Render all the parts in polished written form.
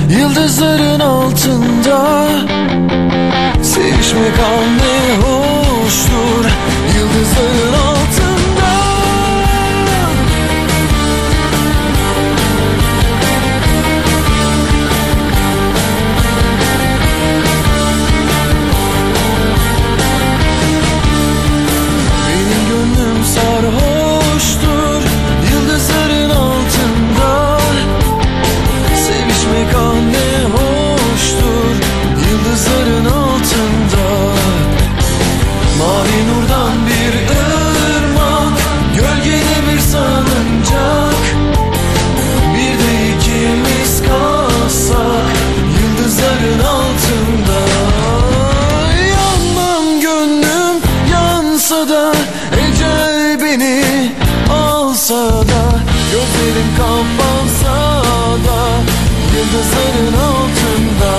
yıldızların altında. Sevişmek ne hoştur, yıldızların altında. Benim gönlüm sarhoştur, yıldızların altında. Sevişmek ne hoştur, yıldızların altında. Mavi nurdan bir ırmak, gölgede bir salıncak. Bir de ikimiz kalsak, yıldızların altında. Yanmam gönlüm yansa da, ecel beni alsa da, gözlerim kapansa da, yıldızların altında.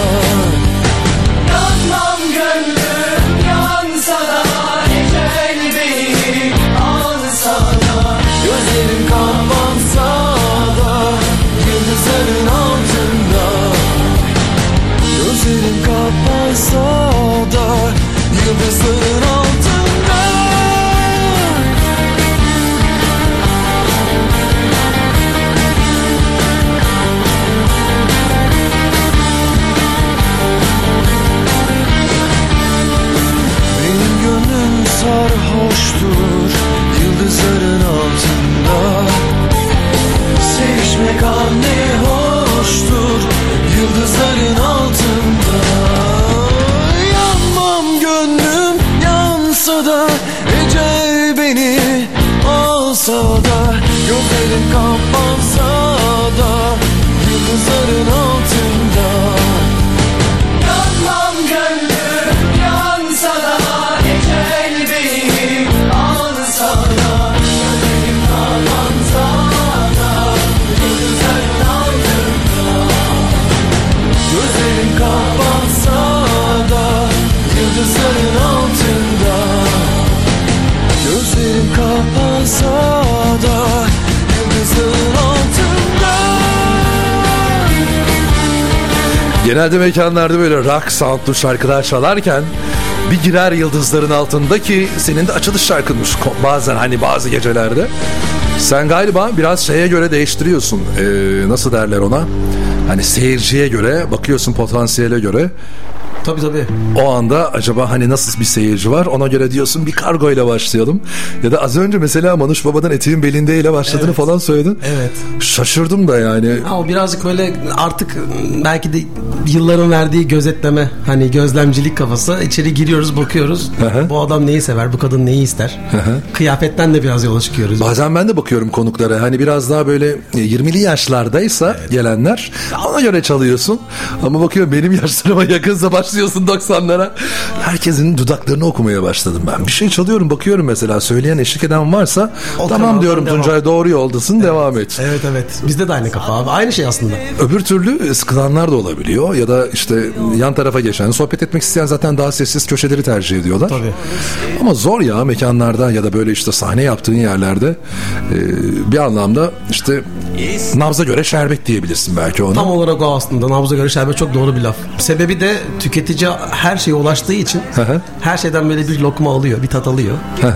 Yanmam gönlüm yansa da, ecel beni alsa da, gözlerim kapansa da, yıldızların altında. Gözlerim kapansa da, yıldızların altında. Sarhoştur, yıldızların altında. Sevişmek ne hoştur, yıldızların altında. Yanmam gönlüm yansa da, ecel beni alsa da, gözlerim kapansa da, yıldızların altında. Yanmam gönlüm yansa da, ecel beni alsa da, gözlerim kapansa da, yıldızların altında. Gözlerim kapansa da, yıldızların altında. Gözlerim kapansa da, yıldızların altında. Genelde mekanlarda böyle rock soundlu şarkılar çalarken bir girer yıldızların altındaki senin de açılış şarkınmış bazen, hani bazı gecelerde. Sen galiba biraz şeye göre değiştiriyorsun. Nasıl derler ona? Hani seyirciye göre bakıyorsun, potansiyele göre. Tabii. O anda acaba hani nasıl bir seyirci var, ona göre diyorsun bir kargo ile başlayalım. Ya da az önce mesela Manuş Baba'dan Eteğin Belinde ile başladığını falan söyledin. Evet. Şaşırdım da yani. Ama birazcık böyle artık belki de yılların verdiği gözetleme, hani gözlemcilik kafası. İçeri giriyoruz, bakıyoruz. Bu adam neyi sever, bu kadın neyi ister. Kıyafetten de biraz yola çıkıyoruz. Bazen ben de bakıyorum konuklara, hani biraz daha böyle 20'li yaşlardaysa gelenler, ona göre çalıyorsun. Ama bakıyorum benim yaşlarıma yakınsa başlıyorsun 90'lara. Herkesin dudaklarını okumaya başladım ben. Bir şey çalıyorum, bakıyorum mesela söyleyen, eşlik eden varsa o tamam diyorum, Tuncay doğru yoldasın, devam et. Evet. Bizde de aynı kafa abi. Aynı şey aslında. Öbür türlü sıkılanlar da olabiliyor ya da işte yan tarafa geçen, sohbet etmek isteyen zaten daha sessiz köşeleri tercih ediyorlar. Tabii. Ama zor ya mekanlarda ya da böyle işte sahne yaptığın yerlerde bir anlamda işte nabza göre şerbet diyebilirsin belki ona. Tam olarak o aslında. Nabza göre şerbet çok doğru bir laf. Sebebi de tüketici her şeye ulaştığı için her şeyden böyle bir lokma alıyor, bir tat alıyor.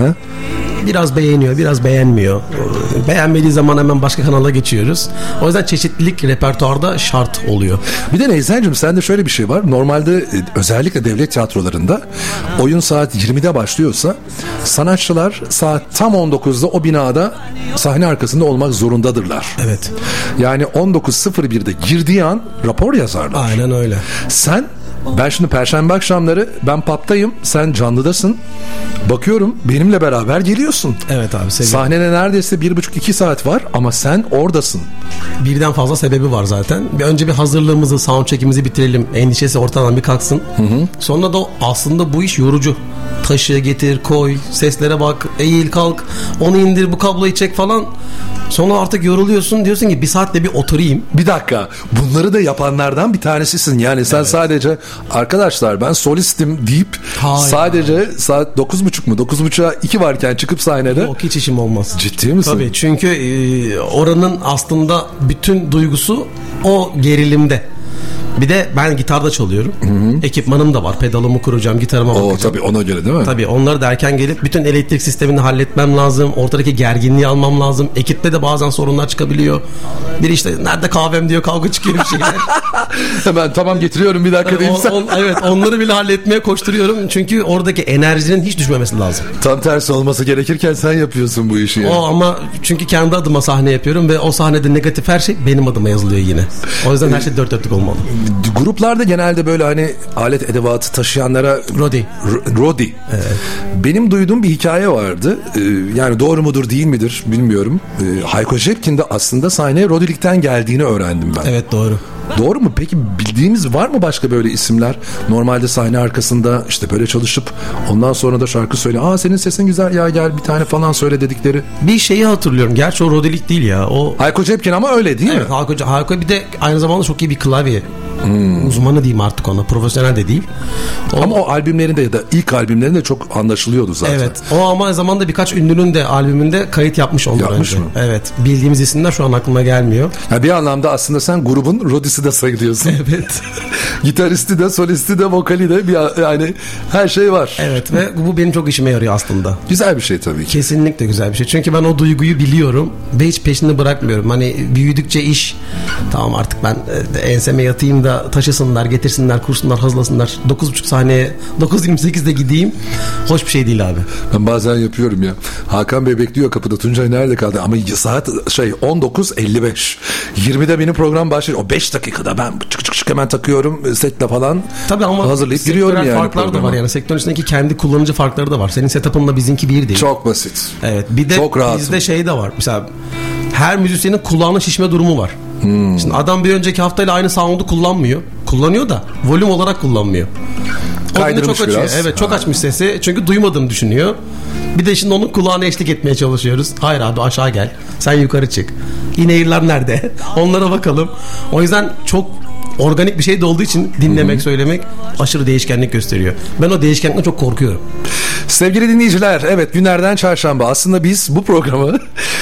Biraz beğeniyor, biraz beğenmiyor. Beğenmediği zaman hemen başka kanala geçiyoruz. O yüzden çeşitlilik repertuarda şart oluyor. Bir de Neyzen'cim, sende şöyle bir şey var. Normalde özellikle devlet tiyatrolarında oyun saat 20'de başlıyorsa sanatçılar saat tam 19'da o binada sahne arkasında olmak zorundadırlar. Evet. Yani 19.01'de girdiği an rapor yazarlar. Aynen öyle. Ben şimdi perşembe akşamları ben pub'tayım, sen canlıdasın. Bakıyorum benimle beraber geliyorsun. Evet abi. Sahnene neredeyse 1,5-2 saat var ama sen oradasın. Birden fazla sebebi var zaten. Önce bir hazırlığımızı, soundcheck'imizi bitirelim. Endişesi ortadan bir kalksın. Sonra da aslında bu iş yorucu. Taşı getir, koy, seslere bak, eğil, kalk, onu indir, bu kabloyu çek falan. Sonra artık yoruluyorsun, diyorsun ki bir saatte bir oturayım. Bir dakika, bunları da yapanlardan bir tanesisin. Yani sen sadece arkadaşlar ben solistim deyip sadece saat 9.30 mu 9.30'a 2 varken çıkıp sahnede. Yok, hiç işim olmaz. Ciddi misin? Tabii, çünkü oranın aslında bütün duygusu o gerilimde. Bir de ben gitarda çalıyorum. Ekipmanım da var. Pedalımı kuracağım, gitarıma bakacağım. Tabii ona göre değil mi? Tabii onları da erken gelip bütün elektrik sistemini halletmem lazım. Ortadaki gerginliği almam lazım. Ekipte de bazen sorunlar çıkabiliyor. Biri işte nerede kahvem diyor, kavga çıkıyor bir şeyler. Hemen tamam getiriyorum bir dakika diyeyim sen. Evet, onları bile halletmeye koşturuyorum. Çünkü oradaki enerjinin hiç düşmemesi lazım. Tam tersi olması gerekirken sen yapıyorsun bu işi. Yani. O ama çünkü kendi adıma sahne yapıyorum ve o sahnede negatif her şey benim adıma yazılıyor yine. O yüzden her şey dört dörtlük olmalı. Gruplarda genelde böyle hani alet edevatı taşıyanlara Rodi. Evet. Benim duyduğum bir hikaye vardı. Yani doğru mudur değil midir bilmiyorum. Hayko Cepkin de aslında sahneye Rodilikten geldiğini öğrendim ben. Evet, doğru. Doğru mu? Peki bildiğimiz var mı başka böyle isimler? Normalde sahne arkasında işte böyle çalışıp ondan sonra da şarkı söyle. Senin sesin güzel ya, gel bir tane falan söyle dedikleri. Bir şeyi hatırlıyorum. Gerçi o Rodilik değil ya. O Hayko Cepkin ama öyle değil mi? Hayko bir de aynı zamanda çok iyi bir klavye uzmanı diyeyim artık ona. Profesyonel de değil. Ama o albümlerinde ya da ilk albümlerinde çok anlaşılıyordu zaten. Evet. O ama aynı zamanda birkaç ünlünün de albümünde kayıt yapmış ondan Yapmış önce. mı? Evet. Bildiğimiz isimler şu an aklıma gelmiyor. Ya bir anlamda aslında sen grubun Rodisi de sayılıyorsun. Evet. Gitaristi de, solisti de, vokali de yani her şey var. Evet ve bu benim çok işime yarıyor aslında. Güzel bir şey tabii ki. Kesinlikle güzel bir şey. Çünkü ben o duyguyu biliyorum ve hiç peşini bırakmıyorum. Hani büyüdükçe iş, tamam artık ben enseme yatayım da taşısınlar, getirsinler, kursunlar, hazırlasınlar. 9.30 sahneye 9.28'de gideyim. Hoş bir şey değil abi. Ben bazen yapıyorum ya. Hakan Bey bekliyor kapıda. Tuncay nerede kaldı? Ama saat 19.55. 20'de benim program başlıyor. O 5 dakikada ben çık hemen takıyorum setle falan. Tabii ama hazırlayıp giriyorum yani. Farklar programa da var yani. Sektörün içindeki kendi kullanıcı farkları da var. Senin setup'ınla bizimki bir değil. Çok basit. Evet. Bir de çok bizde şey de var. Mesela her müzisyenin kulağına şişme durumu var. Şimdi adam bir önceki haftayla aynı sound'u kullanmıyor. Kullanıyor da volüm olarak kullanmıyor. Kaydırmış çok biraz. Açıyor. Evet, çok açmış sesi. Çünkü duymadığını düşünüyor. Bir de şimdi onun kulağına eşlik etmeye çalışıyoruz. Hayır abi, aşağı gel. Sen yukarı çık. İneyirler nerede? Onlara bakalım. O yüzden çok organik bir şey de olduğu için dinlemek, söylemek aşırı değişkenlik gösteriyor. Ben o değişkenlikten çok korkuyorum. Sevgili dinleyiciler, evet günlerden çarşamba. Aslında biz bu programı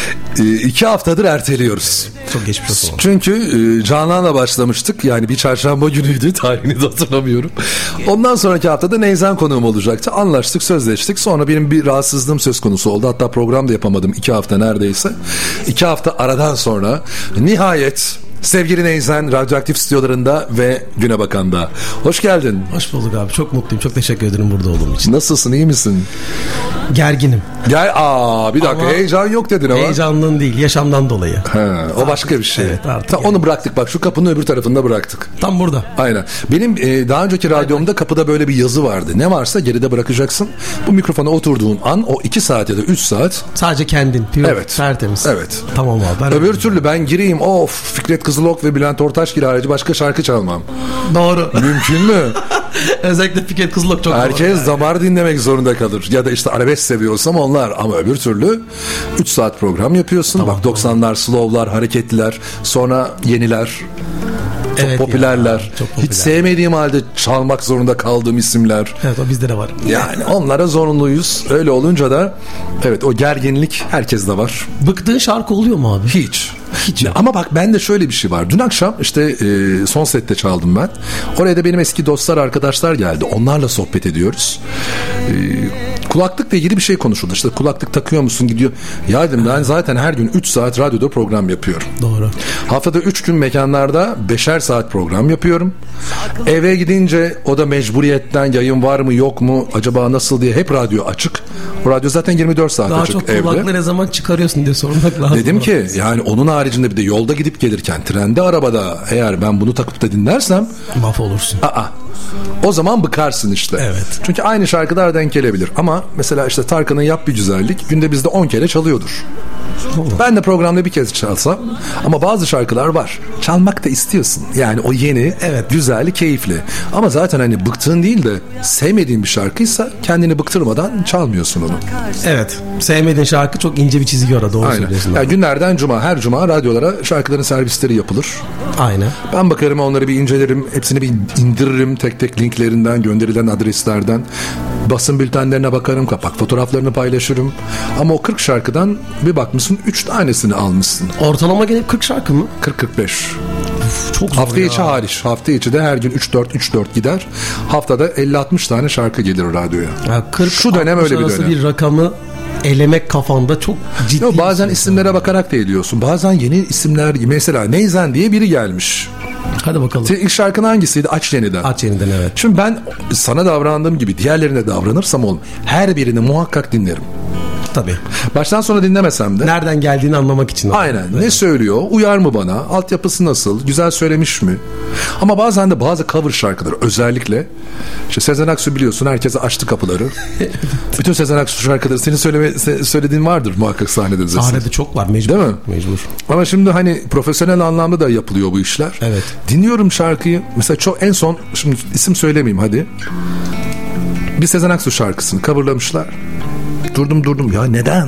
2 haftadır erteliyoruz. Çok geçmiş olsun. Çünkü Canan'la başlamıştık. Yani bir çarşamba günüydü. Tarihini de hatırlamıyorum. Ondan sonraki haftada Neyzen konuğum olacaktı. Anlaştık, sözleştik. Sonra benim bir rahatsızlığım söz konusu oldu. Hatta program da yapamadım 2 hafta neredeyse. 2 hafta aradan sonra nihayet sevgili Neyzen Radyoaktif stüdyolarında ve Güne Bakan'da. Hoş geldin. Hoş bulduk abi. Çok mutluyum. Çok teşekkür ederim burada olduğum için. Nasılsın? İyi misin? Gerginim. Bir dakika, ama heyecan yok dedin ama. Heyecanlığın değil, yaşamdan dolayı. O başka bir şey. Evet, artık onu bıraktık bak, şu kapının öbür tarafında bıraktık. Tam burada. Aynen. Benim daha önceki radyomda kapıda böyle bir yazı vardı. Ne varsa geride bırakacaksın. Bu mikrofona oturduğun an o 2 saat ya da 3 saat. Sadece kendin. Pure, evet. Tertemiz. Evet. Tamam abi. Öbür türlü ben gireyim Fikret Kızılok ve Bülent Ortaçgil harici başka şarkı çalmam. Doğru. Mümkün mü? Özellikle Fikret Kızılok çok herkes damar dinlemek zorunda kalır. Ya da işte arabesk seviyorsam onlar. Ama öbür türlü 3 saat program yapıyorsun. Tamam, bak 90'lar, slow'lar, hareketliler, sonra yeniler. Çok popülerler. Çok popüler. Hiç sevmediğim halde çalmak zorunda kaldığım isimler. Evet, o bizde de var. Yani onlara zorunluyuz. Öyle olunca da evet, o gerginlik herkeste var. Bıktığın şarkı oluyor mu abi? Hiç. Ama bak bende şöyle bir şey var. Dün akşam işte son sette çaldım ben. Oraya da benim eski dostlar, arkadaşlar geldi. Onlarla sohbet ediyoruz. Kulaklıkla ilgili bir şey konuşuldu. İşte kulaklık takıyor musun, gidiyor. Ya dedim, ben zaten her gün 3 saat radyoda program yapıyorum. Doğru. Haftada 3 gün mekanlarda 5'er saat program yapıyorum. Eve gidince o da mecburiyetten yayın var mı yok mu acaba nasıl diye hep radyo açık. O radyo zaten 24 saat daha açık çok evde. kulaklığı ne zaman çıkarıyorsun diye sormak lazım. Dedim ki yani onun haricinde bir de yolda gidip gelirken, trende, arabada eğer ben bunu takıp da dinlersem mahvolursun. O zaman bıkarsın işte. Evet. Çünkü aynı şarkılar denk gelebilir. Ama mesela işte Tarkan'ın Yap Bir Güzellik günde bizde 10 kere çalıyordur. Ben de programda bir kez çalsam, ama bazı şarkılar var. Çalmak da istiyorsun. Yani o yeni, güzel, keyifli. Ama zaten hani bıktığın değil de sevmediğin bir şarkıysa kendini bıktırmadan çalmıyorsun onu. Evet. Sevmediğin şarkı çok ince bir çizgi orada. Doğru söylüyorsun. Yani günlerden cuma, her cuma radyolara şarkıların servisleri yapılır. Aynen. Ben bakarım, onları bir incelerim. Hepsini bir indiririm tek tek linklerinden, gönderilen adreslerden. Basın bültenlerine bakarım, kapak fotoğraflarını paylaşırım. Ama o 40 şarkıdan bir bakmışsın 3 tanesini almışsın. Ortalama gelip 40 şarkı mı? 40-45. Çok zor Hafta ya. içi hariç. Hafta içi de her gün 3-4 gider. Haftada 50-60 tane şarkı gelir radyoya. Ya 40 Şu dönem öyle bir dönem. bir rakamı elemek kafanda çok ciddi. Yo, bazen bir şey. isimlere bakarak da ediyorsun. Bazen yeni isimler, mesela Neyzen diye biri gelmiş. Hadi bakalım. Senin ilk şarkın hangisiydi? Aç Yeniden. Aç Yeniden, evet. Şimdi ben sana davrandığım gibi diğerlerine davranırsam oğlum, her birini muhakkak dinlerim. Tabii. Baştan sona dinlemesem de. Nereden geldiğini anlamak için. Aynen. Evet. Ne söylüyor? Uyar mı bana? Altyapısı nasıl? Güzel söylemiş mi? Ama bazen de bazı cover şarkılar, özellikle işte Sezen Aksu, biliyorsun, herkese açtı kapıları. Bütün Sezen Aksu şarkıları senin söylediğin vardır muhakkak sahnede. Sahnede çok var, mecbur. Değil mi? Mecbur. Ama şimdi hani profesyonel anlamda da yapılıyor bu işler. Evet. Dinliyorum şarkıyı. Mesela çok en son, şimdi isim söylemeyeyim hadi. Bir Sezen Aksu şarkısını coverlamışlar. Durdum ya, neden?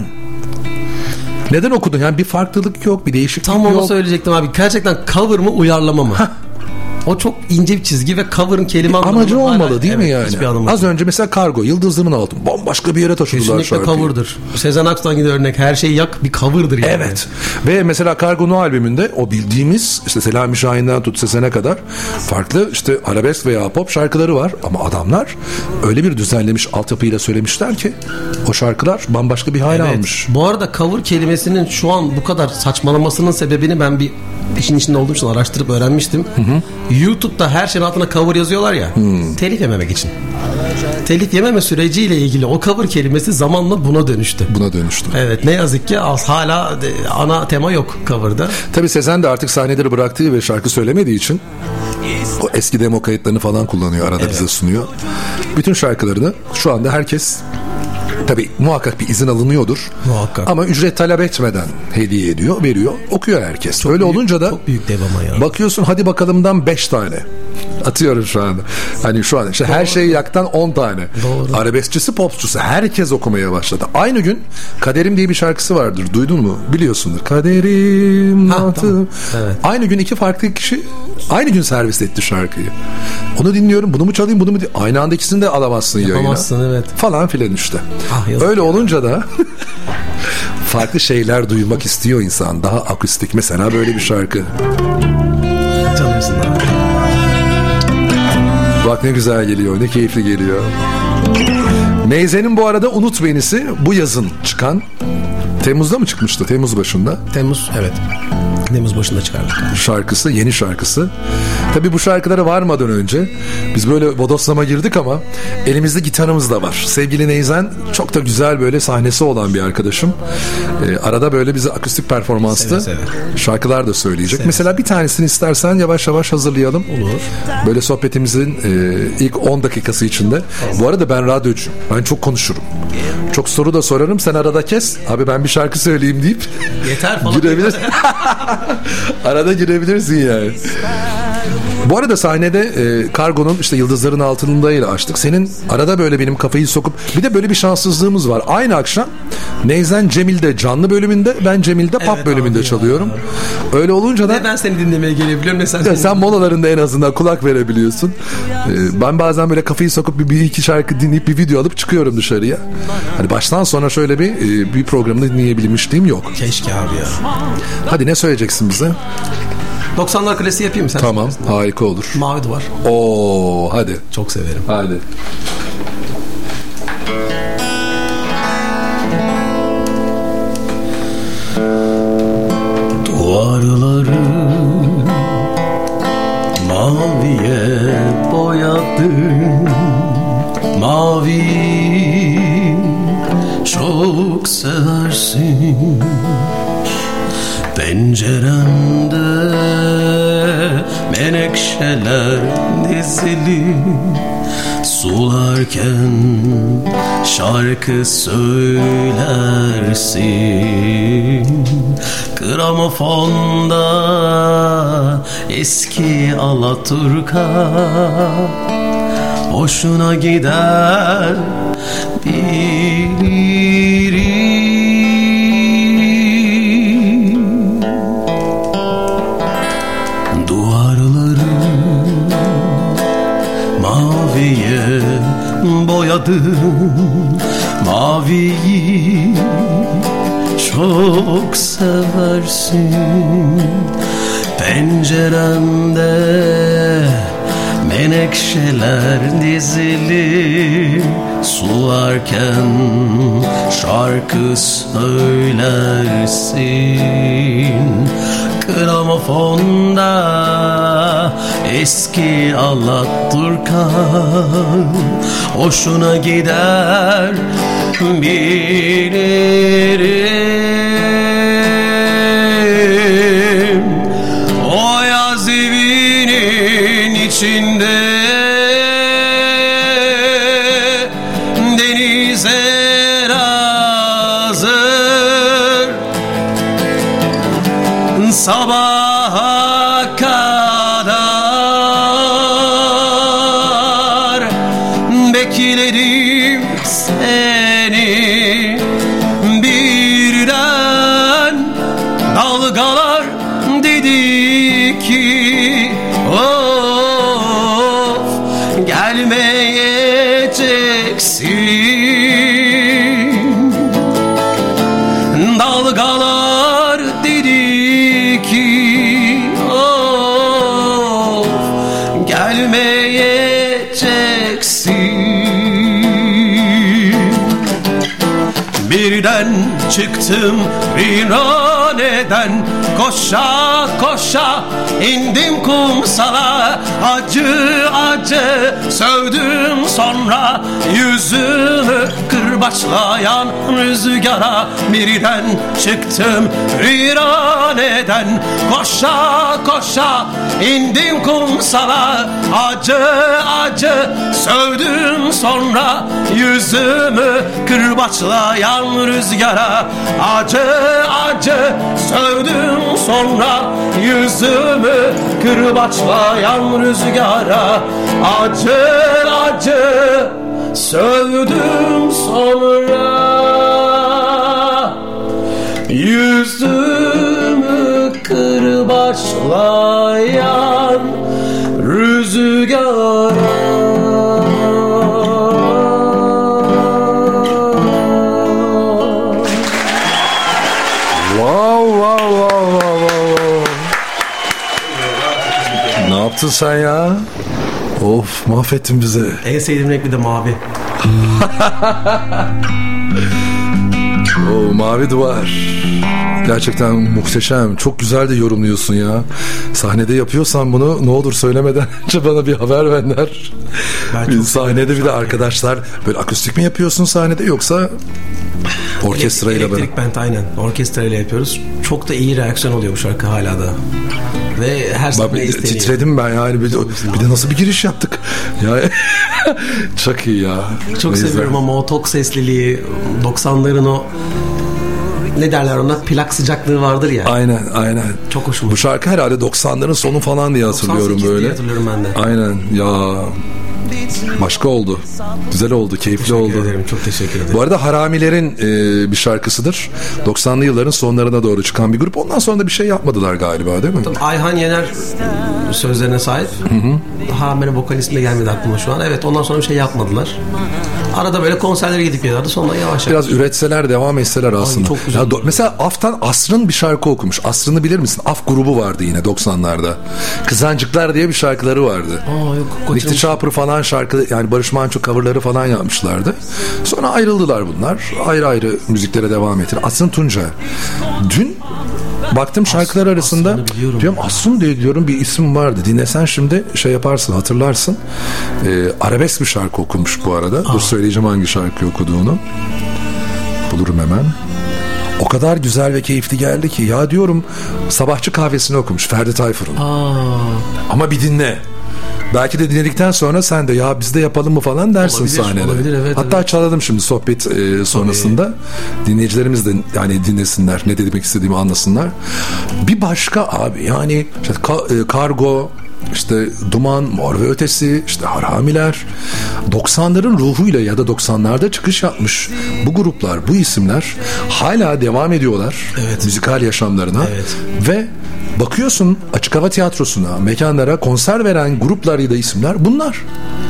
Neden okudun? Yani bir farklılık yok, bir değişiklik Tam yok. onu söyleyecektim abi. Gerçekten cover mı, uyarlama mı? O çok ince bir çizgi ve cover'ın kelime anlamı Amacı hala- olmalı değil mi Evet, yani? hiçbir anlamı Az yok. önce mesela Kargo, Yıldızların Altın, bambaşka bir yere taşıdılar Kesinlikle şarkıyı. cover'dır. Sezen Aksu'dan gibi örnek, her şeyi yak bir cover'dır yani. Evet. Ve mesela Kargo'nun albümünde o bildiğimiz işte Selami Şahin'den tut Sezen'e kadar farklı işte arabesk veya pop şarkıları var. Ama adamlar öyle bir düzenlemiş altyapıyla söylemişler ki o şarkılar bambaşka bir hal Evet. almış. Bu arada cover kelimesinin şu an bu kadar saçmalamasının sebebini ben bir işin içinde olduğum için araştırıp öğrenmiştim. YouTube'da her şeyin altına cover yazıyorlar ya. Telif yememek için. Telif yememe süreciyle ilgili o cover kelimesi zamanla buna dönüştü. Buna dönüştü. Evet, ne yazık ki hala ana tema yok cover'da. Tabii Sezen de artık sahneleri bıraktığı ve şarkı söylemediği için o eski demo kayıtlarını falan kullanıyor, arada bize sunuyor. Bütün şarkılarını şu anda herkes, tabii muhakkak bir izin alınıyordur. Muhakkak. Ama ücret talep etmeden hediye ediyor, veriyor, okuyor herkes. Öyle büyük- olunca da çok büyük dev ama ya. bakıyorsun, hadi bakalımdan 5 tane. Atıyorum şu anda. Hani şu an işte her şeyi yaktan 10 tane. Doğru. Arabeskçisi, popçusu herkes okumaya başladı. Aynı gün Kaderim diye bir şarkısı vardır. Duydun mu? Biliyorsundur. Kaderim Ha, atı. tamam. Evet. Aynı gün iki farklı kişi aynı gün servis etti şarkıyı. Onu dinliyorum. Bunu mu çalayım, bunu mu? Aynı anda ikisini de alamazsın yayına. Yapamazsın, evet. Falan filan işte. Ah, yazık öyle ya. olunca da farklı şeyler duymak istiyor insan. Daha akustik. Mesela böyle bir şarkı. Çalıyorsun abi. Bak ne güzel geliyor, ne keyifli geliyor. Neyzen'in bu arada Unut Beni'si bu yazın çıkan, Temmuz'da mı çıkmıştı? Temmuz başında. Temmuz, evet. Temmuz başında çıkardık. Şarkısı, yeni şarkısı. Tabii bu şarkılara varmadan önce biz böyle bodoslama girdik ama elimizde gitarımız da var. Sevgili Neyzen çok da güzel böyle sahnesi olan bir arkadaşım. Arada böyle bize akustik performanslı Seve seve. şarkılar da söyleyecek. Mesela bir tanesini istersen yavaş yavaş hazırlayalım. Olur. Böyle sohbetimizin ilk 10 dakikası içinde. Bu arada ben radyocuyum. Ben çok konuşurum. Çok soru da sorarım. Sen arada kes. Abi ben bir şarkı söyleyeyim deyip Yeter falan. girebilirsin. Arada girebilirsin yani. Bu arada sahnede Kargo'nun işte Yıldızların Altını'ndayla açtık. Senin arada böyle benim kafayı sokup, bir de böyle bir şanssızlığımız var. Aynı akşam Neyzen Cemil'de canlı bölümünde, ben Cemil'de pop Evet bölümünde abi çalıyorum. Öyle olunca da Ne ben seni dinlemeye gelebiliyorum ne sen. sen molalarında en azından kulak verebiliyorsun. Ben bazen böyle kafayı sokup bir iki şarkı dinleyip bir video alıp çıkıyorum dışarıya. Hani baştan sona şöyle bir programda dinleyebilmişliğim yok. Keşke abi ya. Hadi ne söyleyeceksin bize? 90'lar klasiği yapayım mı sen? Tamam, harika olur. Mavi Duvar. Oo, hadi. Çok severim. Hadi. Duvarları maviye boyadım. Mavi çok seversin. Penceremde menekşeler dizili, sularken şarkı söylersin. Gramofonda eski Alaturka hoşuna gider bilirim. Duvarları maviye boyadım. Maviyi çok seversin. Penceremde menekşeler dizili, sularken şarkı söylersin. Gramofonda eski Alaturka hoşuna gider bilirim. O yaz evinin içinde denize hazır, sabaha kadar beklerim seni. Birden dalgalar dedi ki of, gelmeyeceksin. Dalgalar dedi ki of, gelmeyeceksin. Birden çıktım viraneden, koşa koşa indim kumsala. Acı acı sövdüm sonra yüzümü kırbaçlayan rüzgara. Birden çıktım viraneden, koşa koşa indim kumsala. Acı acı sövdüm sonra yüzümü kırbaçlayan rüzgara. Acı acı sövdüm sonra yüzümü kırbaçlayan rüzgara. Acı acı sövdüm sonra yüzümü kırbaçlayan rüzgara. Ne yaptın sen ya? Of, mahvettin bizi. En sevdiğim renk bir de mavi. O mavi duvar. Gerçekten muhteşem. Çok güzel de yorumluyorsun ya. Sahnede yapıyorsan bunu ne olur söylemeden önce bana bir haber ver. Sahnede bir de arkadaşlar böyle akustik mi yapıyorsun sahnede yoksa orkestrayla böyle? Elektrik band, aynen. Orkestrayla yapıyoruz. Çok da iyi reaksiyon oluyor bu şarkı hala da. Ve her sahne isteniyor. Titredim ben yani. Bir de nasıl bir giriş yaptık. Ya çok iyi ya. Çok seviyorum ama o tok sesliliği, 90'ların o ne derler ona, plak sıcaklığı vardır ya. Aynen. Çok hoşuma. Bu şarkı herhalde 90'ların sonu falan diye hatırlıyorum böyle. diye hatırlıyorum ben de. Aynen ya. Başka oldu. Güzel oldu, keyifli oldu. Teşekkür ederim, çok teşekkür ederim. Bu arada Haramilerin bir şarkısıdır. 90'lı yılların sonlarına doğru çıkan bir grup. Ondan sonra da bir şey yapmadılar galiba, değil mi? Ayhan Yener sözlerine sahip. Daha benim vokalist gelmedi aklıma şu an. Evet, ondan sonra bir şey yapmadılar. Arada böyle konserlere gidip geliyorlardı. Sonra yavaş biraz üretseler, devam etseler aslında. Çok güzel. Mesela Af'tan Asr'ın bir şarkı okumuş. Asr'ını bilir misin? Af grubu vardı yine 90'larda. Kızancıklar diye bir şarkıları vardı. Nikti Çapır falan şarkı, yani Barış Manço coverları falan yapmışlardı. Sonra ayrıldılar bunlar. Ayrı ayrı müziklere devam ettiler. Asrın Tunca. Dün baktım şarkılar arasında diyorum Asrın diye diyorum bir isim vardı. Dinlesen şimdi şey yaparsın, hatırlarsın. Arabesk bir şarkı okumuş bu arada. Dur söyleyeceğim hangi şarkı okuduğunu. Bulurum hemen. O kadar güzel ve keyifli geldi ki ya diyorum, Sabahçı Kahvesi'ni okumuş Ferdi Tayfur'un. Ama bir dinle. Belki de dinledikten sonra sen de ya biz de yapalım mı falan dersin sahnede. Olabilir, evet, hatta çalalım şimdi sohbet sonrasında. Dinleyicilerimiz de yani dinlesinler, ne demek istediğimi anlasınlar. Bir başka abi yani işte Kargo, İşte Duman, Mor ve Ötesi, işte Haramiler, 90'ların ruhuyla ya da 90'larda çıkış yapmış bu gruplar, bu isimler hala devam ediyorlar müzikal yaşamlarına ve bakıyorsun açık hava tiyatrosuna, mekanlara konser veren gruplar ya da isimler bunlar.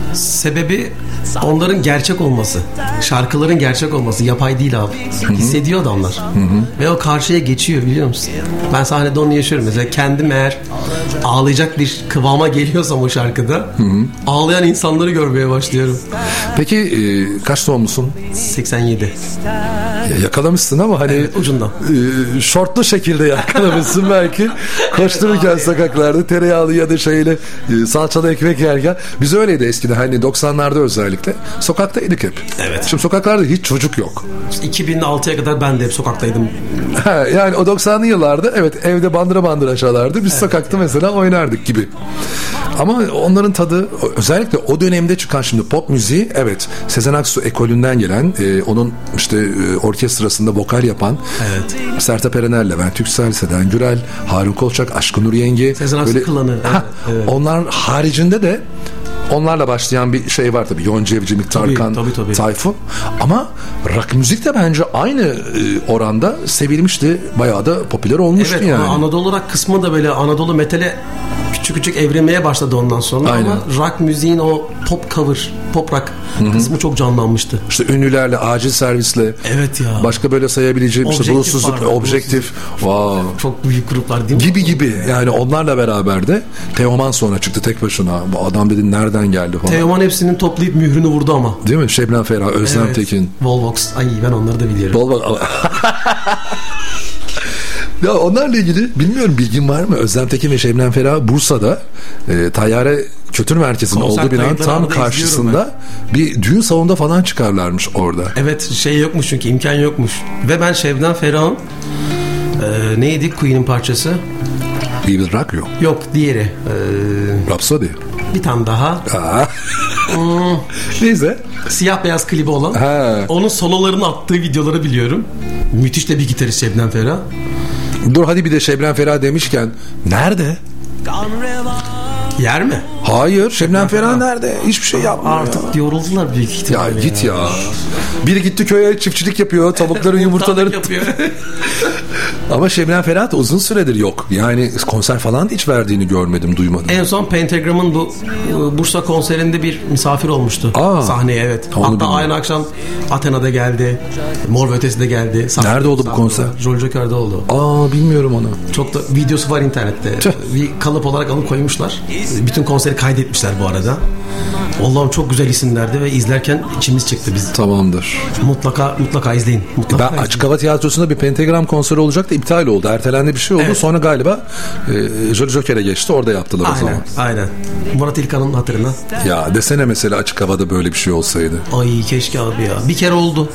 Sebebi onların gerçek olması. Şarkıların gerçek olması. Yapay değil abi. Hissediyor adamlar. Ve o karşıya geçiyor, biliyor musun? Ben sahnede onu yaşıyorum. Mesela kendim eğer ağlayacak bir kıvama geliyorsam o şarkıda ağlayan insanları görmeye başlıyorum. Peki kaç doğumlusun? 87. Yakalamışsın ama hani Evet, ucundan. Şortlu şekilde yakalamışsın belki. Koştururken sokaklarda tereyağlı ya da şeyle salçalı ekmek yerken. Biz öyleydi eskiden, hani 90'larda özellikle. Sokaktaydık hep. Evet. Şimdi sokaklarda hiç çocuk yok. 2006'ya kadar ben de hep sokaktaydım. Yani o 90'lı yıllarda evet, evde bandıra bandıra çalardı. Biz sokakta mesela oynardık gibi. Ama onların tadı, özellikle o dönemde çıkan şimdi pop müziği, evet, Sezen Aksu ekolünden gelen, onun işte orkestrasında vokal yapan, Evet. Sertab Erener, Levent Yüksel, Seden Gürel, Harun Kolçak, Aşkın Nur Yengi. Sezen Aksu klanı. Evet. Onlar haricinde de onlarla başlayan bir şey var tabii. Yonca Evcimik, Tarkan, tabii. Tayfun. Ama rock müzik de bence aynı oranda sevilmişti. Bayağı da popüler olmuştu Evet, yani. Anadolu rock kısmı da böyle Anadolu metale küçük küçük evrilmeye başladı ondan sonra. Aynen. Ama rock müziğin o pop cover, pop rock kısmı çok canlanmıştı. İşte ünlülerle, acil servisle. Evet ya. Başka böyle sayabileceğim işte Objektif bulutsuzluk, var, objektif. Wow. Çok büyük gruplar değil mi? Gibi yani onlarla beraber de Teoman sonra çıktı tek başına. Bu adam dedi nereden geldi falan. Teoman hepsinin toplayıp mührünü vurdu ama. Değil mi? Şebnem Ferah, Özlem Evet. Tekin. Volvox. Ay ben onları da biliyorum. Ya onlarla ilgili bilmiyorum, bilgin var mı? Özlem Tekin ve Şebnem Ferah Bursa'da Tayyare Kültür Merkezi'nin Konser olduğu binanın kayıtları tam arada karşısında bir düğün salonunda falan çıkarlarmış orada. Evet, şey yokmuş çünkü, imkan yokmuş. Ve ben Şebnem Ferah'ın neydi Queen'in parçası? We Will Rock You. Yok, diğeri. Rhapsody. Bir tane daha. Neyse. Siyah beyaz klibi olan. Ha. Onun sololarını attığı videoları biliyorum. Müthiş de bir gitarist Şebnem Ferah. Dur hadi, bir de Şebnem Ferah demişken nerede? Yer mi? Hayır, Şebnem Ferah nerede? Hiçbir şey yapmıyor. Artık yoruldular büyük Ya ihtimalle. git ya. Biri gitti köye çiftçilik yapıyor. Tavukların yumurtaları. yapıyor. Ama Şebnem Ferah da uzun süredir yok. Yani konser falan da hiç verdiğini görmedim, duymadım. En son Pentagram'ın bu Bursa konserinde bir misafir olmuştu. Aa, sahneye, evet. onu Hatta bilmiyorum. aynı akşam Athena'da geldi. Mor ve Ötesi'de geldi. Nerede oldu bu konser? Jol Joker'de oldu. Bilmiyorum onu. Çok da videosu var internette. Tüh. Bir kalıp olarak alıp koymuşlar. Bütün konseri kaydetmişler bu arada. Allah'ım çok güzel isimlerdi ve izlerken içimiz çıktı biz. Tamamdır. Mutlaka izleyin. Mutlaka Ben izleyin. Açık Hava Tiyatrosu'nda bir Pentagram konseri olacak da iptal oldu. Ertelendi, bir şey oldu. Evet. Sonra galiba Jolly Joker'e geçti. Orada yaptılar o zaman. Aynen. Murat İlkan'ın hatırına. Ya desene mesela açık havada böyle bir şey olsaydı. Ay keşke abi ya. Bir kere oldu.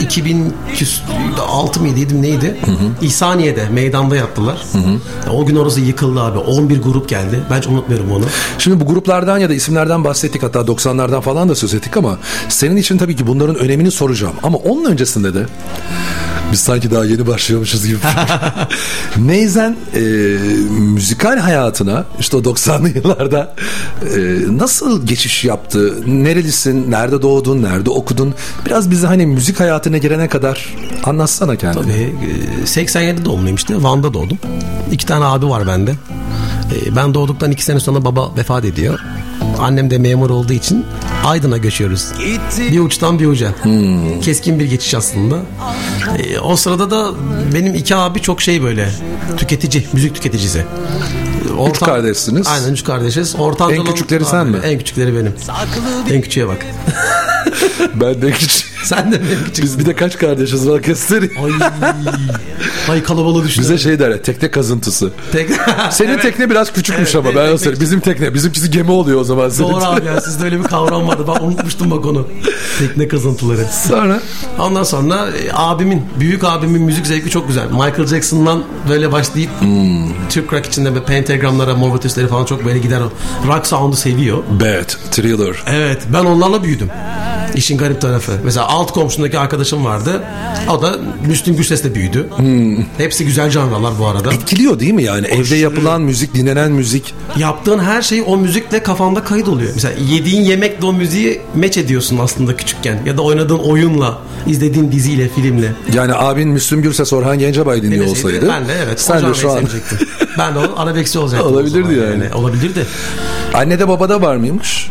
2006 mıydı, neydi? İhsaniye'de meydanda yaptılar. O gün orası yıkıldı abi. 11 grup geldi. Ben hiç unutmuyorum onu. Şimdi bu gruplardan ya da isimlerden bahsettik, hatta 90'lardan falan da söz ettik ama senin için tabii ki bunların önemini soracağım. Ama onun öncesinde de biz sanki daha yeni başlıyormuşuz gibi. Neyzen müzikal hayatına işte o 90'lı yıllarda nasıl geçiş yaptı? Nerelisin? Nerede doğdun? Nerede okudun? Biraz bize hani müzik hayatına girene kadar anlatsana kendini. Tabii 87 doğumluyum işte. Van'da doğdum. 2 tane abi var bende. Ben doğduktan 2 sene sonra baba vefat ediyor. Annem de memur olduğu için Aydın'a göçüyoruz. Bir uçtan bir uca. Keskin bir geçiş aslında. O sırada da benim 2 abi çok şey böyle tüketici, müzik tüketicisi. Üç kardeşsiniz. Aynen, 3 kardeşiz. Ortanca En küçükleri sen mi? En küçükleri benim. En küçüğe bak. Ben de küçük. Sen de benim küçüksün. Biz bir de kaç kardeşiz var göstereyim. Ay kalabalığı düştü. Bize şey derler, tekne kazıntısı. Senin Evet. tekne biraz küçükmüş Evet, ama benim ben tekne söyleyeyim. Bizim tekne, bizimkisi gemi oluyor o zaman. Doğru abi ya, sizde öyle bir kavram vardı. Ben unutmuştum bak onu. Tekne kazıntıları. Sonra Ondan sonra büyük abimin müzik zevki çok güzel. Michael Jackson'dan böyle başlayıp Türk rock içinde Pentagram'lara, Mor ve Ötesi'lere falan çok böyle gider o. Rock sound'u seviyor. Bad, Thriller. Evet, ben onlarla büyüdüm. İşin garip tarafı. Mesela alt komşundaki arkadaşım vardı. O da Müslüm Gürses'le büyüdü. Hepsi güzel canlılar bu arada. Etkiliyor değil mi yani? Evde yapılan müzik, dinlenen müzik. Yaptığın her şey o müzikle kafanda kayıt oluyor. Mesela yediğin yemekle o müziği meç ediyorsun aslında küçükken. Ya da oynadığın oyunla, izlediğin diziyle, filmle. Yani abin Müslüm Gürses, Orhan Gencebay dinliyor olsaydı. Ben de evet. Sen de şu an. Ben de o arabeksi olacaktım. Olabilirdi o zaman yani. Olabilirdi. Annede babada var mıymış?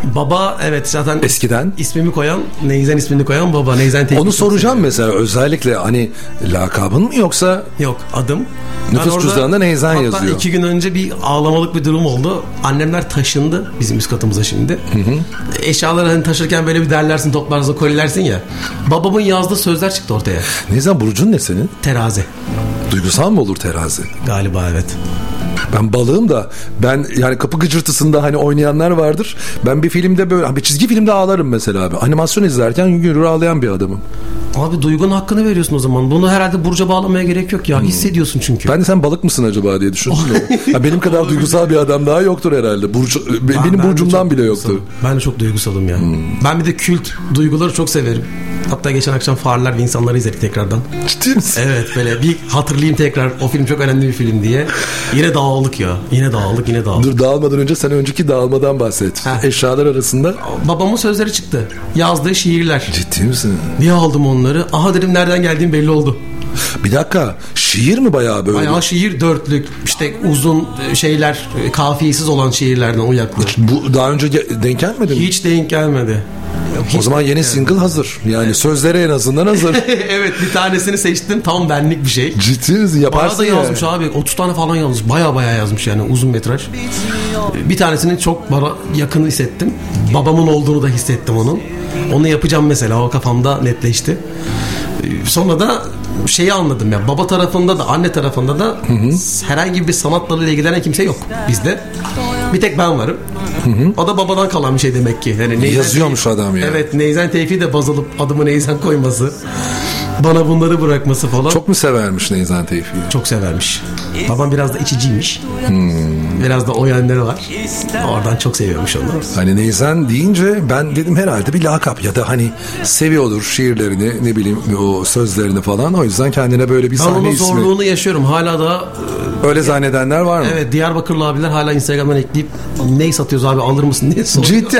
Baba evet zaten Eskiden. ismimi koyan, Neyzen ismini koyan baba. Neyzen Tevfik. Onu soracağım mesela, özellikle hani lakabın mı yoksa Yok, adım. nüfus Ben orada- cüzdanında Neyzen hatta yazıyor. 2 gün önce bir ağlamalık bir durum oldu. Annemler taşındı bizim üst katımıza şimdi. Eşyaları hani taşırken böyle bir derlersin, toplarsın, kolilersin ya. Babamın yazdığı sözler çıktı ortaya. Neyzen, burcun ne senin? Terazi. Duygusal mı olur terazi? Galiba evet. Ben balığım da, ben yani kapı gıcırtısında hani oynayanlar vardır. Ben bir filmde böyle, bir çizgi filmde ağlarım mesela abi. Animasyon izlerken yürür ağlayan bir adamım. Abi duygunun hakkını veriyorsun o zaman. Bunu herhalde burca bağlamaya gerek yok ya. Hissediyorsun çünkü. Ben de sen balık mısın acaba diye düşündüm de. Ha, benim kadar duygusal bir adam daha yoktur herhalde. Benim Ben de burcumdan çok bile duygusalım. yoktur. Ben de çok duygusalım ya. Ben bir de kült duyguları çok severim. Hatta geçen akşam Fareler ve İnsanları izledik tekrardan. Ciddi misin? Evet, böyle bir hatırlayayım tekrar, o film çok önemli bir film diye. Yine dağıldık ya. Yine dağıldık. Dur, dağılmadan önce sen önceki dağılmadan bahset. Ha. Eşyalar arasında. Babamın sözleri çıktı. Yazdığı şiirler. Ciddi misin? Bir aldım onları. Aha dedim, nereden geldiğim belli oldu. Bir dakika, şiir mi bayağı böyle? Bayağı şiir, dörtlük, işte uzun şeyler, kafiyesiz olan şiirlerden uyaklı. Bu daha önce denk gelmedi mi? Hiç denk gelmedi. O zaman yeni single hazır. Yani sözleri en azından hazır. Evet, bir tanesini seçtim, tam benlik bir şey. Ciddi misin? Yaparsın Bayağı da yazmış yani. abi. 30 tane falan yazmış. Baya yazmış yani, uzun metraj. Bir tanesini çok bana yakın hissettim. Babamın olduğunu da hissettim onun. Onu yapacağım mesela. O kafamda netleşti. Sonra da şeyi anladım ya. Baba tarafında da anne tarafında da herhangi bir sanat dalıyla ilgilenen kimse yok bizde. Bir tek ben varım. O da babadan kalan bir şey demek ki. Yani Yazıyormuş adam ya. Evet, Neyzen Tevfik'i de baz alıp adımı Neyzen koyması. Bana bunları bırakması falan. Çok mu severmiş Neyzen Tevfik'i? Çok severmiş. Babam biraz da içiciymiş. Biraz da o yönleri var. Oradan çok seviyormuş onu. Hani Neyzen deyince ben dedim herhalde bir lakap ya da hani seviyordur şiirlerini, ne bileyim o sözlerini falan. O yüzden kendine böyle bir Ben sahne onun ismi. zorluğunu yaşıyorum. Hala da Öyle zannedenler var mı? evet, Diyarbakırlı abiler hala Instagram'dan ekleyip ney satıyoruz abi, alır mısın diye soruyor. Ciddi.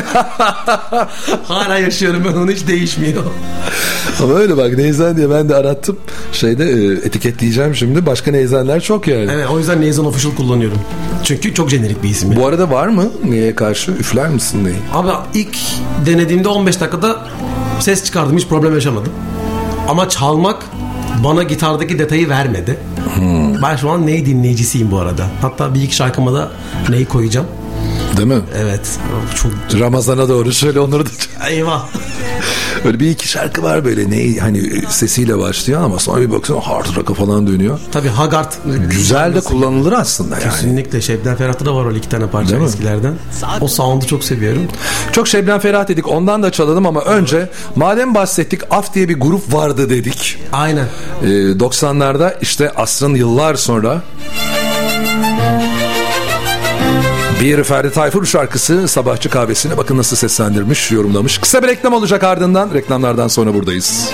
Hala yaşıyorum ben onu, hiç değişmiyor. Ama öyle bak, Neyzen diye ben de arattım. Etiketleyeceğim şimdi. Başka Neyzenler çok yani. Evet, o yüzden Neyzen Official kullanıyorum. Çünkü çok jenerik bir isim. Bu arada var mı neye karşı? Üfler misin neyi? Abi ilk denediğimde 15 dakikada ses çıkardım, hiç problem yaşamadım. Ama çalmak bana gitardaki detayı vermedi. Ben şu an ney dinleyicisiyim bu arada. Hatta bir iki şarkıma da neyi koyacağım. Değil mi? Evet. Çok... Ramazana doğru şöyle onları da... Eyvah. Öyle bir iki şarkı var böyle hani sesiyle başlıyor ama sonra bir bakıyorsun hard rock'a falan dönüyor. Tabii Haggard. Güzel de kullanılır aslında yani. Kesinlikle. Şebnem Ferah'ta da var o iki tane parça Değil mi? eskilerden. O sound'u çok seviyorum. Çok Şebnem Ferah dedik, ondan da çalalım ama önce madem bahsettik, Af diye bir grup vardı dedik. Aynen. 90'larda işte asrın yıllar sonra bir Ferdi Tayfur şarkısı Sabahçı Kahvesi'ne bakın nasıl seslendirmiş, yorumlamış. Kısa bir reklam olacak, ardından reklamlardan sonra buradayız.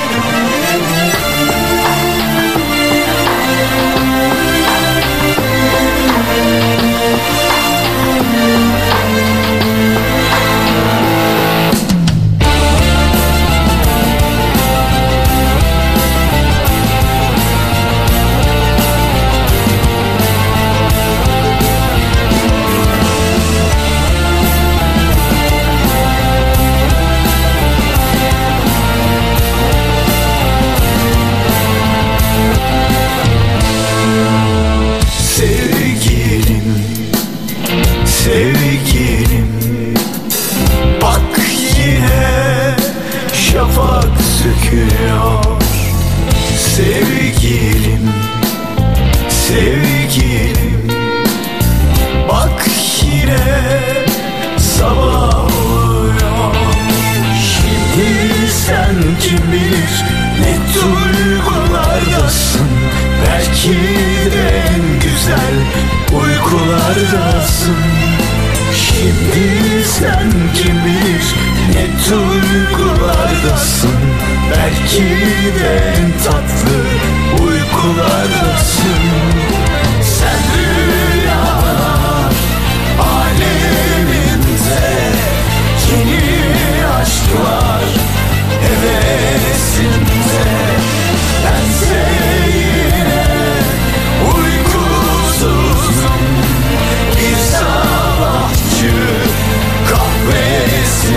Sevgilim, bak yine şafak söküyor. Sevgilim, sevgilim, bak yine sabah oluyor. Şimdi sen kim bilir ne duygulardasın, belki de en güzel uykulardasın. Şimdi sen kim bilir ne duygulardasın, belki de en tatlı uykulardasın. Sen rüyalar aleminde, yeni aşklar hevesinde. Bense yine uykusuzum, bir sabahçı kahvesinde.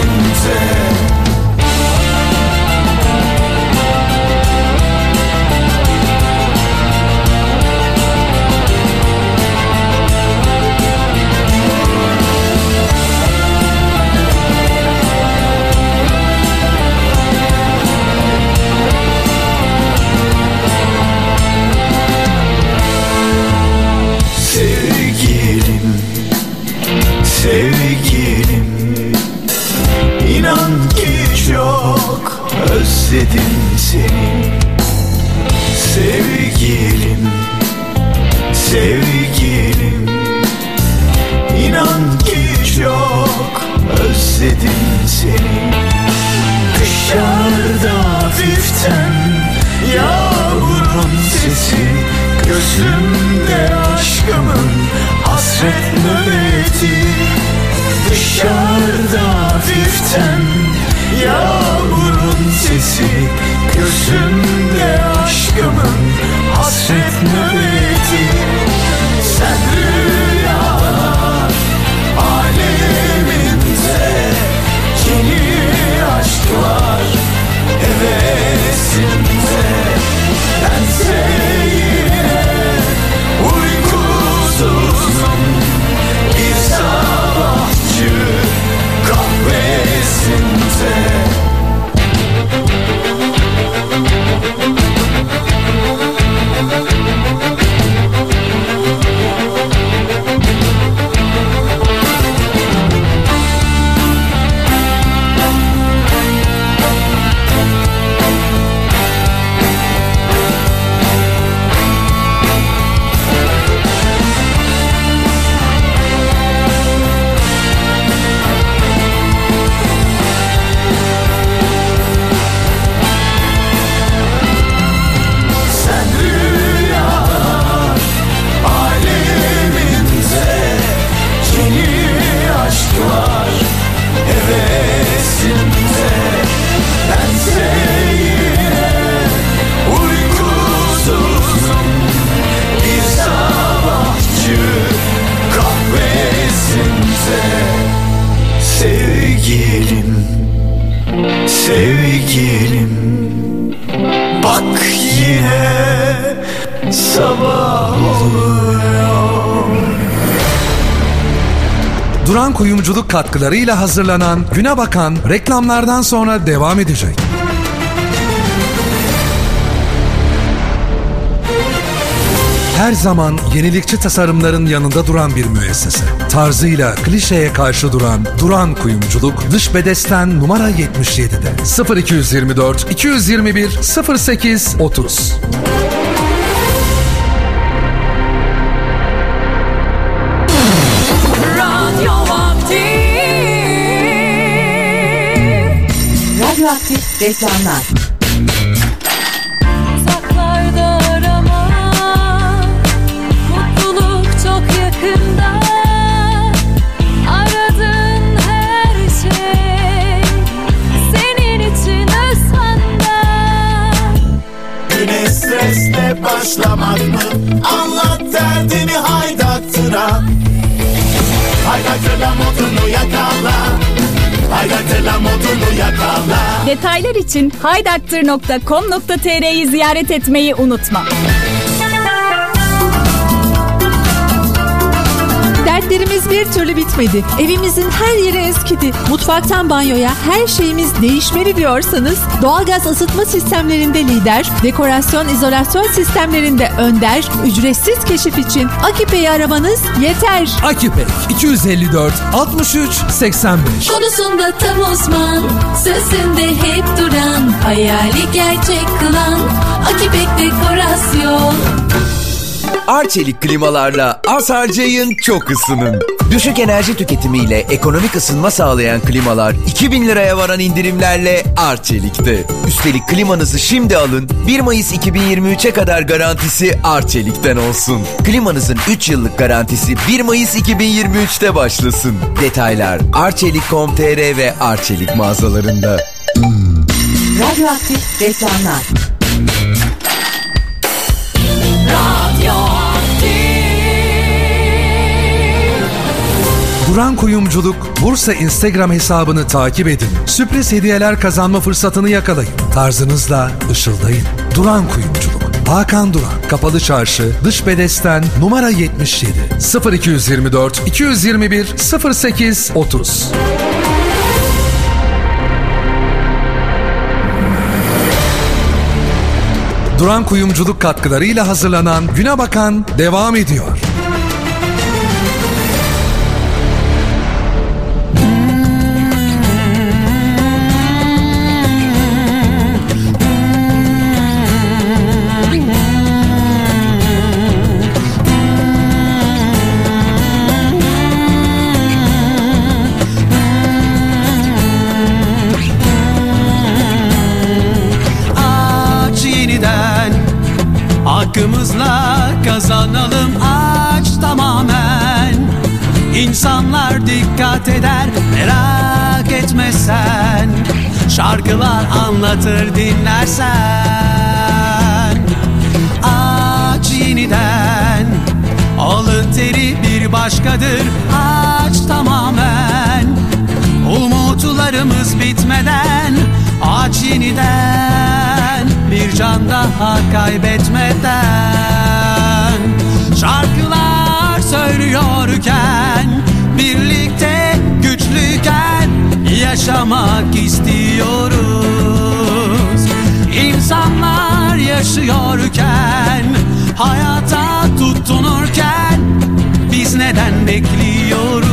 Gözümde aşkımın hasret nöbeti, dışarıda hafiften yağmurun sesi. Gözümde aşkımın hasret nöbeti. Sen rüyalar aleminde, yeni aşklar hevesinde. Bense yine uykusuzum, bir sabahçı kahvesinde. Sevgilim, bak yine sabah oluyor. Duran Kuyumculuk katkılarıyla hazırlanan Güne Bakan reklamlardan sonra devam edecek. Her zaman yenilikçi tasarımların yanında duran bir müessese. Tarzıyla klişeye karşı duran Duran Kuyumculuk, dış bedesten numara 77'de. 0224 221 08 30. Radyoaktif reklamlar. Stresle başlamak mı? Anlat derdini Haydar'tıra. Haydar'tıra modunu yakala. Haydar'tıra modunu yakala. Detaylar için haydartır.com.tr'yi ziyaret etmeyi unutma. Dertlerimiz bir türlü bitmedi. Evimizin her yeri eskidi. Mutfaktan banyoya her şeyimiz değişmeli diyorsanız, doğalgaz ısıtma sistemlerinde lider, dekorasyon izolasyon sistemlerinde önder, ücretsiz keşif için Akipek'i aramanız yeter. Akipek 254 63 85. Konusunda tam uzman, sözünde hep duran, hayali gerçek kılan Akipek Dekorasyon. Arçelik klimalarla az harcayın, çok ısının. Düşük enerji tüketimiyle ekonomik ısınma sağlayan klimalar 2000 liraya varan indirimlerle Arçelik'te. Üstelik klimanızı şimdi alın, 1 Mayıs 2023'e kadar garantisi Arçelik'ten olsun. Klimanızın 3 yıllık garantisi 1 Mayıs 2023'te başlasın. Detaylar arçelik.com.tr ve Arçelik mağazalarında. Radyoaktif reklamlar. Duran Kuyumculuk Bursa Instagram hesabını takip edin. Sürpriz hediyeler kazanma fırsatını yakalayın. Tarzınızla ışıldayın. Duran Kuyumculuk. Hakan Duran, Kapalı Çarşı, Dış Bedesten numara 77. 0224 221 08 30. Duran Kuyumculuk katkılarıyla hazırlanan Güne Bakan devam ediyor. Hakkımızla kazan. olmayalım aç tamamen. İnsanlar dikkat eder, merak etme sen. Şarkılar anlatır dinlersen. Aç yeniden, alın teri bir başkadır. Aç tamamen, umutlarımız bitmeden. Aç yeniden, bir can daha kaybetmeden. Şarkılar söylüyorken, birlikte güçlüyken yaşamak istiyoruz. İnsanlar yaşıyorken, hayata tutunurken biz neden bekliyoruz?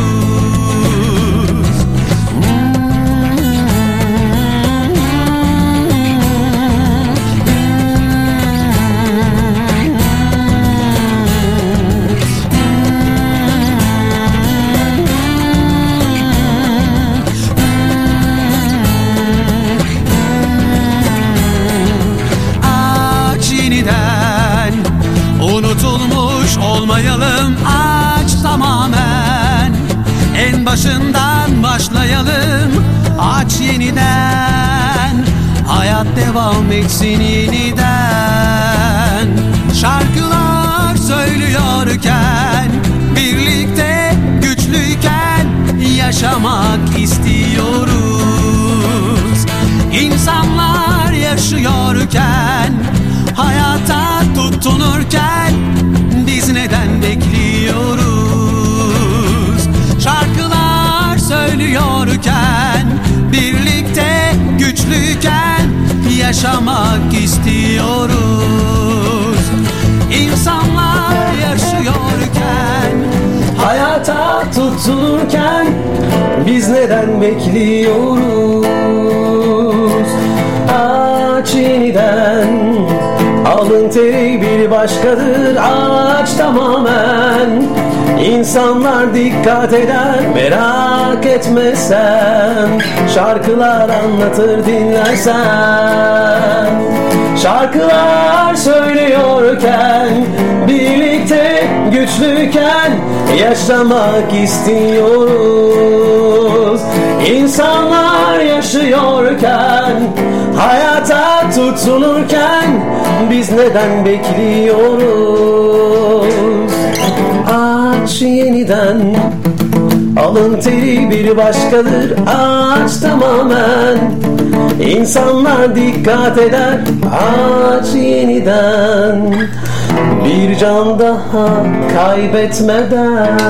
Unutulmuş olmayalım aç tamamen. En başından başlayalım aç yeniden. Hayat devam etsin yeniden. Şarkılar söylüyorken, birlikte güçlüyken yaşamak istiyoruz. İnsanlar yaşıyorken, hayata tutunurken biz neden bekliyoruz? Şarkılar söylüyorken, birlikte güçlüyken yaşamak istiyoruz. İnsanlar yaşıyorken, hayata tutunurken biz neden bekliyoruz? Aç yeniden, alın teri bir başkadır. Aç tamamen, İnsanlar dikkat eder, merak etme sen. Şarkılar anlatır dinlersen. Şarkılar söylüyorken, birlikte güçlüyken yaşamak istiyoruz. İnsanlar yaşıyorken, hayata tutunurken biz neden bekliyoruz? Aç yeniden, alın teri bir başkadır. Aç tamamen, İnsanlar dikkat eder. Aç yeniden, bir can daha kaybetmeden.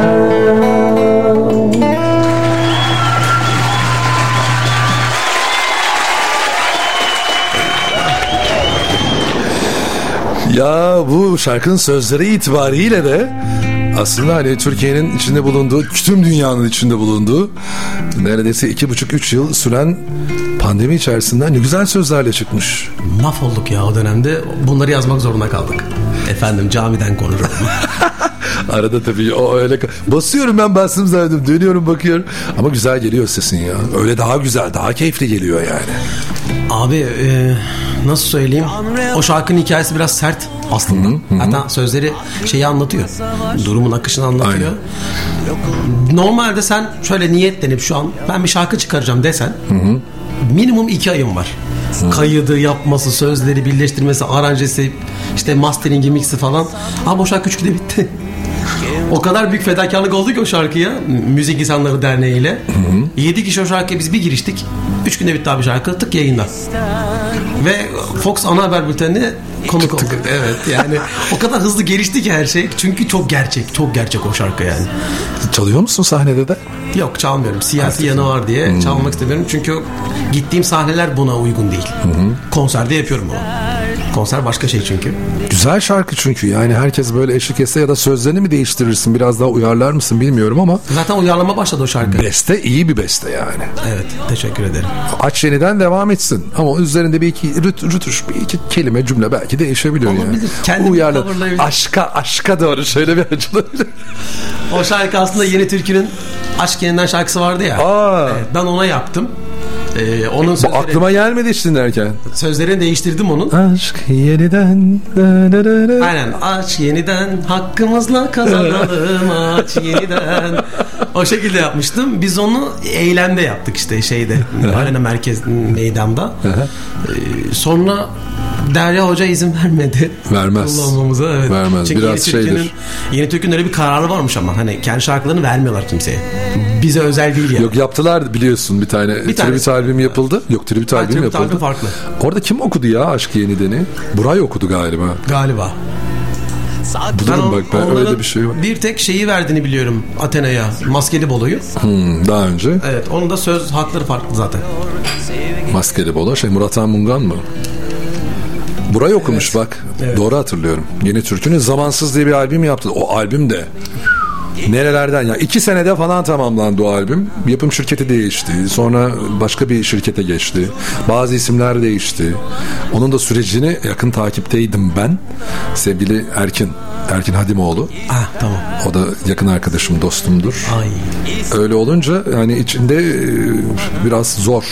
Ya bu şarkının sözleri itibariyle de aslında hani Türkiye'nin içinde bulunduğu, tüm dünyanın içinde bulunduğu neredeyse 2,5-3 yıl süren pandemi içerisinden ne güzel sözlerle çıkmış. Mahvolduk ya o dönemde. Bunları yazmak zorunda kaldık. Efendim camiden konuşurum. Arada tabii o öyle basıyorum, ben bastım zaten, dönüyorum bakıyorum ama güzel geliyor sesin ya. Öyle daha güzel, daha keyifli geliyor yani. Abi nasıl söyleyeyim, o şarkının hikayesi biraz sert aslında. Hatta sözleri şeyi anlatıyor, durumun akışını anlatıyor. Aynen. Normalde sen şöyle niyetlenip şu an ben bir şarkı çıkaracağım desen, minimum 2 ayım var. Kaydı yapması, sözleri birleştirmesi, aranjesi, işte masteringi, mixi falan. Ama o şarkı 3 günde bitti. O kadar büyük fedakarlık oldu ki o şarkıya, Müzik İnsanları Derneği ile. 7 kişi o şarkıya biz bir giriştik. 3 günde bitti abi şarkı, tık yayında. Ve Fox ana haber bültenine konuk olduk. Evet yani o kadar hızlı gelişti ki her şey. Çünkü çok gerçek o şarkı yani. Çalıyor musun sahnede de? Yok, çalmıyorum. Siyasi yanı var diye çalmak istemiyorum. Çünkü gittiğim sahneler buna uygun değil. Konserde yapıyorum bunu. Konser başka şey çünkü. Güzel şarkı çünkü yani herkes böyle eşlik etse ya da sözlerini mi değiştirirsin, biraz daha uyarlar mısın bilmiyorum ama. Zaten uyarlama başladı o şarkı. Beste iyi bir beste yani. Evet, teşekkür ederim. Aç yeniden devam etsin ama üzerinde bir iki rütuş, bir iki kelime, cümle belki değişebiliyor yani. Kendimi uyarla. Aşka doğru şöyle bir açılabilir. O şarkı aslında Yeni Türkü'nün Aşk Yeniden şarkısı vardı ya. Evet, ben ona yaptım. Onun Bu aklıma gelmedi hiç dinlerken. sözlerini değiştirdim onun. Aşk yeniden. Aynen. Aç yeniden hakkımızla kazanalım. Aç yeniden. O şekilde yapmıştım. Biz onu eylemde yaptık işte şeyde. Arena Merkez meydanda. Sonra Derya Hoca izin vermedi. Vermez. Kullanmamıza. Evet. Vermez. Çünkü Biraz şeydir. Yeni Türk'ün öyle bir kararı varmış ama hani kendi şarkılarını vermiyorlar kimseye. Bize özel değil yani. Yok yaptılar biliyorsun bir tane. Tribute albüm yapıldı. Yok tribute albüm yapıldı. Albüm farklı. Orada kim okudu ya Aşk Yenideni? Buray okudu galiba. Galiba. Bulurum bak ben öyle bir şey var. Bir tek şeyi verdiğini biliyorum Athena'ya. Maskeli Bolo'yu. Daha önce. Evet. Onun da söz hakları farklı zaten. Maskeli Bolo Murat Han Mungan mı? Buray okumuş bak. Evet. Doğru hatırlıyorum. Yeni Türk'ünün Zamansız diye bir albüm yaptı. O albüm de nerelerden ya 2 senede falan tamamlandı o albüm. Yapım şirketi değişti. Sonra başka bir şirkete geçti. Bazı isimler değişti. Onun da sürecini yakın takipteydim ben. Sevgili Erkin Hadimoğlu. Tamam. O da yakın arkadaşım, dostumdur. Ay. Öyle olunca yani içinde biraz zor.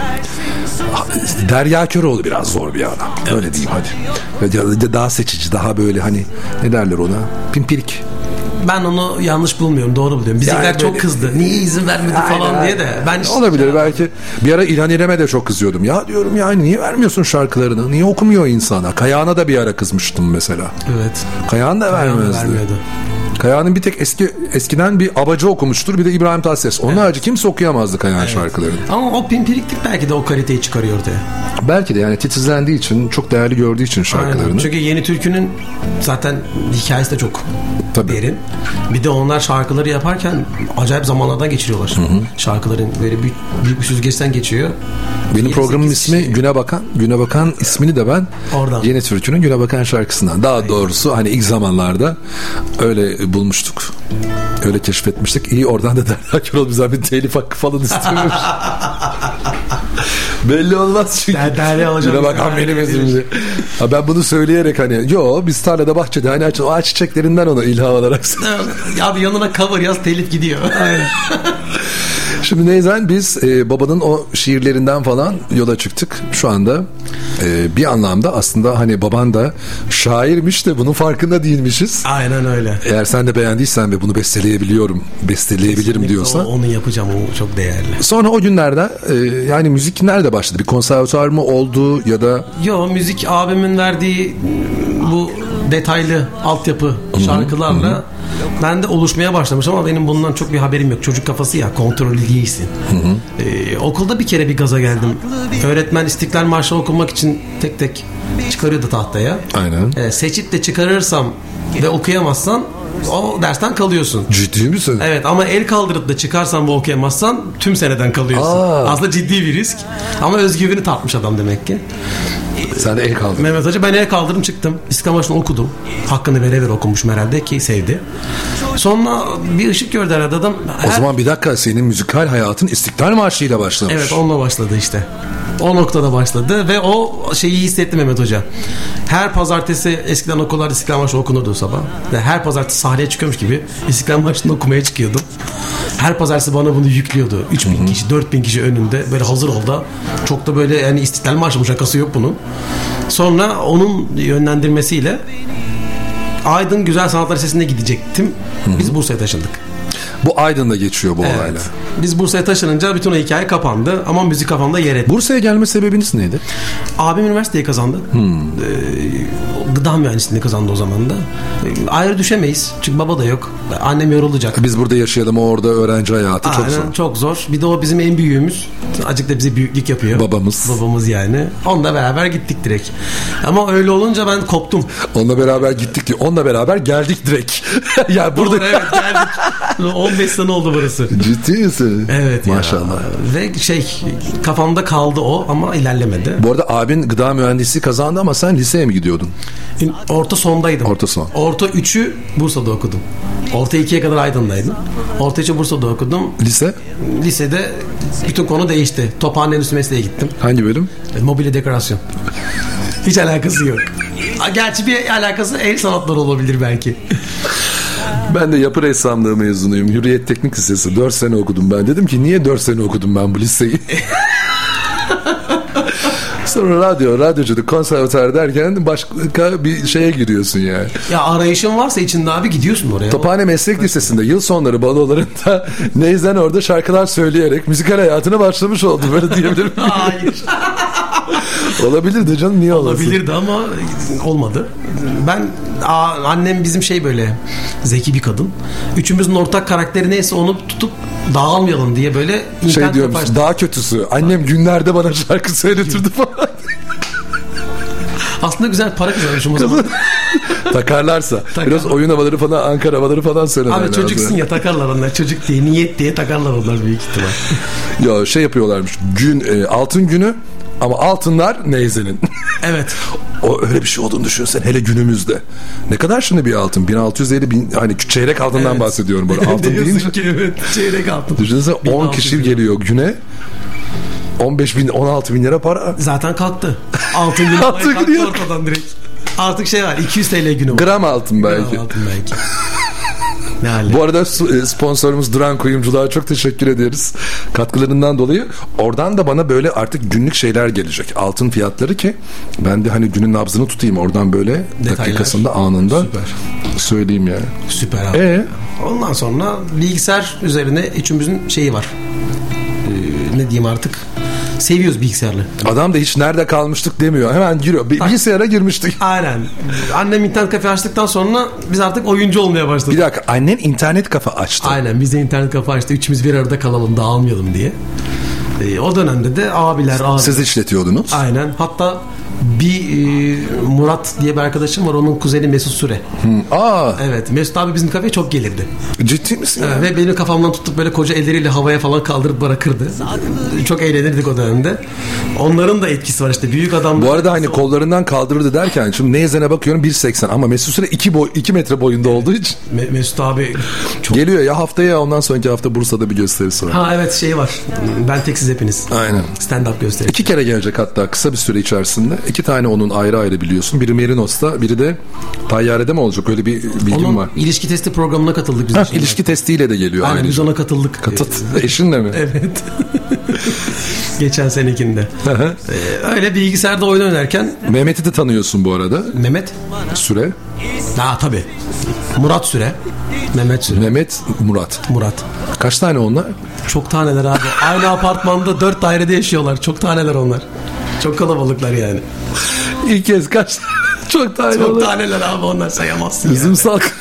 Derya Köroğlu biraz zor bir adam. Evet. Öyle diyeyim hadi. Daha seçici, daha böyle hani ne derler ona? Pimpirik. Ben onu yanlış bulmuyorum, doğru buluyorum. Bizimkiler Yani çok böyle... kızdı. Niye izin vermedi falan diye de. Ben olabilir belki. Bir ara İlhan İrem'e de çok kızıyordum. Ya diyorum yani niye vermiyorsun şarkılarını? Niye okumuyor insana? Kayağan'a da bir ara kızmıştım mesela. Evet. Kayağan da vermiyordu. Kayağan'ın bir tek eskiden bir Abacı okumuştur, bir de İbrahim Tatlıses. Onun harici kimse okuyamazdı Kayağan şarkılarını. Ama o pimpiriklik belki de o kaliteyi çıkarıyor ortaya. Belki de yani titizlendiği için, çok değerli gördüğü için şarkılarını. Aynen. Çünkü Yeni Türkü'nün zaten hikayesi de çok derin. Bir de onlar şarkıları yaparken acayip zamanlardan geçiriyorlar. Şarkıların böyle büyük bir süzgeçten geçiyor. Benim programın ismi Güne Bakan. Güne Bakan ismini de ben oradan. Yeni Türkü'nün Güne Bakan şarkısından. Daha doğrusu hani ilk zamanlarda öyle bulmuştuk. Öyle keşfetmiştik. İyi oradan da Derya Köroğlu bizden bir telif hakkı falan istiyormuş. Belli olmaz çünkü. Derya hocam. Güne Bakan benim izimde. Ben bunu söyleyerek hani biz tarlada bahçede hani o ağaç çiçeklerinden onu ilham alarak. Ya bir yanına cover yaz telif gidiyor. Aynen. Şimdi neyse biz babanın o şiirlerinden falan yola çıktık. Şu anda bir anlamda aslında hani baban da şairmiş de bunun farkında değilmişiz. Aynen öyle. Eğer sen de beğendiysen ve bunu besteleyebilirim kesinlikle diyorsan. Onu yapacağım, o çok değerli. Sonra o günlerde yani müzik nerede başladı? Bir konservatuar mı oldu ya da? Müzik abimin verdiği bu detaylı altyapı şarkılarla ben de oluşmaya başlamış ama benim bundan çok bir haberim yok. Çocuk kafası ya, kontrollü değilsin. Okulda bir kere bir gaza geldim. Öğretmen İstiklal Marşı okumak için tek tek çıkarıyordu tahtaya. Aynen. Seçip de çıkarırsam ve okuyamazsan o dersten kalıyorsun. Ciddi misin? Evet, ama el kaldırıp da çıkarsan bu okuyamazsan tüm seneden kalıyorsun. Aslında ciddi bir risk. Ama özgüveni tartmış adam demek ki. Sen de el kaldırdın. Mehmet Hoca, ben el kaldırdım çıktım. İstiklal Marşı'nı okudum. Hakkını vere vere okumuşum herhalde ki sevdi. Sonra bir ışık gördü herhalde adam. O zaman bir dakika, senin müzikal hayatın İstiklal Marşı ile başlamış. Evet, onunla başladı işte. O noktada başladı ve o şeyi hissettim Mehmet Hoca. Her pazartesi eskiden okullarda İstiklal Marşı okunurdu sabah. Ve her pazartesi sahneye çıkıyormuş gibi İstiklal Marşı'nı okumaya çıkıyordum. Her pazartesi bana bunu yüklüyordu. 3000 kişi, 4000 kişi önünde böyle hazır ol da. Çok da böyle yani İstiklal Marşı şakası yok bunun. Sonra onun yönlendirmesiyle Aydın Güzel Sanatlar Lisesi'ne gidecektim. Biz Bursa'ya taşındık. Bu Aydın'da geçiyor bu olayla. Biz Bursa'ya taşınınca bütün o hikaye kapandı ama müzik kafamda yer etti. Bursa'ya gelme sebebiniz neydi? Abim üniversiteyi kazandı. Gıda mühendisliğini kazandı o zaman da. Ayrı düşemeyiz. Çünkü baba da yok. Annem yorulacak. Biz burada yaşayalım, orada öğrenci hayatı çok zor. Çok zor. Bir de o bizim en büyüğümüz. Azıcık da bize büyüklük yapıyor. Babamız yani. Onunla beraber gittik direkt. Ama öyle olunca ben koptum. Onunla beraber gittik diye. Onunla beraber geldik direkt. Ya burada evet, geldik. 15 sene oldu burası. Ciddi misin? Evet. Maşallah. Ve kafamda kaldı o ama ilerlemedi. Bu arada abin gıda mühendisliği kazandı ama sen liseye mi gidiyordun? Orta sondaydım. Orta son. Orta 3'ü Bursa'da okudum. Orta 2'ye kadar Aydın'daydım. Orta 3'ü Bursa'da okudum. Lise? Lisede bütün konu değişti. Tophane Endüstri Mesleğe gittim. Hangi bölüm? Mobilya dekorasyon. Hiç alakası yok. Gerçi bir alakası el sanatları olabilir belki. Ben de yapı ressamlığı mezunuyum. Hürriyet Teknik Lisesi. 4 sene okudum ben. Dedim ki niye 4 sene okudum ben bu liseyi? Sonra radyoculuk, konservatuar derken başka bir şeye giriyorsun yani. Ya arayışın varsa içinde abi gidiyorsun oraya. Tophane Meslek Lisesi'nde yıl sonları balolarında Neyzen orada şarkılar söyleyerek müzikal hayatına başlamış oldu. Böyle diyebilir miyim? Hayır. Olabilirdi canım, niye olmasın? Olabilirdi ama olmadı. Annem bizim böyle zeki bir kadın. Üçümüzün ortak karakteri neyse onu tutup dağılmayalım diye böyle şey diyormuş, daha kötüsü. Annem günlerde bana şarkı söyletirdi falan. Aslında güzel para kazanmışım o zaman. Takarlarsa. Biraz oyun havaları falan, Ankara havaları falan söylemem abi çocuksun ya, takarlar onlar. Çocuk diye, niyet diye takarlar onlar büyük ihtimal. Ya şey yapıyorlarmış. Altın günü ama altınlar Neyzen'in. Evet. O öyle bir şey olduğunu düşünsen hele günümüzde. Ne kadar şimdi bir altın? 1650 hani çeyrek altından bahsediyorum böyle. Altın deyince. Evet, çeyrek altın. Düşünsene 10 kişi geliyor güne. 16 bin lira para. Zaten kalktı. Altın günü kalktı ortadan direkt. Artık var 200 TL günü var. Gram altın belki. Gram altın belki. Bu arada sponsorumuz Duran Kuyumculuğa çok teşekkür ederiz katkılarından dolayı. Oradan da bana böyle artık günlük şeyler gelecek. Altın fiyatları ki ben de hani günün nabzını tutayım. Oradan böyle detaylar, dakikasında, anında süper söyleyeyim yani. Süper abi. Ondan sonra bilgisayar üzerine üçümüzün var. Ne diyeyim artık? Seviyoruz bilgisayarlı. Adam da hiç nerede kalmıştık demiyor. Hemen giriyor. Bilgisayara girmiştik. Aynen. Annem internet kafe açtıktan sonra biz artık oyuncu olmaya başladık. Bir dakika, annen internet kafe açtı. Aynen, biz de internet kafe açtı. Üçümüz bir arada kalalım, dağılmayalım diye. O dönemde de abiler. Siz işletiyordunuz. Aynen. Hatta bir Murat diye bir arkadaşım var. Onun kuzeni Mesut Süre. Evet. Mesut abi bizim kafeye çok gelirdi. Ciddi misin? Ve benim kafamdan tutup böyle koca elleriyle havaya falan kaldırıp bırakırdı. Çok eğlenirdik o dönemde. Onların da etkisi var işte. Büyük adam. Bu arada hani kollarından kaldırırdı derken şimdi Neyzen'e bakıyorum 1.80 ama Mesut Süre 2 metre boyunda olduğu için. Mesut abi çok... Geliyor ya haftaya, ondan sonraki hafta Bursa'da bir gösterisi var. Evet var. Ben teksiz hepiniz. Aynen. Stand-up gösterisi. 2 kere gelecek hatta kısa bir süre içerisinde. 2 tane onun ayrı ayrı biliyorsun. Biri Merinos'ta, biri de Tayyarede mi olacak? Öyle bir bilgim onun var. İlişki testi programına katıldık biz. İlişki testiyle de geliyor. Aynen, biz ona katıldık. Eşinle mi? Evet. Geçen senekinde. Öyle bilgisayarda oyun oynarken. Mehmet'i de tanıyorsun bu arada. Mehmet Süre. Tabii. Murat Süre. Mehmet Süre. Murat. Kaç tane onlar? Çok taneler abi. Aynı apartmanda 4 dairede yaşıyorlar. Çok taneler onlar. Çok kalabalıklar yani. İlk kez kaç çok taneler abi, onlar sayamazsın. Bizim salk.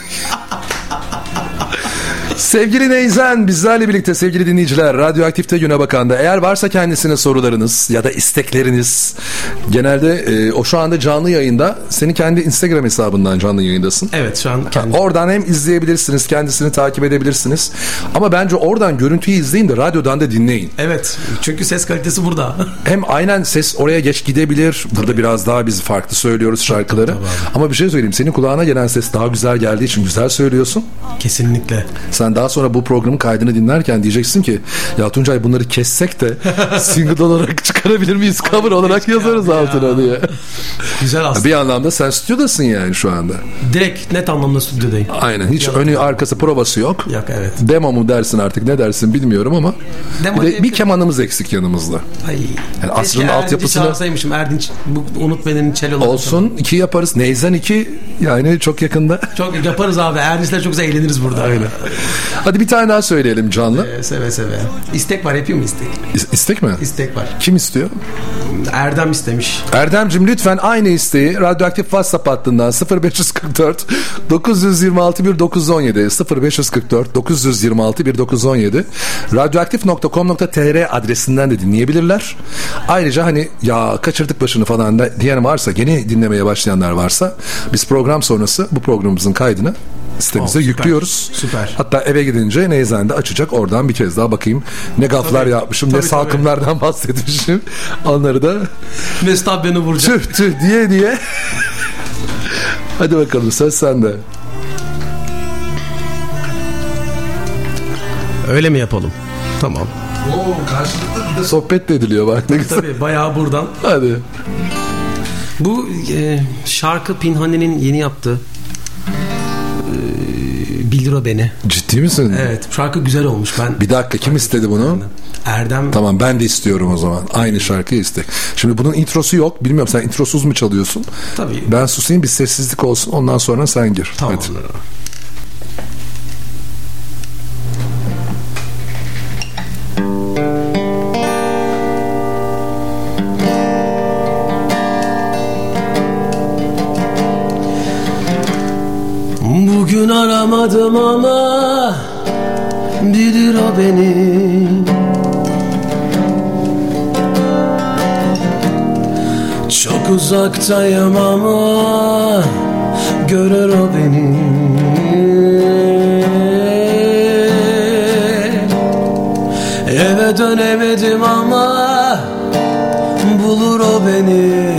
Sevgili Neyzen bizlerle birlikte, sevgili dinleyiciler. Radyoaktif'te Güne Bakan'da eğer varsa kendisine sorularınız ya da istekleriniz, genelde o şu anda canlı yayında, senin kendi Instagram hesabından canlı yayındasın. Evet, şu an kendi. Oradan hem izleyebilirsiniz, kendisini takip edebilirsiniz. Ama bence oradan görüntüyü izleyin de radyodan da dinleyin. Evet, çünkü ses kalitesi burada. Hem aynen ses oraya geç gidebilir. Burada biraz daha biz farklı söylüyoruz şarkıları. Ama bir şey söyleyeyim, senin kulağına gelen ses daha güzel geldiği için güzel söylüyorsun. Kesinlikle. Sen daha sonra bu programın kaydını dinlerken diyeceksin ki ya Tuncay bunları kessek de single olarak çıkarabilir miyiz? Cover olarak yazarız altına diye. Güzel aslında. Bir anlamda sen stüdyodasın yani şu anda. Direkt net anlamda stüdyodayım. Aynen. Hiç önü arkası provası yok. Yok, evet. Demo mu dersin artık, ne dersin bilmiyorum ama bir kemanımız eksik yanımızda. Yani asrın altyapısını çağırsaymışım. Erdinç Unut Beni'nin cello'ları. Olsun, 2 yaparız. Neyzen 2 yani çok yakında. Çok yaparız abi. Erdinç'le çok güzel eğleniriz burada. Aynen. Hadi bir tane daha söyleyelim canlı. Seve seve. İstek var, yapayım mı istek? İstek mi? İstek var. Kim istiyor? Erdem istemiş. Erdemciğim lütfen aynı isteği Radyoaktif WhatsApp hattından 0544 926 1917 0544 926 1917 radyoaktif.com.tr adresinden de dinleyebilirler. Ayrıca hani ya kaçırdık başını falan da diyen varsa, yeni dinlemeye başlayanlar varsa, biz program sonrası bu programımızın kaydını sitemize yüklüyoruz. Süper. Hatta eve gidince Neyzen'de açacak, oradan bir kez daha bakayım ne gaflar yapmışım, ne salkımlardan bahsetmişim. Onları da Mesut abi beni vuracak. Tüh diye. Hadi bakalım, söz sende. Öyle mi yapalım? Tamam. Karşılıklı bir de sohbet de ediliyor bak. Tabii bayağı buradan. Hadi. Bu şarkı Pinhani'nin yeni yaptığı Bildir o beni. Ciddi misin? Evet, şarkı güzel olmuş. Bir dakika, kim istedi bunu? Erdem. Tamam, ben de istiyorum o zaman. Aynı şarkıyı istek. Şimdi bunun introsu yok. Bilmiyorum, sen introsuz mu çalıyorsun? Tabii. Ben susayım, bir sessizlik olsun. Ondan sonra sen gir. Tamam. Hadi. Bugün aramadım ama bilir o beni. Çok uzaktayım ama görür o beni. Eve dönemedim ama bulur o beni.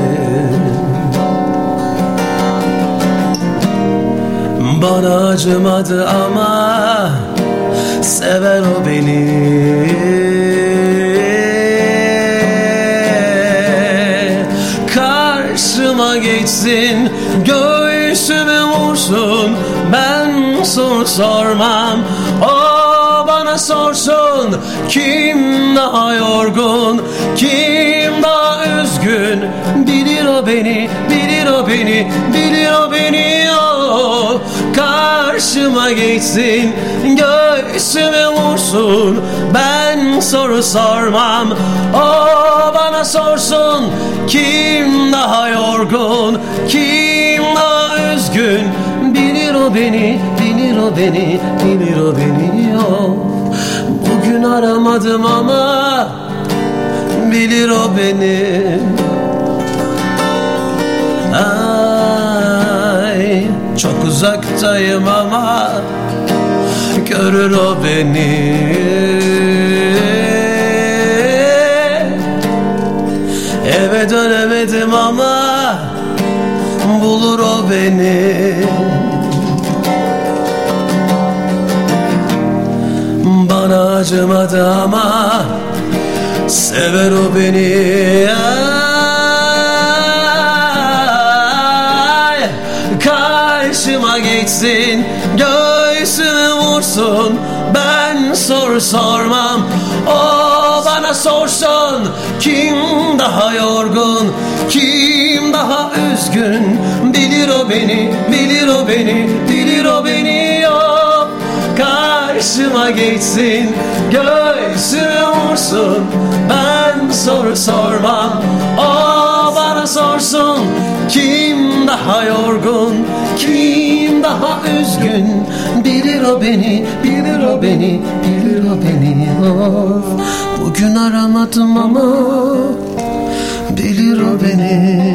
Bana acımadı ama sever o beni. Karşıma geçsin, göğsüme vursun, ben soru sormam, o bana sorsun. Kim daha yorgun, kim daha üzgün, bilir o beni, bilir o beni, bilir o beni. O karşıma geçsin, göğsüme vursun, ben soru sormam, o bana sorsun. Kim daha yorgun, kim daha üzgün, bilir o beni, bilir o beni, bilir o beni. O bugün aramadım ama bilir o beni. Ay, çok uzaktayım ama görür o beni. Eve dönemedim ama bulur o beni. Bana acımadı ama sever o beni. Ay, karşıma geçsin, göğsüme vursun, ben soru sormam, o bana sorsun. Kim daha yorgun, kim daha üzgün, bilir o beni, bilir o beni, bilir o beni. O karşıma geçsin, göğsüme vursun, ben soru sormam, o bana sorsun. Kim daha yorgun, kim daha üzgün, bilir o beni, bilir o beni, bilir o beni. Of, bugün aramadım ama bilir o beni.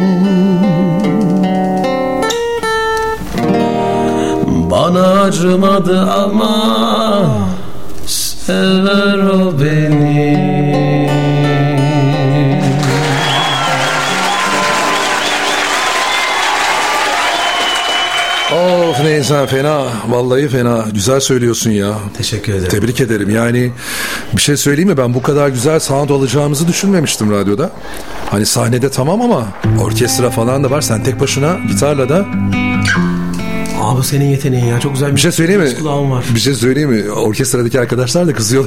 Bana acımadı ama sever o beni. Of neyse, fena. Vallahi fena. Güzel söylüyorsun ya. Teşekkür ederim. Tebrik ederim. Yani bir şey söyleyeyim mi? Ben bu kadar güzel sound alacağımızı düşünmemiştim radyoda. Hani sahnede tamam ama orkestra falan da var. Sen tek başına gitarla da. Abi senin yeteneğin ya. Çok güzel Bir şey söyleyeyim mi? kulağın var. Bir şey söyleyeyim mi? Orkestradaki arkadaşlar da kızıyorlar.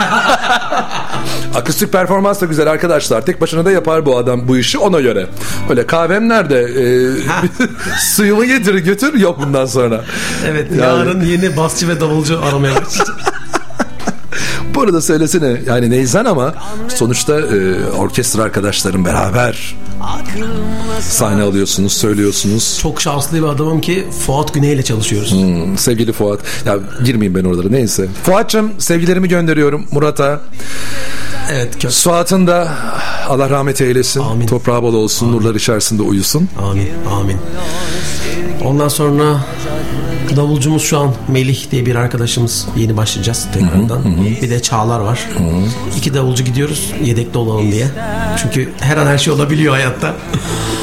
Akustik performans da güzel arkadaşlar. Tek başına da yapar bu adam bu işi, ona göre. Öyle kahvem nerede? Suyumu getir götür yok bundan sonra. Evet, yani... yarın yeni basçı ve davulcu aramaya başlayacağım. Bu arada söylesene yani Neyzen, ama sonuçta orkestra arkadaşlarım beraber sahne alıyorsunuz, söylüyorsunuz. Çok şanslı bir adamım ki Fuat Güney ile çalışıyoruz. Sevgili Fuat. Ya girmeyeyim ben oralara, neyse. Fuat'cığım sevgilerimi gönderiyorum Murat'a. Evet. Suat'ın da Allah rahmet eylesin. Amin. Toprağı bol olsun. Amin. Nurlar içerisinde uyusun. Amin. Amin. Ondan sonra davulcumuz şu an Melih diye bir arkadaşımız, yeni başlayacağız tekrardan. Bir de Çağlar var. 2 davulcu gidiyoruz yedekli olalım diye. Çünkü her an her şey olabiliyor hayatta.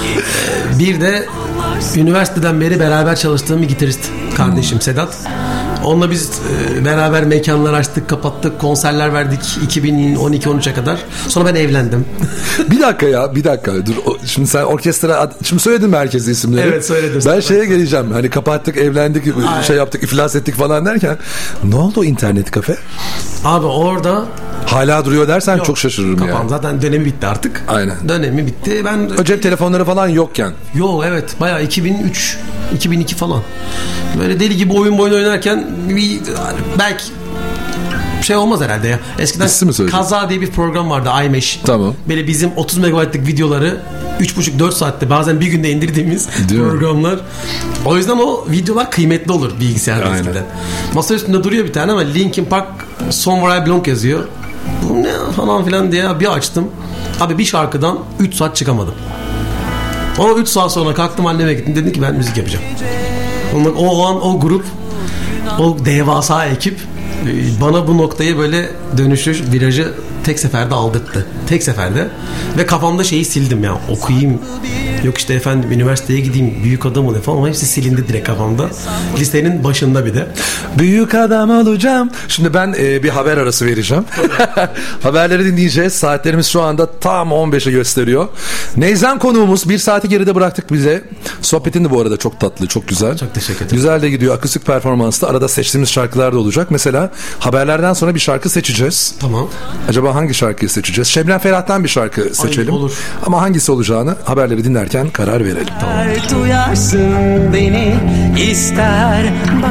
Bir de üniversiteden beri beraber çalıştığım bir gitarist kardeşim Sedat. Onunla biz beraber mekanlar açtık, kapattık, konserler verdik 2012-13'e kadar. Sonra ben evlendim. Bir dakika dur. Şimdi sen orkestra, şimdi söyledin mi herkese isimleri? Evet, söyledim. Ben şeye geleceğim. Hani kapattık, evlendik, şey yaptık, iflas ettik falan derken ne oldu o internet kafe? Abi orada hala duruyor dersen yok, çok şaşırırım kapan. yani. Zaten dönemi bitti artık. Aynen. Dönemi bitti. Ben o cep telefonları falan yokken. Yok, evet, bayağı 2003 2002 falan. Böyle deli gibi oyun oynarken belki şey olmaz herhalde ya. Eskiden Kaza diye bir program vardı, iMesh. Tamam. Böyle bizim 30 megabaytlık videoları 3,5-4 saatte bazen bir günde indirdiğimiz programlar. O yüzden o videolar kıymetli olur bilgisayarda eskiden. Masa üstünde duruyor bir tane ama Linkin Park Somewhere I Belong yazıyor. Bu ne falan filan diye bir açtım. Abi bir şarkıdan 3 saat çıkamadım. O 3 saat sonra kalktım, anneme gittim, dedim ki ben müzik yapacağım. O an o grup, o devasa ekip bana bu noktayı böyle dönüşür, virajı tek seferde aldırttı. Tek seferde. Ve kafamda şeyi sildim ya. Okuyayım. Yok işte efendim üniversiteye gideyim. Büyük adam olayım falan. Ama hepsi silindi direkt kafamda. Listenin başında bir de. Büyük adam olacağım. Şimdi ben bir haber arası vereceğim. Haberleri dinleyeceğiz. Saatlerimiz şu anda tam 15'e gösteriyor. Neyzen konuğumuz, bir saati geride bıraktık bize. Sohbetin de bu arada çok tatlı, çok güzel. Çok teşekkür ederim. Güzel de gidiyor. Akustik performanslı. Arada seçtiğimiz şarkılar da olacak. Mesela haberlerden sonra bir şarkı seçeceğiz. Tamam. Acaba hangi şarkıyı seçeceğiz? Şebnem Ferah'tan bir şarkı seçelim. Olur. Ama hangisi olacağını haberleri dinlerken karar verelim. Tamam. Duyarsın beni ister bak.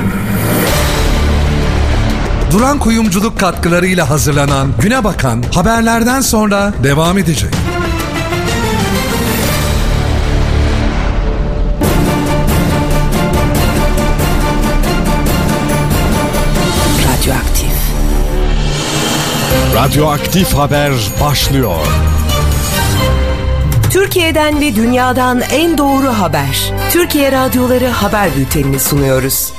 Duran Kuyumculuk katkılarıyla hazırlanan Güne Bakan haberlerden sonra devam edecek. Radyoaktif. Radyoaktif haber başlıyor. Türkiye'den ve dünyadan en doğru haber. Türkiye Radyoları Haber Bülteni'ni sunuyoruz.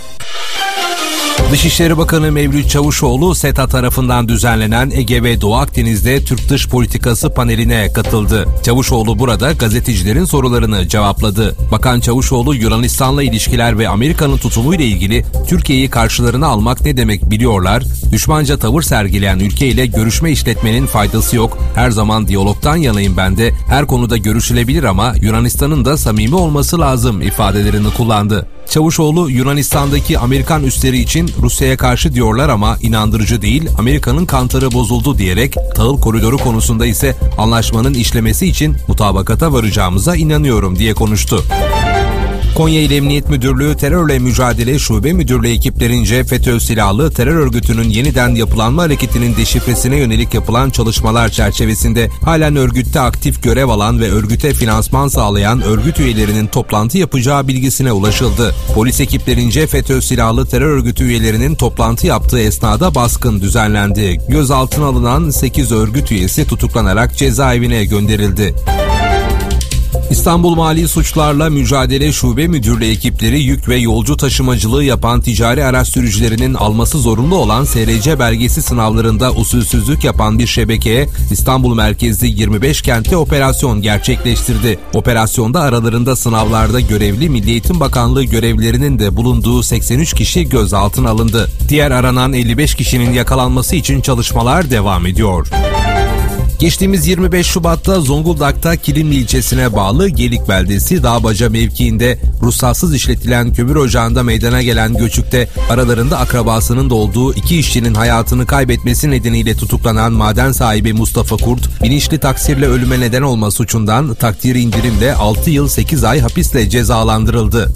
Dışişleri Bakanı Mevlüt Çavuşoğlu, SETA tarafından düzenlenen Ege ve Doğu Akdeniz'de Türk Dış Politikası paneline katıldı. Çavuşoğlu burada gazetecilerin sorularını cevapladı. Bakan Çavuşoğlu, Yunanistan'la ilişkiler ve Amerika'nın tutumuyla ilgili Türkiye'yi karşılarına almak ne demek biliyorlar, düşmanca tavır sergileyen ülkeyle görüşme işletmenin faydası yok, her zaman diyalogtan yanayım ben de, her konuda görüşülebilir ama Yunanistan'ın da samimi olması lazım ifadelerini kullandı. Çavuşoğlu, Yunanistan'daki Amerikan üsleri için Rusya'ya karşı diyorlar ama inandırıcı değil, Amerika'nın kantarı bozuldu diyerek tahıl koridoru konusunda ise anlaşmanın işlemesi için mutabakata varacağımıza inanıyorum diye konuştu. Konya İl Emniyet Müdürlüğü Terörle Mücadele Şube Müdürlüğü ekiplerince FETÖ silahlı terör örgütünün yeniden yapılanma hareketinin deşifresine yönelik yapılan çalışmalar çerçevesinde halen örgütte aktif görev alan ve örgüte finansman sağlayan örgüt üyelerinin toplantı yapacağı bilgisine ulaşıldı. Polis ekiplerince FETÖ silahlı terör örgütü üyelerinin toplantı yaptığı esnada baskın düzenlendi. Gözaltına alınan 8 örgüt üyesi tutuklanarak cezaevine gönderildi. İstanbul Mali Suçlarla Mücadele Şube Müdürlüğü ekipleri yük ve yolcu taşımacılığı yapan ticari araç sürücülerinin alması zorunlu olan SRC belgesi sınavlarında usulsüzlük yapan bir şebekeye İstanbul merkezli 25 kentte operasyon gerçekleştirdi. Operasyonda aralarında sınavlarda görevli Milli Eğitim Bakanlığı görevlilerinin de bulunduğu 83 kişi gözaltına alındı. Diğer aranan 55 kişinin yakalanması için çalışmalar devam ediyor. Geçtiğimiz 25 Şubat'ta Zonguldak'ta Kilimli ilçesine bağlı Gelik beldesi Dağbaca mevkiinde ruhsatsız işletilen kömür ocağında meydana gelen göçükte aralarında akrabasının da olduğu 2 işçinin hayatını kaybetmesi nedeniyle tutuklanan maden sahibi Mustafa Kurt, bilinçli taksirle ölüme neden olma suçundan takdiri indirimle 6 yıl 8 ay hapisle cezalandırıldı.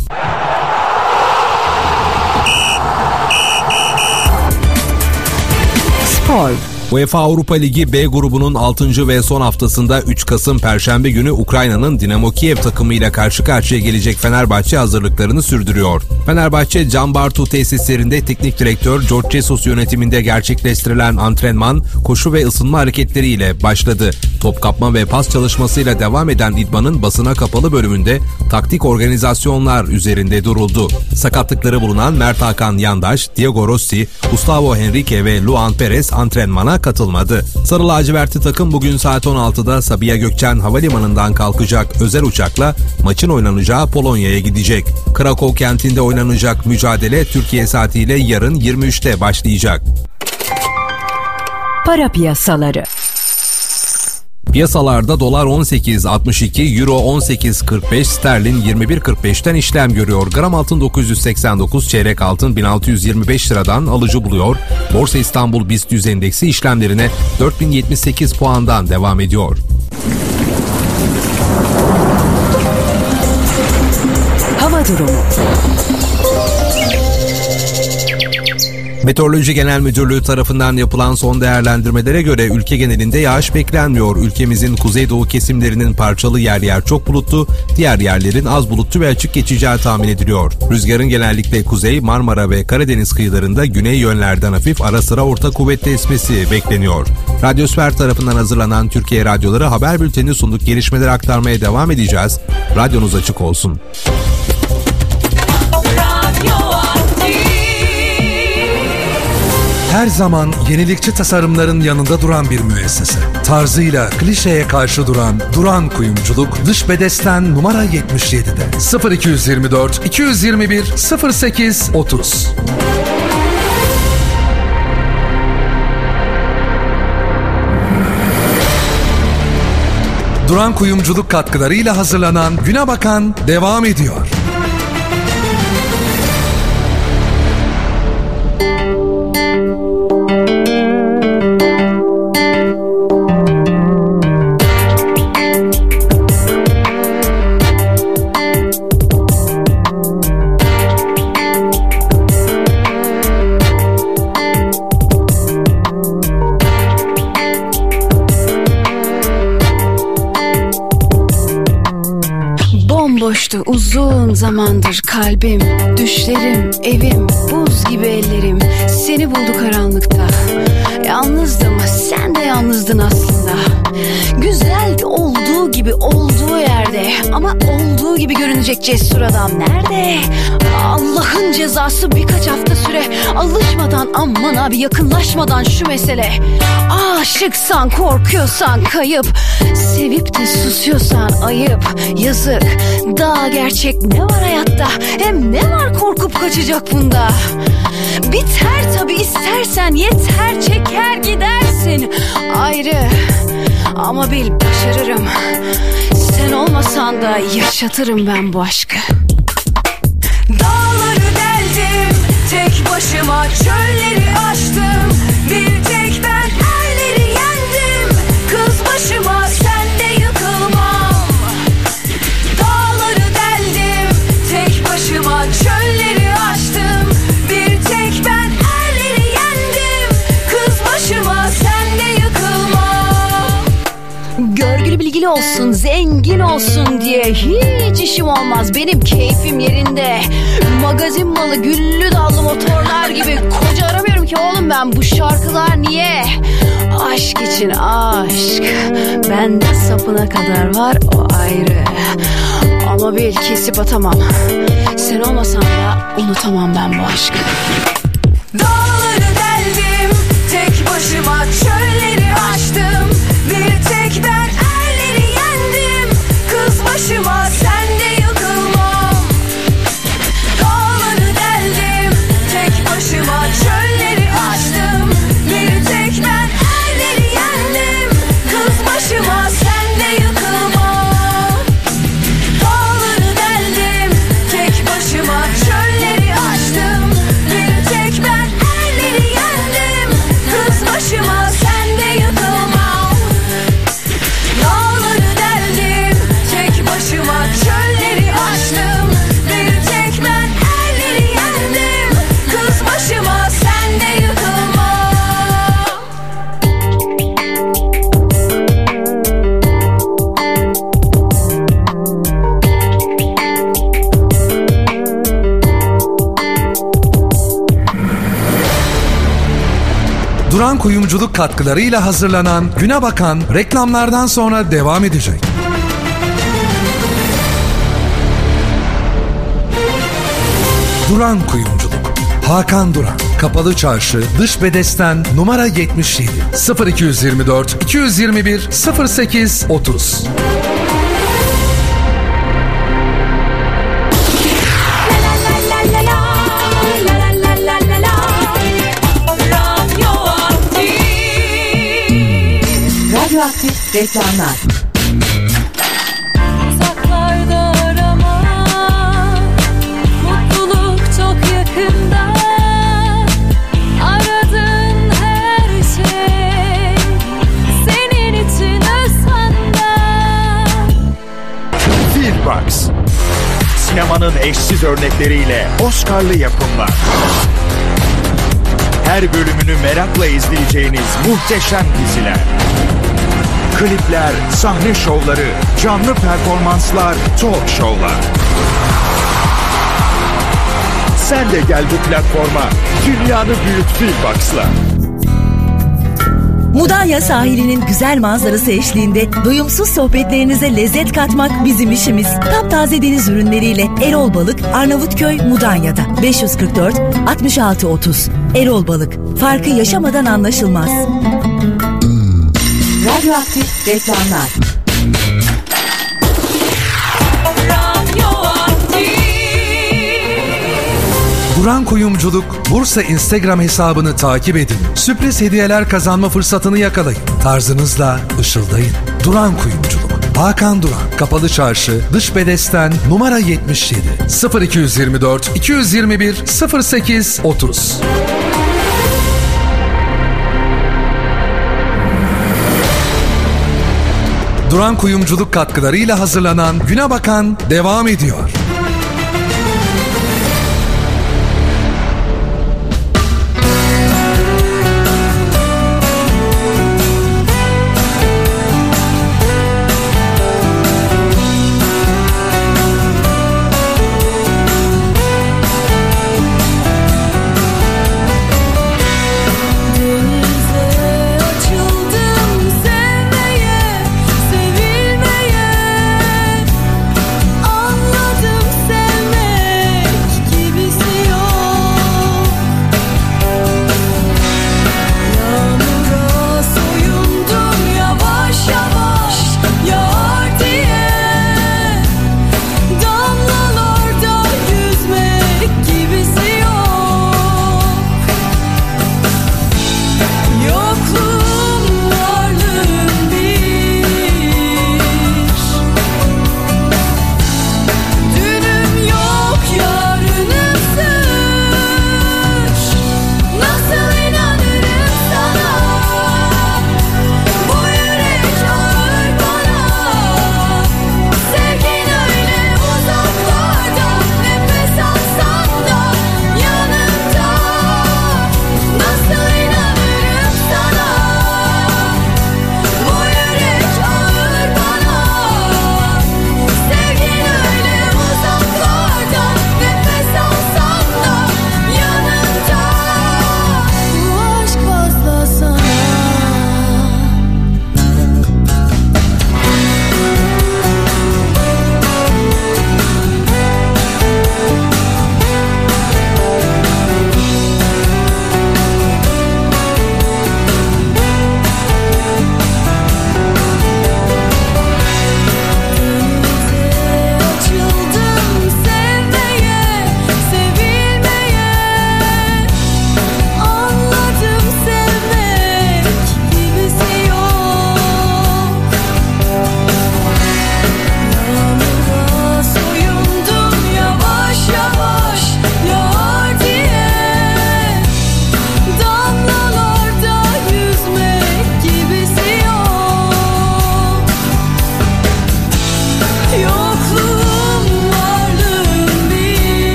Spor. UEFA Avrupa Ligi B grubunun 6. ve son haftasında 3 Kasım Perşembe günü Ukrayna'nın Dinamo Kiev takımıyla karşı karşıya gelecek Fenerbahçe hazırlıklarını sürdürüyor. Fenerbahçe Can Bartu tesislerinde teknik direktör George Jesus yönetiminde gerçekleştirilen antrenman, koşu ve ısınma hareketleriyle başladı. Top kapma ve pas çalışmasıyla devam eden idmanın basına kapalı bölümünde taktik organizasyonlar üzerinde duruldu. Sakatlıkları bulunan Mert Hakan Yandaş, Diego Rossi, Gustavo Henrique ve Luan Perez antrenmana katılmadı. Sarı lacivertli takım bugün saat 16'da Sabiha Gökçen Havalimanı'ndan kalkacak özel uçakla maçın oynanacağı Polonya'ya gidecek. Krakow kentinde oynanacak mücadele Türkiye saatiyle yarın 23'te başlayacak. Para piyasaları. Piyasalarda dolar 18.62, euro 18.45, sterlin 21.45'ten işlem görüyor. Gram altın 989, çeyrek altın 1625 liradan alıcı buluyor. Borsa İstanbul BIST 100 endeksi işlemlerine 4078 puandan devam ediyor. Hava durumu. Meteoroloji Genel Müdürlüğü tarafından yapılan son değerlendirmelere göre ülke genelinde yağış beklenmiyor. Ülkemizin kuzeydoğu kesimlerinin parçalı yer yer çok bulutlu, diğer yerlerin az bulutlu ve açık geçeceği tahmin ediliyor. Rüzgarın genellikle kuzey, Marmara ve Karadeniz kıyılarında güney yönlerden hafif ara sıra orta kuvvetli esmesi bekleniyor. Radyosfer tarafından hazırlanan Türkiye Radyoları haber bülteni sunduk. Gelişmeleri aktarmaya devam edeceğiz. Radyonuz açık olsun. Her zaman yenilikçi tasarımların yanında duran bir müessese. Tarzıyla klişeye karşı duran Duran Kuyumculuk dış bedesten numara 77'de. 0224 221 08 30. Duran Kuyumculuk katkılarıyla hazırlanan Güne Bakan devam ediyor. Boştu uzun zamandır kalbim, düşlerim, evim, buz gibi ellerim. Seni buldu karanlıkta. Yalnızdım, sen de yalnızdın aslında. Güzeldi olduğu gibi olduğu yerde, ama olduğu gibi görünecek cesur adam nerede? Allah'ın cezası birkaç hafta süre. Alışmadan, aman abi yakınlaşmadan şu mesele. Aşıksan, korkuyorsan kayıp, sevip de susuyorsan ayıp, yazık. Daha gerçek ne var hayatta? Hem ne var korkup kaçacak bunda? Biter tabi istersen, yeter çeker gidersin ayrı. Ama bil başarırım. Sen olmasan da yaşatırım ben bu aşkı. Dağları deldim tek başıma, çölleri aştım. Bir tek ben erleri yendim. Kız başıma sen de yıkılmam. Dağları deldim tek başıma, çölleri aştım. Bir tek ben erleri yendim. Kız başıma sen de yıkılmam. Görgülü bilgili olsun, zengin olsun diye hiç işim olmaz, benim keyfim yerinde. Magazin malı, güllü dallı motorlar gibi koca aramıyorum ki oğlum ben, bu şarkılar niye? Aşk için aşk, bende sapına kadar var, o ayrı. Ama bil kesip atamam, sen olmasan da unutamam ben bu aşkı. Dağları deldim tek başıma, çölleri aştım. Bir tek ben erleri yendim. Kız başıma sen de yıkılmam. Dağları deldim tek başıma, çölleri aştım. Bir tek ben erleri yendim. Kız başıma sen de yıkılmam. Dağları deldim tek başıma, çölleri aştım. Bir tek ben erleri yendim. Kız başıma sen de yıkılmam. Dağları deldim tek başıma, çölleri aştım. Bir tek ben erleri yendim. Kız başıma sen de yıkılmam. Duran Kuyumculuk katkılarıyla hazırlanan Güne Bakan reklamlardan sonra devam edecek. Duran Kuyumculuk. Hakan Duran, Kapalı Çarşı, Dış Bedesten numara 77, 0224 221 08 30. Radyoaktif reklamlar. Uzaklarda arama, mutluluk çok yakında. Aradığın her şey senin için Özhan'da. Filmbox, sinemanın eşsiz örnekleriyle Oscar'lı yapımlar. Her bölümünü merakla izleyeceğiniz muhteşem diziler. Klipler, sahne şovları, canlı performanslar, talk show'lar. Sen de gel bu platforma, dünyanı büyüt Filmbox'la. Mudanya sahilinin güzel manzarası eşliğinde doyumsuz sohbetlerinize lezzet katmak bizim işimiz. Taptaze deniz ürünleriyle Erol Balık, Arnavutköy, Mudanya'da. 544 66 30. Erol Balık, farkı yaşamadan anlaşılmaz. Radyoaktif reklamlar. Duran Kuyumculuk Bursa Instagram hesabını takip edin. Sürpriz hediyeler kazanma fırsatını yakalayın. Tarzınızla ışıldayın. Duran Kuyumculuk. Hakan Duran, Kapalı Çarşı, Dış Bedesten numara 77, 0224 221 08 30. Duran Kuyumculuk katkılarıyla hazırlanan Güne Bakan devam ediyor. Anladım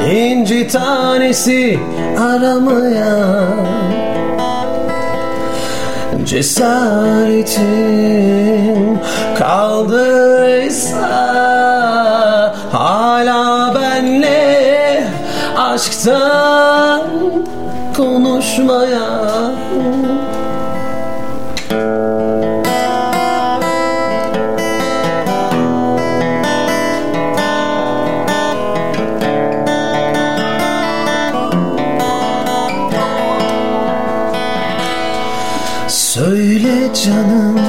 İnci tanesi aramaya cesaretim kaldıysa hala benle aşktan konuşmaya. Söyle canım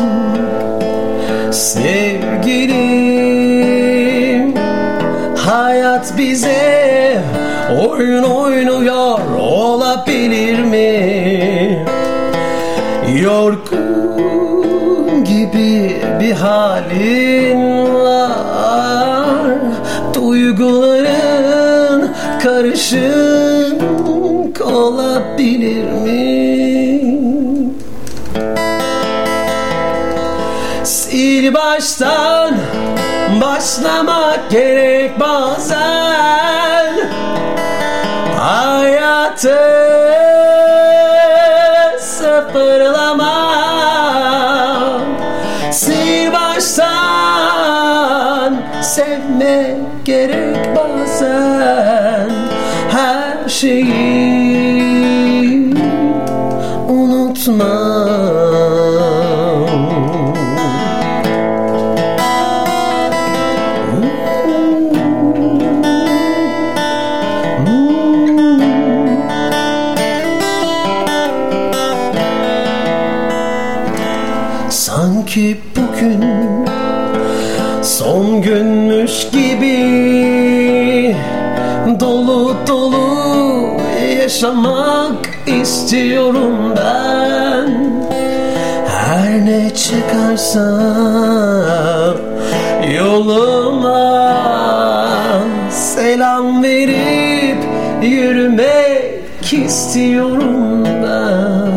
sevgilim, hayat bize oyun oynuyor olabilir mi? Yorgun gibi bir halin var, duyguların karışık olabilir mi? Sil baştan başlamak gerek bazen. Hayatı sıfırlama. Sil baştan sevmek gerek bazen. Her şeyi unutma. Sanki bugün son günmüş gibi dolu dolu yaşamak istiyorum ben. Her ne çıkarsa yoluma selam verip yürümek istiyorum ben.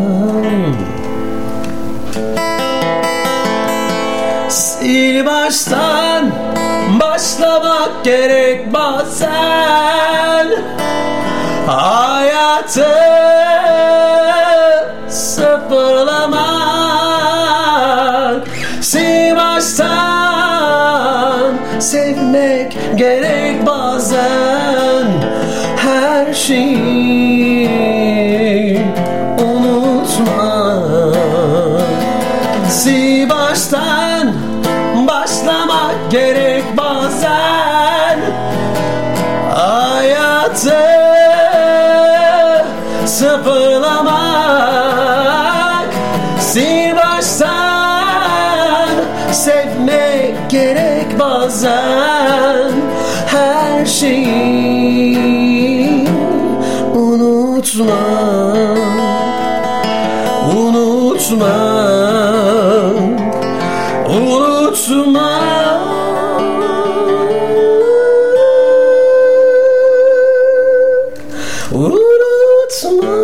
Sil baştan başlamak gerek bazen. Hayatı sıfırlamak. Sil baştan sevmek gerek bazen. Her şeyi unutma. Sil baştan başlamak gerek bazen. Hayatı sıfırlamak. Sil baştan sevmek gerek bazen. Her şeyi unutma. Unutma. Unutma. Unutma.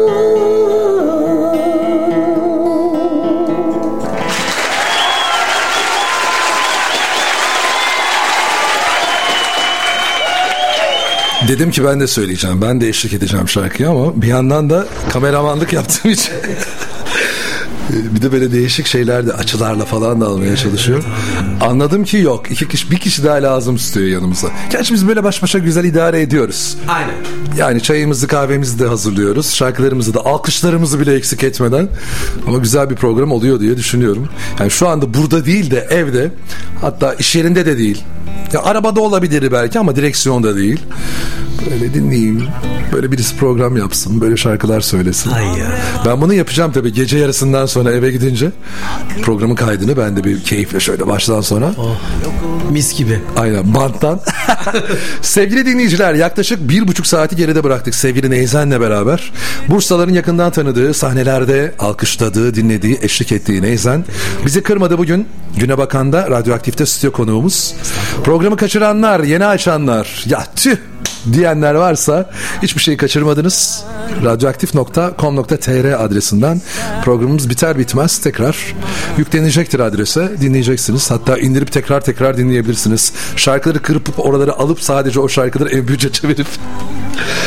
Dedim ki ben de söyleyeceğim. Ben de eşlik edeceğim şarkıya ama bir yandan da kameramanlık yaptığım için bir de böyle değişik şeyler de açılarla falan da almaya çalışıyorum. Anladım ki yok. Bir kişi daha lazım istiyor yanımıza. Gerçi biz böyle baş başa güzel idare ediyoruz. Aynen. Yani çayımızı kahvemizi de hazırlıyoruz. Şarkılarımızı da alkışlarımızı bile eksik etmeden. Ama güzel bir program oluyor diye düşünüyorum. Yani şu anda burada değil de evde, hatta iş yerinde de değil. Ya arabada olabilir belki ama direksiyonda değil. Böyle dinleyeyim. Böyle birisi program yapsın. Böyle şarkılar söylesin. Ay ya. Ben bunu yapacağım tabii gece yarısından sonra eve gidince. Programın kaydını ben de bir keyifle şöyle baştan sonra. Oh, mis gibi. Aynen banttan. Sevgili dinleyiciler, yaklaşık 1,5 saati geride bıraktık sevgili Neyzen'le beraber. Bursaların yakından tanıdığı, sahnelerde alkışladığı, dinlediği, eşlik ettiği Neyzen bizi kırmadı bugün. Güne Bakan'da Radyoaktif'te stüdyo konuğumuz. Programı kaçıranlar, yeni açanlar, ya tüh diyenler varsa hiçbir şeyi kaçırmadınız. Radyoaktif.com.tr adresinden programımız biter bitmez tekrar yüklenecektir adrese. Dinleyeceksiniz. Hatta indirip tekrar dinleyebilirsiniz. Şarkıları kırpıp oraları alıp sadece o şarkıları MP3'e çevirip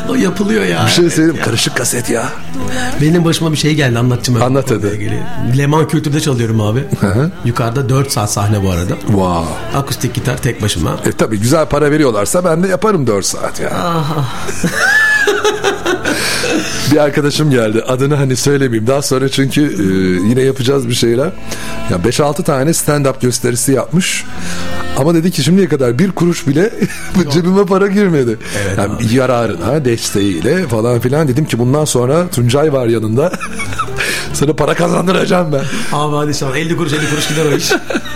O yapılıyor ya. Bir şey söyleyeyim. Evet Karışık kaset ya. Benim başıma bir şey geldi, anlatacağım. Anlat hadi. Leman Kültür'de çalıyorum abi. Hı. Yukarıda 4 saat sahne bu arada. Wow. Akustik gitar tek başıma. Tabii güzel para veriyorlarsa ben de yaparım 4 saat ya. Bir arkadaşım geldi. Adını hani söylemeyeyim. Daha sonra çünkü yine yapacağız bir şeyler. Ya 5-6 tane stand-up gösterisi yapmış. Ama dedi ki şimdiye kadar bir kuruş bile cebime para girmedi. Evet, yani yararına, desteğiyle falan filan. Dedim ki bundan sonra Tuncay var yanında. Sana para kazandıracağım ben. Abi hadi şu an 50 kuruş gider o iş.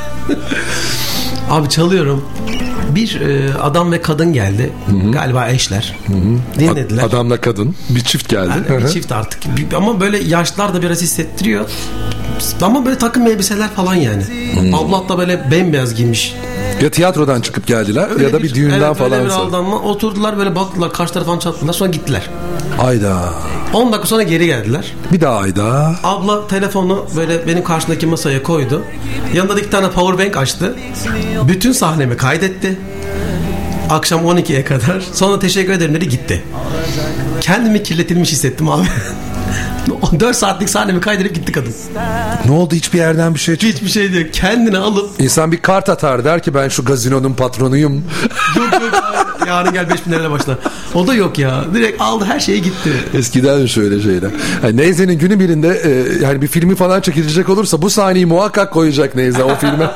Abi çalıyorum. Bir adam ve kadın geldi. Hı-hı. Galiba eşler. Hı-hı. Dinlediler. Adamla kadın. Bir çift geldi. Yani bir çift artık. Ama böyle yaşlar da biraz hissettiriyor. Ama böyle takım elbiseler falan yani. Abla da böyle bembeyaz giymiş. Ya tiyatrodan çıkıp geldiler öyle ya da bir düğünden evet, falan. Öyle bir aldanma. Oturdular böyle baktılar. Kaş tarafından çattılar. Sonra gittiler. Ayda. 10 dakika sonra geri geldiler. Bir daha ayda. Abla telefonu böyle benim karşımdaki masaya koydu. Yanında da 2 tane powerbank açtı. Bütün sahnemi kaydetti. Akşam 12'ye kadar. Sonra teşekkür ederim dedi, gitti. Kendimi kirletilmiş hissettim abi. 4 saatlik sahnemi kaydedip gitti kadın. Ne oldu, hiçbir yerden bir şey çıktı? Hiçbir şey değil. Kendini alıp. İnsan bir kart atar, der ki ben şu gazinonun patronuyum. Yok yarın gel 5.000 lirayla başla. O da yok ya. Direkt aldı her şeyi gitti. Eskiden şöyle şeyler. Yani Neyze'nin günü birinde yani bir filmi falan çekilecek olursa bu sahneyi muhakkak koyacak Neyze o filme.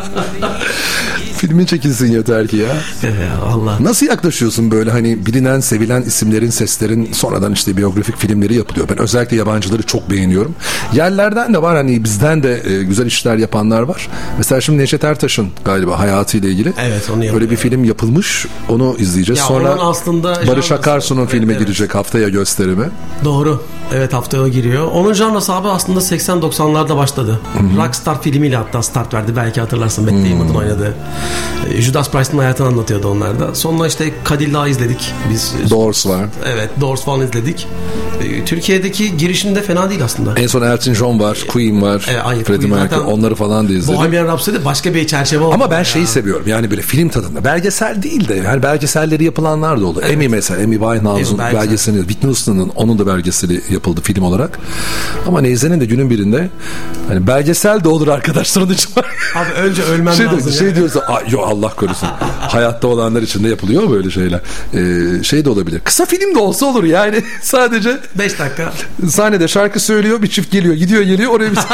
Filmin çekilsin yeter ki ya. Allah. Nasıl yaklaşıyorsun böyle hani bilinen, sevilen isimlerin, seslerin sonradan işte biyografik filmleri yapılıyor. Ben özellikle yabancıları çok beğeniyorum. Yerlerden de var hani bizden de güzel işler yapanlar var. Mesela şimdi Neşet Ertaş'ın galiba hayatıyla ilgili. Evet, onu böyle bir film yapılmış. Onu izleyeceğiz. Ya sonra aslında Barış Akarsu'nun filmi girecek haftaya gösterime. Doğru. Evet, haftaya giriyor. Onun janrası abi aslında 80-90'larda başladı. Hı-hı. Rockstar filmiyle hatta start verdi. Belki hatırlarsın. Matt Damon'ın oynadığı. Judas Priest'in hayatını anlatıyordu onlar da. Sonra işte Cadillac'ı izledik. Biz Doors var. Evet, Doors falan izledik. Türkiye'deki girişinde fena değil aslında. En son Elton John var, Queen var, Freddie Mercury, onları falan da izledik. Bohemian Rhapsody başka bir çerçeve oldu. Ama ben şeyi seviyorum. Yani böyle film tadında. Belgesel değil de yani belgeselleri yapılanlar da olur. Evet. Amy mesela, Amy Winehouse'un belgeseli, Whitney Houston'ın onun da belgeseli yapıldı film olarak. Ama Neyze'nin de günün birinde hani belgesel de olur arkadaşların için. Abi önce ölmem lazım. Şey diyorsa Allah korusun. Hayatta olanlar için de yapılıyor böyle şeyler. Şey de olabilir. Kısa film de olsa olur yani. Sadece 5 dakika. Sahnede şarkı söylüyor, bir çift geliyor, gidiyor geliyor oraya bir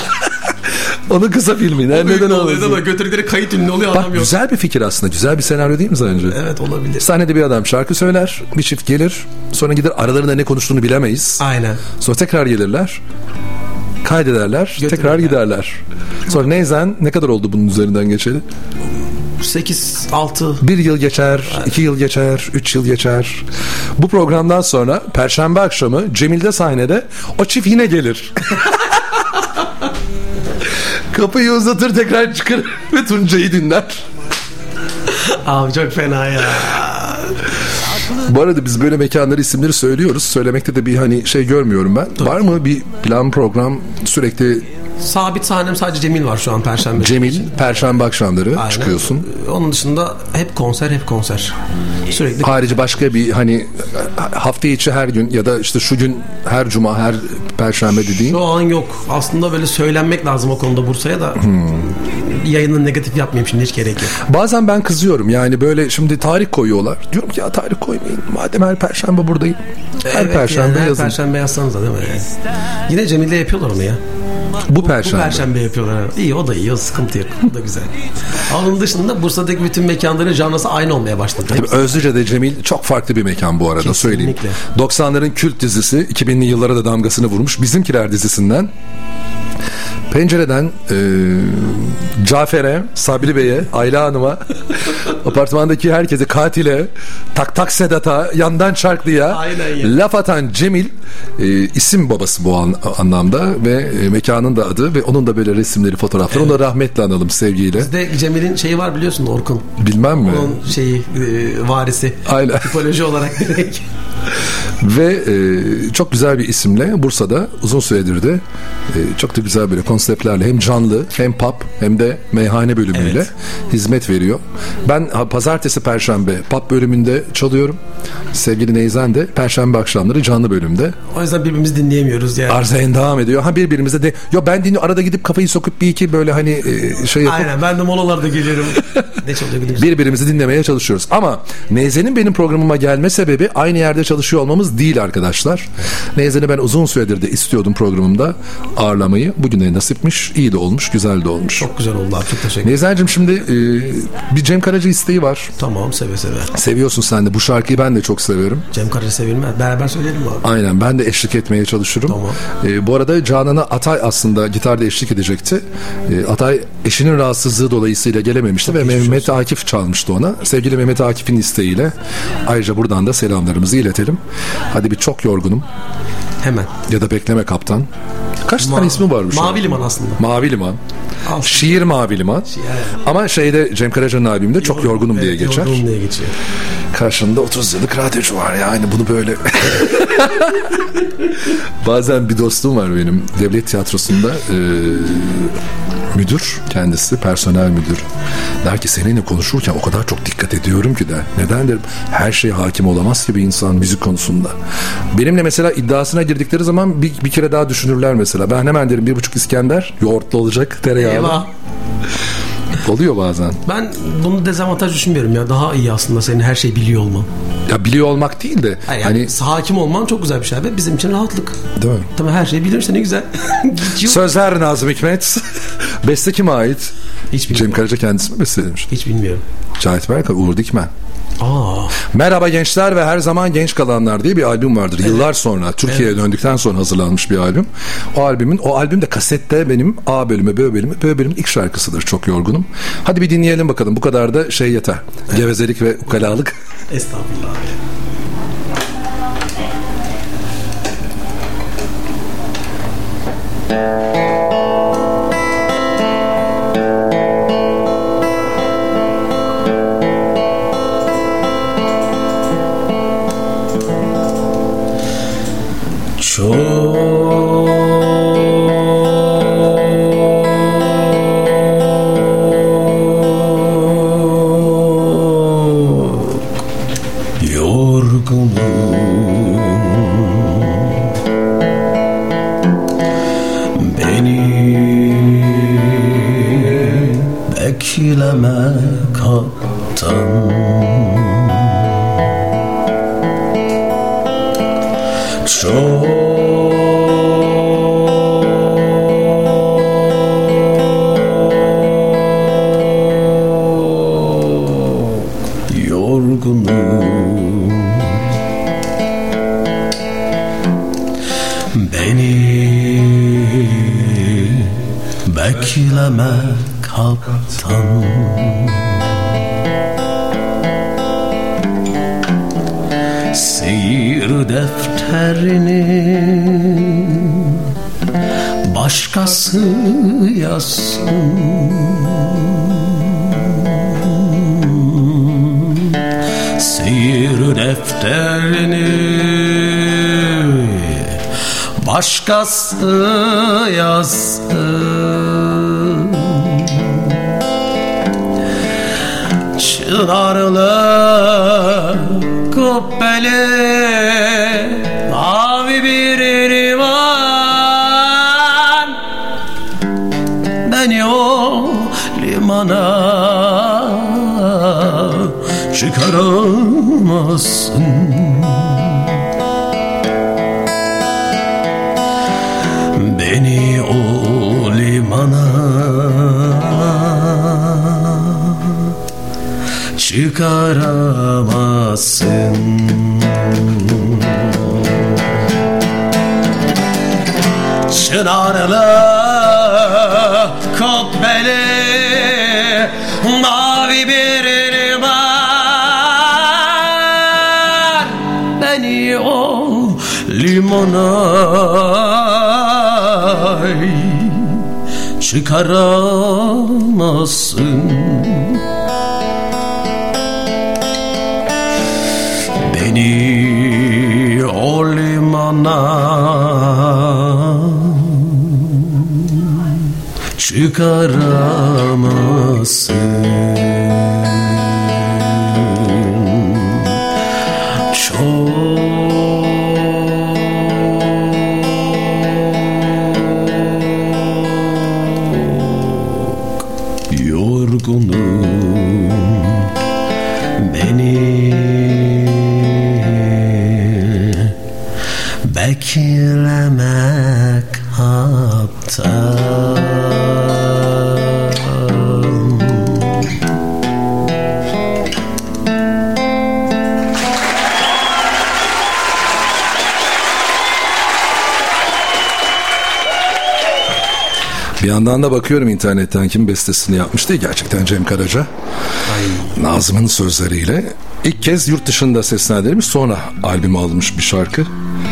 onun kısa filmi. Neden olmasın? Götürdükleri kayıt ünlü oluyor. Bak, güzel bir fikir aslında. Güzel bir senaryo değil mi sence? Evet, olabilir. Sahnede bir adam şarkı söyler, bir çift gelir, sonra gider, aralarında ne konuştuğunu bilemeyiz. Aynen. Sonra tekrar gelirler, kaydederler, tekrar giderler. Sonra Neyzen ne kadar oldu bunun üzerinden geçeli? 8-6 1 yıl geçer, 2 yıl geçer, 3 yıl geçer. Bu programdan sonra Perşembe akşamı Cemil'de sahnede o çift yine gelir. Kapıyı uzatır, tekrar çıkar ve Tuncay'ı dinler. Abi çok fena ya. Bu arada biz böyle mekanları, isimleri söylüyoruz. Söylemekte de bir hani şey görmüyorum ben. Tabii. Var mı bir plan, program, sürekli? Sabit sahnem sadece Cemil var şu an Perşembe. Cemil, Perşembe akşamları aynen. Çıkıyorsun. Onun dışında hep konser. Sürekli. Harici başka bir hani hafta içi her gün ya da işte şu gün her cuma, her Perşembe dediğin? Şu an yok. Aslında böyle söylenmek lazım o konuda Bursa'ya da. Yayını negatif yapmayayım şimdi, hiç gerek yok. Bazen ben kızıyorum yani böyle şimdi tarih koyuyorlar. Diyorum ki ya tarih koymayın. Madem her Perşembe buradayım. Her Perşembe yani, yazın. Her Perşembe yazsanız da değil mi? Yine Cemil'de yapıyorlar onu ya. Bu Perşembe yapıyorlar. İyi, o da iyi, o sıkıntı yok. O da güzel. Onun dışında Bursa'daki bütün mekanların janrası aynı olmaya başladı. Tabii Özlüce'de Cemil çok farklı bir mekan bu arada. Kesinlikle. Söyleyeyim. 90'ların kült dizisi, 2000'li yıllara da damgasını vurmuş Bizimkiler dizisinden pencereden Cafer'e, Sabri Bey'e, Ayla Hanım'a, apartmandaki herkese, katile, tak Sedat'a, yandan Çarklı'ya laf atan Cemil isim babası bu anlamda ve mekanın da adı ve onun da böyle resimleri, fotoğrafları. Evet. Onu da rahmetle analım, sevgiyle. Bizde Cemil'in şeyi var biliyorsun, Orkun. Bilmem mi? Onun şeyi varisi. Aynen. Tipoloji olarak direkt. Ve çok güzel bir isimle Bursa'da uzun süredir de çok da güzel böyle konseptlerle hem canlı hem pub hem de meyhane bölümüyle hizmet veriyor. Ben pazartesi, perşembe pub bölümünde çalıyorum. Sevgili Neyzen de Perşembe akşamları canlı bölümde. O yüzden birbirimizi dinleyemiyoruz yani. Arıza devam ediyor. Ha birbirimize de... Yo ben dinliyorum. Arada gidip kafayı sokup bir iki böyle hani şey yapıp... Aynen ben de molalarda geliyorum. Ne çalıyor gidiyoruz. Birbirimizi dinlemeye çalışıyoruz. Ama Neyzen'in benim programıma gelme sebebi aynı yerde çalışıyor olmamız değil arkadaşlar. Neyzen'i ben uzun süredir de istiyordum programımda ağırlamayı. Bugüne nasipmiş. İyi de olmuş. Güzel de olmuş. Çok güzel oldu abi. Çok teşekkür ederim. Neyzen'cim şimdi bir Cem Karaca isteği var. Tamam seve seve. Seviyorsun sen de. Bu şarkıyı ben de çok severim. Cem Karaca severim. Beraber söyleyelim abi. Aynen ben de eşlik etmeye çalışırım. Tamam. Bu arada Canan'a Atay aslında gitarda eşlik edecekti. Atay eşinin rahatsızlığı dolayısıyla gelememişti ve Mehmet Akif çalmıştı ona. Sevgili Mehmet Akif'in isteğiyle ayrıca buradan da selamlarımızı iletelim. Hadi bir çok yorgunum. Hemen. Ya da bekleme kaptan. Kaç tane ismi varmış? Mavi Liman aslında. Mavi Liman. Şiir Mavi Liman. Ama şeyde Cem Karaca'nın albümünde çok yorgunum diye geçer. Yorgunum diye geçiyor. Karşında 30 yıllık radyocu var yani bunu böyle. Bazen bir dostum var benim devlet tiyatrosunda müdür kendisi personel müdür. Der ki seninle konuşurken o kadar çok dikkat ediyorum ki der. Neden derim? Her şeye hakim olamaz ki bir insan müzik konusunda. Benimle mesela iddiasına girdikleri zaman bir kere daha düşünürler mesela. Ben hemen derim 1,5 İskender yoğurtlu olacak tereyağlı. Eyvah. Oluyor bazen. Ben bunu dezavantaj düşünmüyorum ya. Daha iyi aslında senin her şeyi biliyor olman. Ya biliyor olmak değil de. Hayır, yani hakim olman çok güzel bir şey. Bizim için rahatlık. Değil mi? Tamam her şeyi biliyorsun işte ne güzel. Sözler Nazım Hikmet. Beste kime ait? Hiç bilmiyorum. Cem Karaca kendisi mi bestelemiş? Hiç bilmiyorum. Cahit Berkay, Uğur Dikmen. Aa. Merhaba Gençler ve Her Zaman Genç Kalanlar diye bir albüm vardır. Evet. Yıllar sonra Türkiye'ye döndükten sonra hazırlanmış bir albüm. O albüm de kasette benim A bölümü, B bölümün ilk şarkısıdır. Çok yorgunum. Hadi bir dinleyelim bakalım. Bu kadar da şey yeter. Evet. Gevezelik ve ukalalık. Estağfurullah. Başkası yazsın. Çınarlı kubbeli mavi bir liman, beni o limana çıkaramazsın. Beni o limana çıkaramazsın. Çınarlı kubbeli mavi bir liman, beni o limana çıkaramazsın. Beni o limana çıkaramazsın. yandan da bakıyorum internetten kim bestesini yapmıştı. Gerçekten Cem Karaca. Nazım'ın sözleriyle ilk kez yurt dışında seslendirilmiş, sonra albüme alınmış bir şarkı.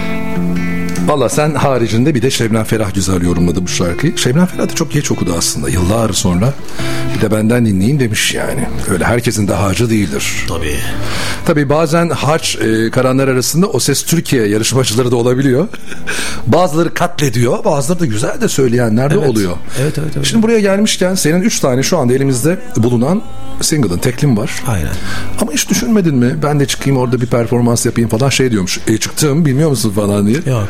Valla sen haricinde bir de Şebnem Ferah güzel yorumladı bu şarkıyı. Şebnem Ferah da çok geç okudu aslında. Yıllar sonra bir de benden dinleyin demiş yani. Öyle herkesin de harcı değildir. Tabii bazen harç karanlar arasında O Ses Türkiye yarışmacıları da olabiliyor. Bazıları katlediyor. Bazıları da güzel de söyleyenler de oluyor. Evet. Şimdi buraya gelmişken senin 3 tane şu anda elimizde bulunan single'ın, teklin var. Aynen. Ama hiç düşünmedin mi? Ben de çıkayım orada bir performans yapayım falan şey diyormuş. Çıktım bilmiyor musun falan diye. Yok.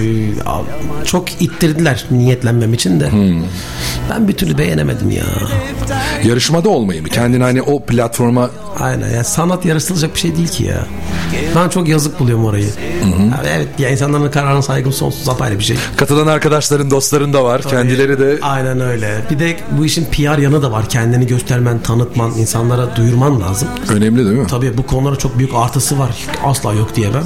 Çok ittirdiler niyetlenmem için de. Ben bir türlü beğenemedim ya. Yarışmada olmayı mı? Kendini hani o platforma... Aynen. Yani sanat yarışılacak bir şey değil ki ya. Ben çok yazık buluyorum orayı. Yani evet ya, insanların kararına saygım sonsuz, apayrı bir şey. Katılan arkadaşların, dostların da var. Tabii. Kendileri de... Aynen öyle. Bir de bu işin PR yanı da var. Kendini göstermen, tanıtman, insanlara duyurman lazım. Önemli değil mi? Tabii bu konulara çok büyük artısı var. Asla yok diyemem.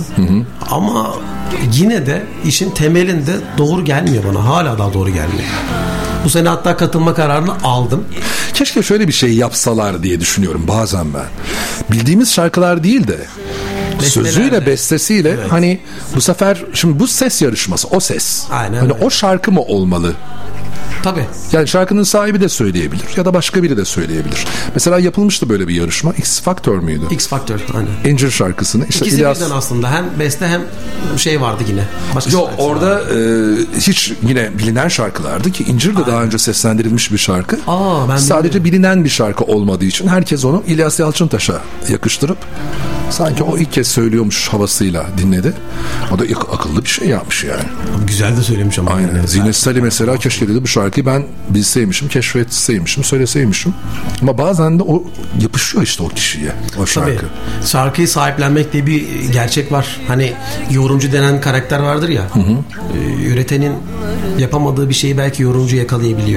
Ama yine de işin temelinde doğru gelmiyor bana. Hala daha doğru gelmiyor. Bu sene hatta katılma kararını aldım. Keşke şöyle bir şey yapsalar diye düşünüyorum bazen ben. Bildiğimiz şarkılar değil de sözüyle, bestesiyle hani bu sefer şimdi bu ses yarışması, o ses. Aynen hani öyle. O şarkı mı olmalı? Tabii. Yani şarkının sahibi de söyleyebilir ya da başka biri de söyleyebilir. Mesela yapılmıştı böyle bir yarışma. X Factor müydü? X Factor, aynen. İncir şarkısını. İşte İkisi İlyas... birden aslında. Hem beste hem şey vardı yine. Yok orada hiç yine bilinen şarkılardı ki İncir de daha önce seslendirilmiş bir şarkı. Sadece bilinen bir şarkı olmadığı için herkes onu İlyas Yalçıntaş'a yakıştırıp sanki o ilk kez söylüyormuş havasıyla dinledi. O da akıllı bir şey yapmış yani. Güzel de söylemiş ama. Aynen. Yani. Zinet Salih mesela keşke dedi bu şarkıyı ben bilseymişim, keşfetseymişim, söyleseymişim. Ama bazen de o yapışıyor işte o kişiye, o şarkı. Tabii. Şarkıyı sahiplenmek diye bir gerçek var. Hani yorumcu denen karakter vardır ya. Üretenin yapamadığı bir şeyi belki yorumcu yakalayabiliyor.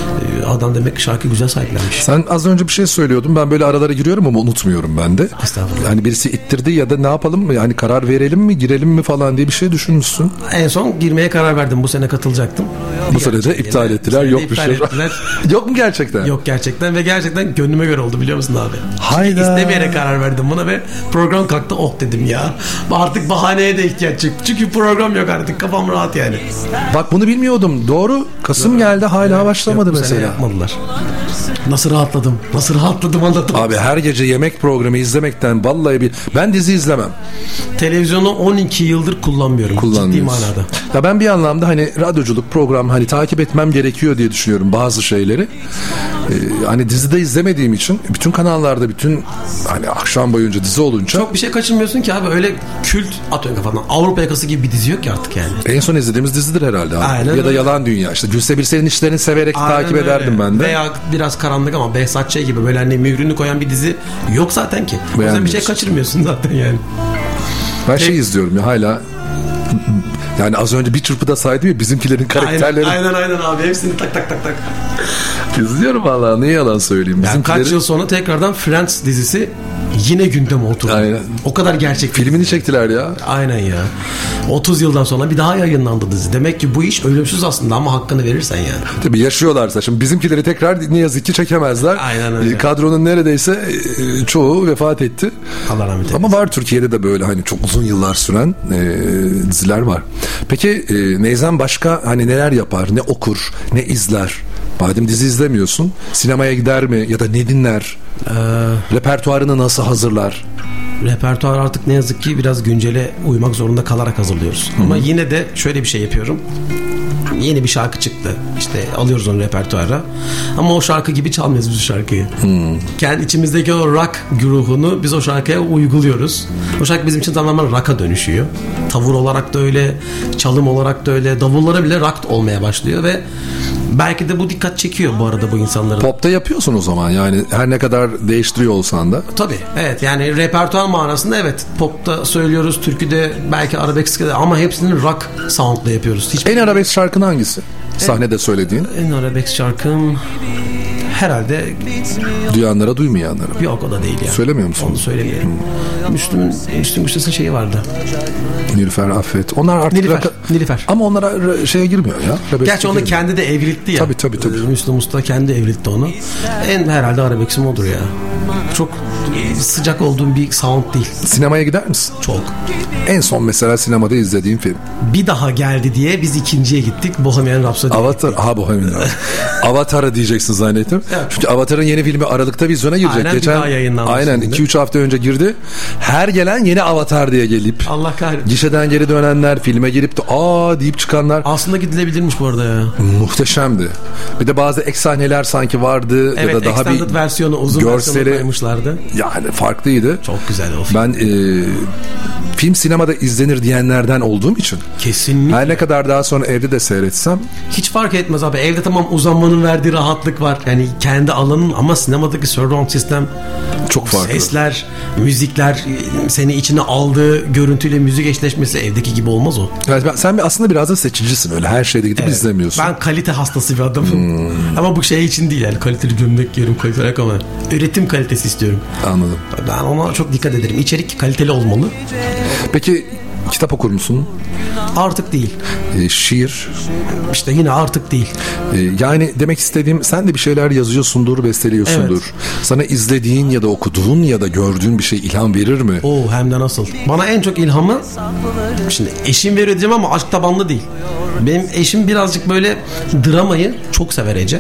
Adam demek ki şarkı güzel sahiplenmiş. Sen az önce bir şey söylüyordun. Ben böyle aralara giriyorum ama unutmuyorum ben de. Estağfurullah. Yani birisi ittirdi ya da ne yapalım mı? Yani karar verelim mi, girelim mi falan diye bir şey düşünmüşsün. En son girmeye karar verdim. Bu sene katılacaktım. Bu sene de iptal ettiler. Yok bir şey. Yok mu gerçekten? Yok gerçekten ve gerçekten gönlüme göre oldu biliyor musun abi? Hayda. İstemeyerek karar verdim buna ve program kalktı. Oh dedim ya. Artık bahaneye de ihtiyaç yok. Çünkü program yok artık. Kafam rahat yani. Bak bunu bilmiyordum. Doğru. Kasım geldi hala başlamadı yok, mesela. Yapmadılar. Nasıl rahatladım anlatamam. Abi her gece yemek programı izlemekten vallahi ben dizi izlemem. Televizyonu 12 yıldır kullanmıyorum. Ciddi manada. Ya ben bir anlamda hani radyoculuk program hani takip etmem gerekiyor diye düşünüyorum bazı şeyleri. Hani dizide izlemediğim için bütün kanallarda bütün hani akşam boyunca dizi olunca çok bir şey kaçırmıyorsun ki abi, öyle kült atıyorum kafadan. Avrupa Yakası gibi bir dizi yok ki artık yani. En son izlediğimiz dizidir herhalde abi. Aynen ya da Yalan Dünya. İşte Gülse Birsel'in işlerini severek takip ederdim ben de. Veya biraz karanlık ama Behzat Ç. gibi böyle hani mührünü koyan bir dizi yok zaten ki. O yüzden bir şey kaçırmıyorsun zaten yani. Ben şey izliyorum ya hala. Yani az önce bir çırpıda saydım ya bizimkilerin karakterleri. Aynen abi, hepsini tak. İzliyorum valla, ne yalan söyleyeyim. Yani kaç yıl sonra tekrardan Friends dizisi yine gündeme oturdu. Aynen. O kadar gerçek. Filmini çektiler ya. Aynen ya. 30 yıldan sonra bir daha yayınlandı dizi. Demek ki bu iş ölümsüz aslında ama hakkını verirsen yani. Tabii yaşıyorlarsa. Şimdi bizimkileri tekrar ne yazık ki çekemezler. Aynen öyle. Kadronun neredeyse çoğu vefat etti. Allah rahmet eylesin. Ama var Türkiye'de de böyle hani çok uzun yıllar süren diziler var. Peki Neyzen başka hani neler yapar? Ne okur? Ne izler? Madem dizi izlemiyorsun, sinemaya gider mi ya da ne dinler? Repertuarını nasıl hazırlar? Repertuar artık ne yazık ki biraz güncele uymak zorunda kalarak hazırlıyoruz. Ama yine de şöyle bir şey yapıyorum. Yeni bir şarkı çıktı. İşte alıyoruz onu repertuara. Ama o şarkı gibi çalmıyoruz biz o şarkıyı. Kendi içimizdeki o rock güruhunu biz o şarkıya uyguluyoruz. O şarkı bizim için tamamen rock'a dönüşüyor. Tavır olarak da öyle, çalım olarak da öyle. Davullara bile rock olmaya başlıyor ve belki de bu dikkat çekiyor bu arada bu insanların. Pop'ta yapıyorsun o zaman yani her ne kadar değiştiriyor olsan da. Tabii evet, yani repertuar manasında evet, pop'ta söylüyoruz, türküde belki arabesk'te ama hepsini rock sound'la yapıyoruz. En arabesk şarkın hangisi? Sahnede söylediğin. En arabesk şarkım Herhalde duyanlara duymayanlara. Yok, o da değil yani. Söylemiyor musun? Onu söylemeyelim. Müslüm Gürses'in şeyi vardı. Nilüfer Affet. Onlar artık Nilüfer. Ama onlara şeye girmiyor ya. Gerçi onu kendi de evriltti ya. Tabii. Müslüm Usta kendi evriltti onu. En herhalde arabesksim odur ya. Çok sıcak olduğum bir sound değil. Sinemaya gider misin? Çok. En son mesela sinemada izlediğim film. Bir daha geldi diye biz ikinciye gittik. Bohemian Rhapsody. Avatar. Bohemian Rhapsody. Avatar'ı diyeceksin zannettim. Evet. Çünkü Avatar'ın yeni filmi Aralık'ta vizyona girecek. Aynen, bir daha yayınlanmış. Aynen 2-3 hafta önce girdi. Her gelen yeni Avatar diye gelip Allah kahretsin. Gişeden geri dönenler, filme girip de deyip çıkanlar. Aslında gidilebilirmiş bu arada ya. Muhteşemdi. Bir de bazı ek sahneler sanki vardı. Evet, ya da daha extended versiyonu, uzun versiyonu koymuşlardı. Yani farklıydı. Çok güzel o film. Ben film sinemada izlenir diyenlerden olduğum için. Kesinlikle. Her ne kadar daha sonra evde de seyretsem. Hiç fark etmez abi. Evde tamam uzanmanın verdiği rahatlık var. Yani kendi alanın, ama sinemadaki surround sistem çok farklı. Sesler, müzikler, seni içine aldığı görüntüyle müzik eşleşmesi evdeki gibi olmaz o. Evet, sen aslında biraz da seçicisin, öyle her şeyde gidip izlemiyorsun. Ben kalite hastası bir adamım. Ama bu şey için değil yani, kaliteli gömlek giyiyorum, kaliteli ayakkabı. Üretim kalitesi istiyorum. Anladım. Ben ona çok dikkat ederim. İçerik kaliteli olmalı. Peki kitap okur musun? Artık değil. Şiir? İşte yine artık değil. Yani demek istediğim, sen de bir şeyler yazıyorsundur, besteliyorsundur. Evet. Sana izlediğin ya da okuduğun ya da gördüğün bir şey ilham verir mi? Hem de nasıl. Bana en çok ilhamı, şimdi eşim veriyor diyeceğim ama aşk tabanlı değil. Benim eşim birazcık böyle dramayı çok sever Ece.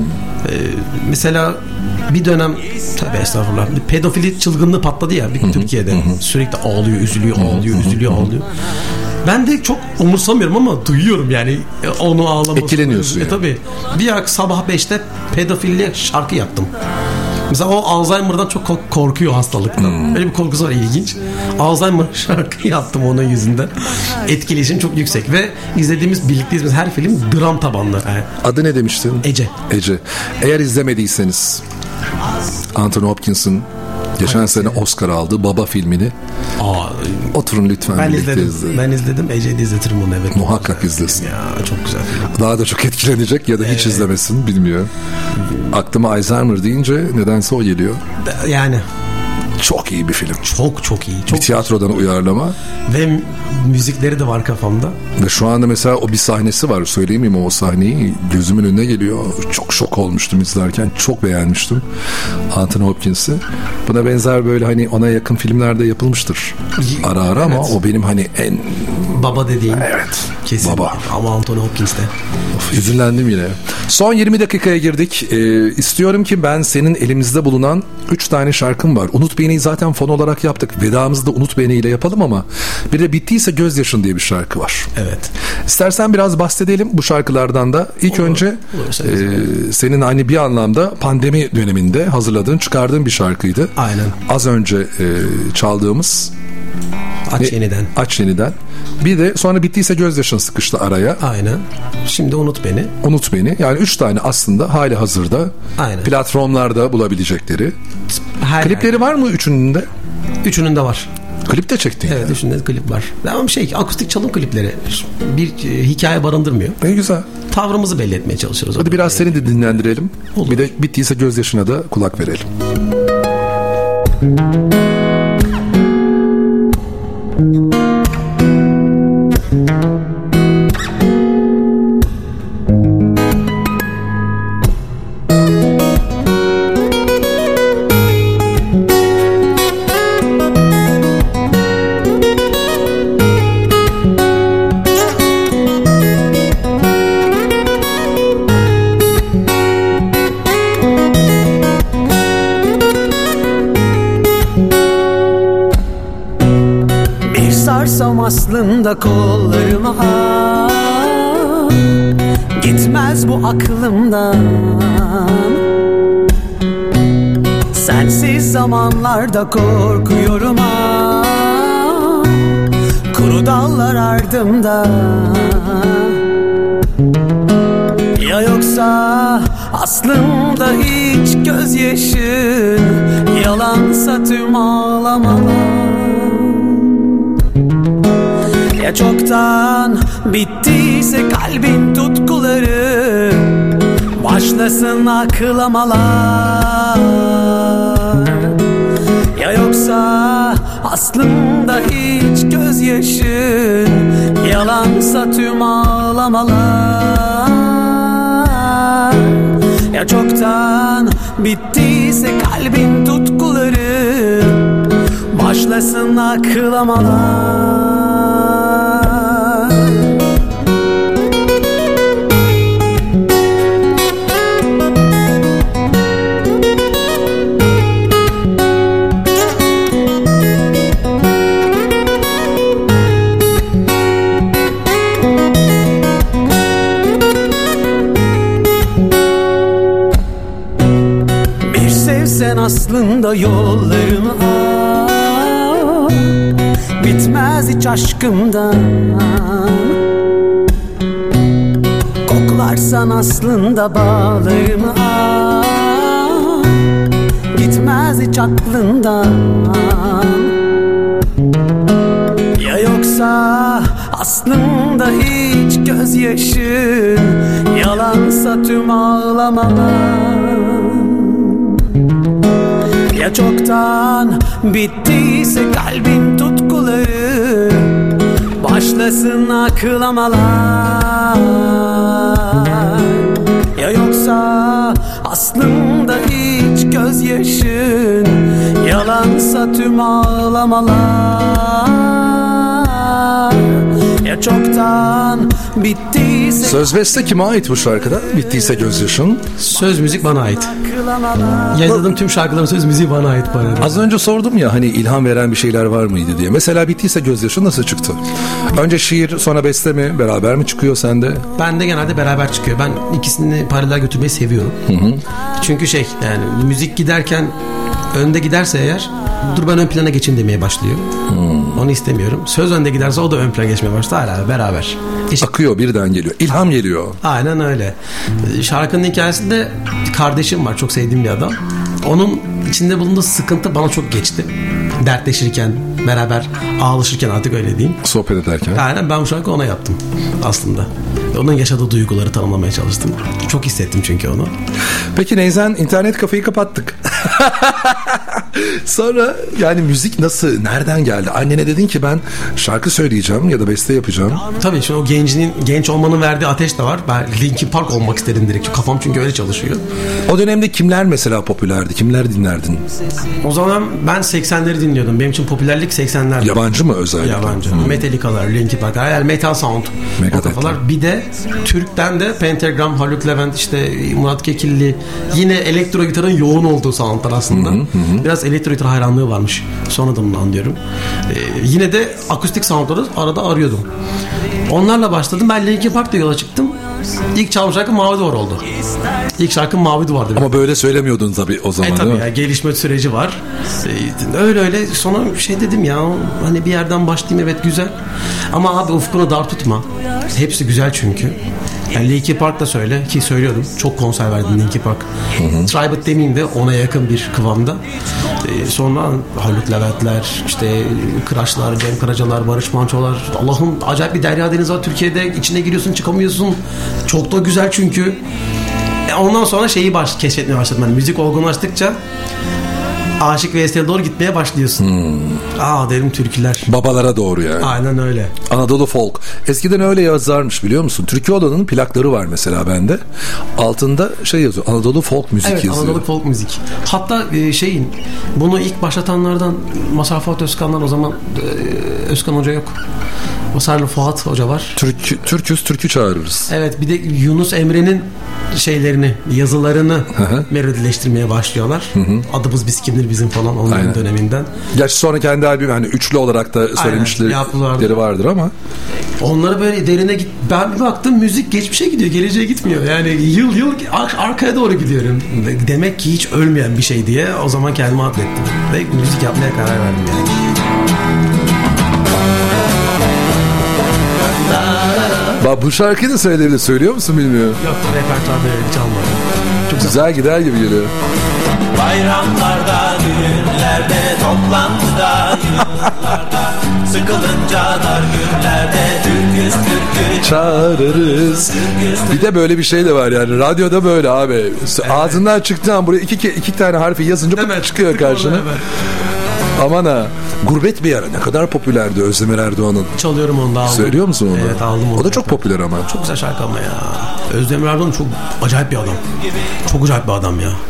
Mesela bir dönem, tabii estağfurullah, bir pedofili çılgınlığı patladı ya Türkiye'de. Sürekli ağlıyor, üzülüyor, ağlıyor. Ben de çok umursamıyorum ama duyuyorum yani onu ağlaması. Etkileniyorsun yani. Tabii. Bir sabah 5'te pedofille şarkı yaptım. Mesela o Alzheimer'dan çok korkuyor, hastalıktan. Böyle bir korkusu var, ilginç. Alzheimer şarkı yaptım onun yüzünden. Etkileşim çok yüksek ve birlikte izlediğimiz her film dram tabanlı. Adı ne demiştin? Ece. Eğer izlemediyseniz, Anthony Hopkins'in geçen sene Oscar aldı Baba filmini. Oturun lütfen. Ben izledim. Ece'yi de izletirim onu, evet. Muhakkak izlesin. Ya çok güzel film. Daha da çok etkilenecek ya da hiç izlemesin, bilmiyorum. Aklıma Alzheimer deyince nedense o geliyor. Yani çok iyi bir film. Çok iyi. Bir tiyatrodan uyarlama. Ve müzikleri de var kafamda. Ve şu anda mesela o bir sahnesi var. Söyleyeyim mi o sahneyi? Gözümün önüne geliyor. Çok şok olmuştum izlerken. Çok beğenmiştim Anthony Hopkins'i. Buna benzer böyle hani ona yakın filmlerde yapılmıştır. Ara ama o benim hani en... Baba dediğin. Evet. Kesin. Baba. Ama Anthony Hopkins'te. Üzülendim yine. Son 20 dakikaya girdik. İstiyorum ki ben senin elimizde bulunan 3 tane şarkım var. Unut Beni zaten fon olarak yaptık. Vedamızı da Unut Beni ile yapalım ama bir de Bittiyse Gözyaşın diye bir şarkı var. Evet. İstersen biraz bahsedelim bu şarkılardan da. İlk önce senin hani bir anlamda pandemi döneminde hazırladığın, çıkardığın bir şarkıydı. Aynen. Az önce çaldığımız Aç Yeniden. Bir de sonra Bittiyse Gözyaşın sıkıştı araya. Aynen. Şimdi Unut Beni. Yani 3 tane aslında hali hazırda. Aynen. Platformlarda bulabilecekleri. Klipleri var mı üçünün de? Üçünün de var. Klip de çektin. Evet, üçünde de klip var. Ama akustik çalım klipleri. Bir hikaye barındırmıyor. Ne güzel. Tavrımızı belli etmeye çalışıyoruz. Hadi biraz seni de dinlendirelim. Olur. Bir de Bittiyse Gözyaşına da kulak verelim. Aslında kollarıma gitmez bu aklımdan. Sensiz zamanlarda korkuyorum kuru dallar ardımda. Ya yoksa aslında hiç gözyaşın yalansa tüm ağlamalar. Ya çoktan bittiyse kalbin tutkuları, başlasın akılamalar. Ya yoksa aslında hiç gözyaşın, yalansa tüm ağlamalar. Ya çoktan bittiyse kalbin tutkuları, başlasın akılamalar. Bir sevsen aslında yollarını al, bitmez hiç aşkımdan. Koklarsan aslında bağlarımı al, gitmez hiç aklından. Ya yoksa aslında hiç gözyaşın, yalansa tüm ağlamalar. Ya çoktan bittiyse kalbin tutkuları, başlasın akılamalar. Ya yoksa aslında hiç gözyaşın, yalansa tüm ağlamalar. Ya çoktan bittiyse... Söz beste kime ait bu şarkıda? Bittiyse gözyaşın. Söz müzik bana ait. Yayınladığım tüm şarkıların söz müziği bana ait bu arada. Az önce sordum ya hani ilham veren bir şeyler var mıydı diye. Mesela bittiyse gözyaşın nasıl çıktı? Önce şiir sonra beste mi? Beraber mi çıkıyor sende? Bende genelde beraber çıkıyor. Ben ikisini paralel götürmeyi seviyorum. Hı. Çünkü yani müzik giderken önde giderse eğer, dur ben ön plana geçeyim demeye başlıyor. Onu istemiyorum. Söz önde giderse o da ön plana geçmeye başlar. Hala beraber. Akıyor, birden geliyor. İlham geliyor. Aynen öyle. Şarkının hikayesinde kardeşim var. Çok sevdiğim bir adam. Onun içinde bulunduğu sıkıntı bana çok geçti. Dertleşirken, beraber ağlaşırken, artık öyle diyeyim. Sohbet ederken. Aynen, ben bu şarkıyı ona yaptım aslında. Onun yaşadığı duyguları tanımlamaya çalıştım. Çok hissettim çünkü onu. Peki Neyzen, internet kafeyi kapattık. Sonra yani müzik nasıl, nereden geldi? Annene dedin ki ben şarkı söyleyeceğim ya da beste yapacağım. Tabii şimdi o genç olmanın verdiği ateş de var. Ben Linkin Park olmak istedim direkt. Kafam çünkü öyle çalışıyor. O dönemde kimler mesela popülerdi? Kimler dinlerdin? O zaman ben 80'leri dinliyordum. Benim için popülerlik 80'ler. Yabancı mı özellikle? Yabancı. Metallica'lar, Linkin Park, yani metal sound. O kafalar. Bir de Türk'ten de Pentagram, Haluk Levent, işte Murat Kekilli, yine elektro gitarın yoğun olduğu soundlar aslında. Biraz elektro gitar hayranlığı varmış. Sonra da bunu anlıyorum. Yine de akustik soundları arada arıyordum. Onlarla başladım. Ben Linkin Park'ta yola çıktım. İlk çalmış şarkı Mavi Duvar oldu. İlk şarkım Mavi Duvar'dı. Ama böyle söylemiyordun tabii o zaman. Tabii ya, gelişme süreci var. Öyle sonra dedim ya, hani bir yerden başlayayım, evet güzel. Ama abi ufkunu dar tutma. Hepsi güzel çünkü. Yani Linkin Park da söyle ki söylüyordum. Çok konser verdim Linkin Park. Tribute demeyeyim de ona yakın bir kıvamda. Sonra Haluk Leventler, işte Kıraçlar, Cem Karacalar, Barış Manço'lar. Allah'ım, acayip bir derya deniz var Türkiye'de. İçine giriyorsun, çıkamıyorsun. Çok da güzel çünkü. Ondan sonra keşfetmeye başladım. Yani müzik olgunlaştıkça Aşık Veysel'e doğru gitmeye başlıyorsun. Derim türküler. Babalara doğru yani. Aynen öyle. Anadolu folk. Eskiden öyle yazarmış, biliyor musun? Türkiye Oda'nın plakları var mesela bende. Altında yazıyor. Anadolu folk müzik yazıyor. Evet, Anadolu folk müzik. Hatta bunu ilk başlatanlardan Mazhar Fuat Özkan'dan, o zaman Özkan Hoca yok. Masarlı Fuat Hoca var. Türkü çağırırız. Evet, bir de Yunus Emre'nin yazılarını melodileştirmeye başlıyorlar. Adımız biz kimdir bizim falan, onların döneminden. Gerçi sonra kendi albüm hani üçlü olarak da söylemişleri vardır ama. Onları böyle derine ben bir baktım, müzik geçmişe gidiyor, geleceğe gitmiyor. Yani yıl arkaya doğru gidiyorum. Demek ki hiç ölmeyen bir şey diye o zaman kendimi atlettim. Ve müzik yapmaya karar verdim yani. Bak, bu şarkıyı da söylüyor musun bilmiyorum. Yok, repertuarda öyle çalmadım. Çok güzel gider gibi geliyor. Bayramlarda, düğünlerde toplantıda yıllarda sıkılınca dar günlerde türküz çağırırız. Bir de böyle bir şey de var yani radyoda böyle abi. Evet. Ağzından çıktığı an buraya iki tane harfi yazınca çıkıyor karşına. Aman ha. Gurbet bir ara ne kadar popülerdi Özdemir Erdoğan'ın. Çalıyorum onu da aldım. Söylüyor musun onu? Evet aldım onu. O da çok popüler ama. Çok güzel şarkı ama ya. Özdemir Erdoğan çok acayip bir adam. Çok acayip bir adam ya.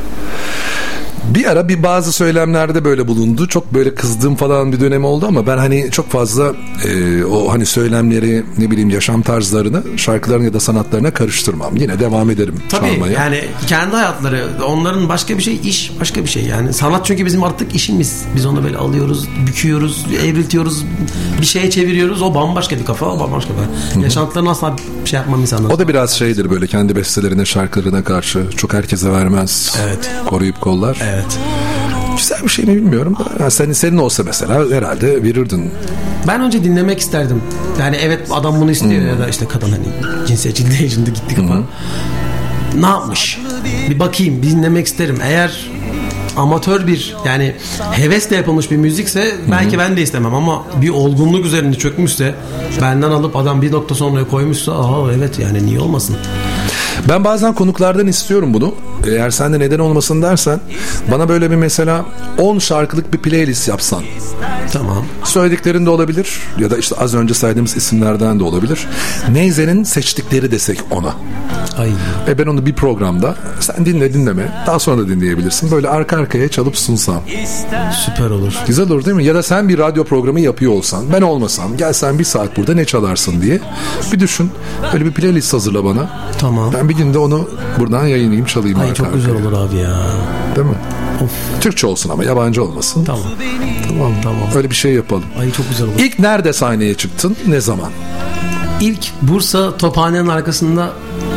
Bir ara bazı söylemlerde böyle bulundu. Çok böyle kızdığım falan bir dönem oldu ama ben hani çok fazla o hani söylemleri ne bileyim yaşam tarzlarını şarkılarına ya da sanatlarına karıştırmam. Yine devam ederim tabii, çalmaya. Yani kendi hayatları onların başka bir şey, iş başka bir şey yani. Sanat çünkü bizim artık işimiz. Biz onu böyle alıyoruz, büküyoruz, evriltiyoruz, bir şeye çeviriyoruz. O bambaşka bir kafa, o bambaşka bir. Yaşantılarını asla bir şey yapmam insanlar. O da biraz şeydir böyle kendi bestelerine, şarkılarına karşı çok herkese vermez. Evet. Koruyup kollar. Evet. Güzel bir şey mi bilmiyorum. Yani senin olsa mesela herhalde verirdin. Ben önce dinlemek isterdim. Yani evet adam bunu istiyor ya da işte kadın hani cinsiyetçi değil şimdi gitti kafa. Ne yapmış? Bir bakayım, bir dinlemek isterim. Eğer amatör bir yani hevesle yapılmış bir müzikse belki ben de istemem ama bir olgunluk üzerinde çökmüşse benden alıp adam bir nokta sonraya koymuşsa evet yani niye olmasın? Ben bazen konuklardan istiyorum bunu. Eğer sen de neden olmasın dersen bana böyle bir mesela 10 şarkılık bir playlist yapsan. Tamam. Söylediklerin de olabilir ya da işte az önce saydığımız isimlerden de olabilir. Neyze'nin seçtikleri desek ona. Ay. Ve ben onu bir programda sen dinleme daha sonra da dinleyebilirsin. Böyle arka arkaya çalıp sunsam. Süper olur. Güzel olur değil mi? Ya da sen bir radyo programı yapıyor olsan ben olmasam gelsen bir saat burada ne çalarsın diye bir düşün. Böyle bir playlist hazırla bana. Tamam. Ben bir günde onu buradan yayınlayayım çalayım. Ay çok güzel olur abi ya. Değil mi? Of. Türkçe olsun ama yabancı olmasın. Tamam. Öyle bir şey yapalım. Ay çok güzel olur. İlk nerede sahneye çıktın? Ne zaman? İlk Bursa Tophane'nin arkasında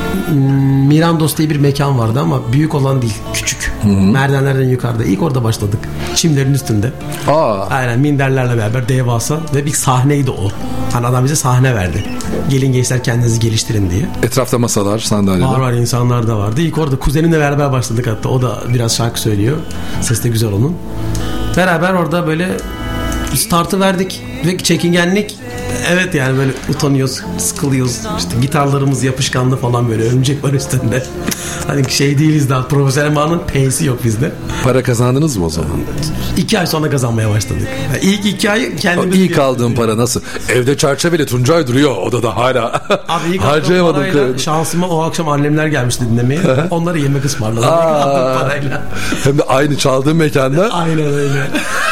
Mirandos diye bir mekan vardı ama büyük olan değil, küçük. Merdivenlerden yukarıda. İlk orada başladık. Çimlerin üstünde. Aynen minderlerle beraber devasa ve bir sahneydi o. Hani adam bize sahne verdi. Gelin gençler kendinizi geliştirin diye. Etrafta masalar, sandalyeler. Var insanlar da vardı. İlk orada kuzenimle beraber başladık hatta. O da biraz şarkı söylüyor. Ses de güzel onun. Beraber orada böyle startı verdik ve çekingenlik. Evet yani böyle utanıyoruz, sıkılıyoruz. İşte gitarlarımız yapışkanlı falan böyle örümcek var üstünde. Hani şey değiliz daha profesyonel manın P'si yok bizde. Para kazandınız mı o zaman? 2 ay sonra kazanmaya başladık. Yani ilk 2 ay kendimiz... İlk aldığın para nasıl? Evde çerçeveli Tuncay duruyor odada hala. Abi ilk harcayamadım. Şansıma o akşam annemler gelmişti dinlemeye. Onları yemek ısmarladım. İlk aldığım parayla. Hem de aynı çaldığın mekanda. Aynen öyle.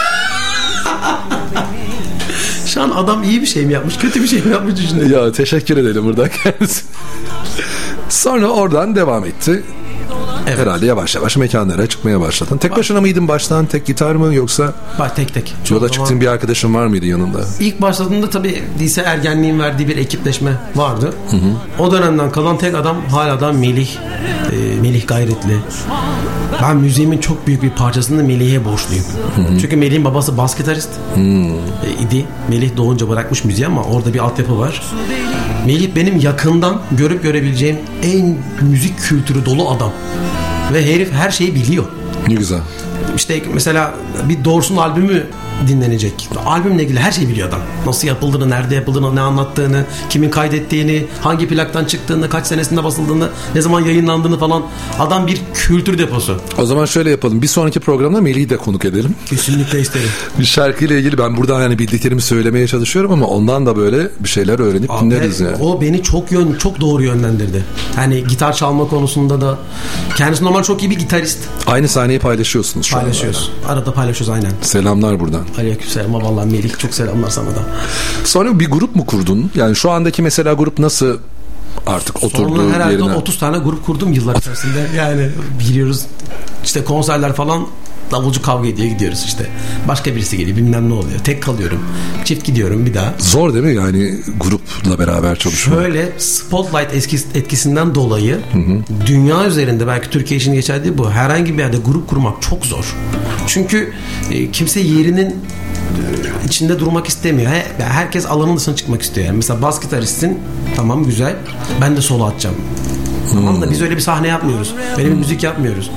Şu an adam iyi bir şey mi yapmış, kötü bir şey mi yapmış düşünüyorum. Ya teşekkür edelim buradan kendisi. Sonra oradan devam etti. Evet. Herhalde yavaş yavaş mekanlara çıkmaya başladın. Tek başına mıydın baştan? Tek gitar mı yoksa? Tek. Yola çıktığın bir arkadaşın var mıydı yanında? İlk başladığımda tabii lise ergenliğin verdiği bir ekipleşme vardı. O dönemden kalan tek adam hala da Melih. Melih Gayretli. Ben müziğimin çok büyük bir parçasını Melih'e borçluyum. Çünkü Melih'in babası bas gitarist idi. Melih doğunca bırakmış müziği ama orada bir altyapı var. Melih benim yakından görüp görebileceğim en müzik kültürü dolu adam. Ve herif her şeyi biliyor. Ne güzel. İşte mesela bir Doors'un albümü dinlenecek. Albümle ilgili her şeyi biliyor adam. Nasıl yapıldığını, nerede yapıldığını, ne anlattığını, kimin kaydettiğini, hangi plaktan çıktığını, kaç senesinde basıldığını, ne zaman yayınlandığını falan. Adam bir kültür deposu. O zaman şöyle yapalım. Bir sonraki programda Melih'i de konuk edelim. Kesinlikle isterim. Bir şarkıyla ilgili ben buradan yani bildiklerimi söylemeye çalışıyorum ama ondan da böyle bir şeyler öğrenip dinleriz yani. O beni çok doğru yönlendirdi. Hani gitar çalma konusunda da kendisi normal çok iyi bir gitarist. Aynı sahneyi paylaşıyorsunuz şu anda. Paylaşıyoruz. Arada paylaşıyoruz aynen. Selamlar buradan. Aleykümselam. Vallahi Melih çok selamlar sana da. Sonra bir grup mu kurdun? Yani şu andaki mesela grup nasıl artık oturdu sonra herhalde yerine? 30 tane grup kurdum yıllar içerisinde. Yani giriyoruz işte konserler falan, davulcu kavga ediyor gidiyoruz işte. Başka birisi geliyor bilmem ne oluyor. Tek kalıyorum. Çift gidiyorum bir daha. Zor değil mi yani grupla beraber çalışmak? Şöyle Spotlight etkisinden dolayı dünya üzerinde belki Türkiye için geçerli değil bu. Herhangi bir yerde grup kurmak çok zor. Çünkü kimse yerinin içinde durmak istemiyor. Herkes alanın dışına çıkmak istiyor. Yani mesela bas gitaristsin, tamam güzel. Ben de solo atacağım. Tamam da biz öyle bir sahne yapmıyoruz. Öyle bir müzik yapmıyoruz.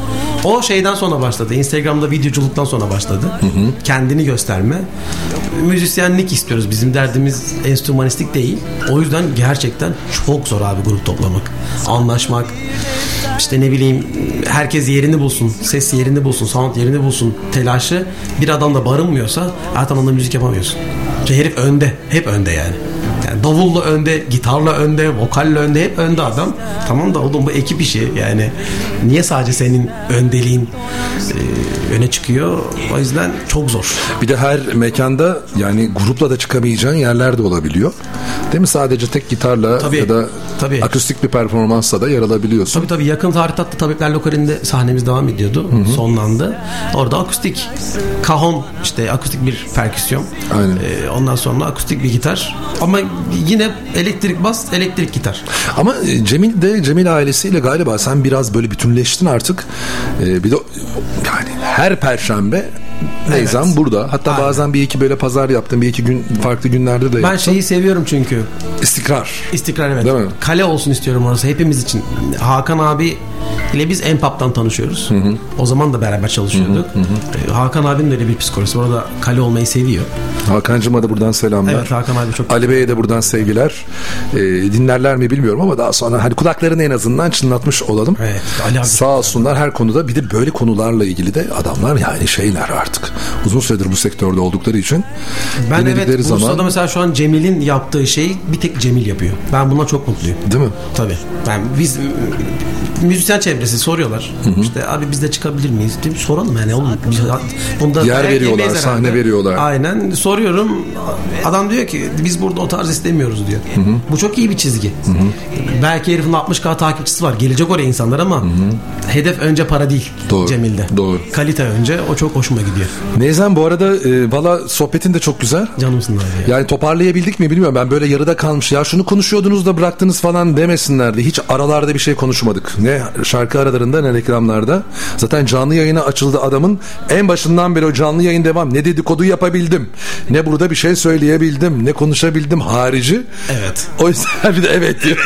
O şeyden sonra başladı. Instagram'da videoculuktan sonra başladı. Kendini gösterme. Müzisyenlik istiyoruz. Bizim derdimiz enstrümanistik değil. O yüzden gerçekten çok zor abi grup toplamak. Anlaşmak. İşte ne bileyim, herkes yerini bulsun. Ses yerini bulsun. Sound yerini bulsun. Telaşı bir adamda barınmıyorsa zaten onda müzik yapamıyorsun. Çünkü herif önde. Hep önde yani. Yani davulla önde, gitarla önde, vokalle önde, hep önde adam. Tamam da oğlum bu ekip işi yani. Niye sadece senin öndeliğin öne çıkıyor? O yüzden çok zor. Bir de her mekanda yani grupla da çıkamayacağın yerler de olabiliyor. Değil mi? Sadece tek gitarla ya da akustik bir performansla da yer alabiliyorsun. Tabii yakın tarihte Tabipler Lokali'nde sahnemiz devam ediyordu. Sonlandı. Orada akustik kahon, işte akustik bir perküsyon. Aynen. Ondan sonra akustik bir gitar. Ama yine elektrik bas, elektrik gitar. Ama Cemil ailesiyle galiba sen biraz böyle bütünleştin artık. Bir de yani her perşembe Neyzem burada. Hatta bazen bir iki böyle pazar yaptım. Bir iki gün farklı günlerde de yaptım. Ben şeyi seviyorum çünkü. İstikrar. İstikrar, evet. Değil mi? Kale olsun istiyorum orası hepimiz için. Hakan abi ile biz Empap'tan tanışıyoruz. O zaman da beraber çalışıyorduk. Hakan abinin de öyle bir psikolojisi. Orada kale olmayı seviyor. Hakan'cığıma da buradan selamlar. Evet, Hakan abi çok. Ali Bey'e de buradan sevgiler. Dinlerler mi bilmiyorum ama daha sonra hani kulaklarını en azından çınlatmış olalım. Evet, Ali abi. Sağ olsunlar her konuda. Bir de böyle konularla ilgili de adamlar yani şeyler artık. Uzun süredir bu sektörde oldukları için. Ben evet Bursa'da mesela şu an Cemil'in yaptığı şeyi bir tek Cemil yapıyor. Ben bundan çok mutluyum. Değil mi? Tabii. Biz müzisyen çevresi soruyorlar. İşte abi biz de çıkabilir miyiz? Diye soralım yani oğlum. Yer veriyorlar, sahne veriyorlar. Aynen. Soruyorum. Adam diyor ki biz burada o tarz istemiyoruz diyor. Bu çok iyi bir çizgi. Belki herifin 60K takipçisi var. Gelecek oraya insanlar ama hedef önce para değil. Doğru. Cemil'de. Doğru. Kalite önce. O çok hoşuma gidiyor. Neyzen bu arada valla sohbetin de çok güzel. Canımsın abi. Yani toparlayabildik mi bilmiyorum. Ben böyle yarıda kalmış. Ya şunu konuşuyordunuz da bıraktınız falan demesinlerdi. Hiç aralarda bir şey konuşmadık. Ne şarkı aralarında ne reklamlarda. Zaten canlı yayına açıldı adamın. En başından beri o canlı yayın devam. Ne dedikodu yapabildim. Ne burada bir şey söyleyebildim. Ne konuşabildim harici. Evet. O yüzden bir de evet diyor.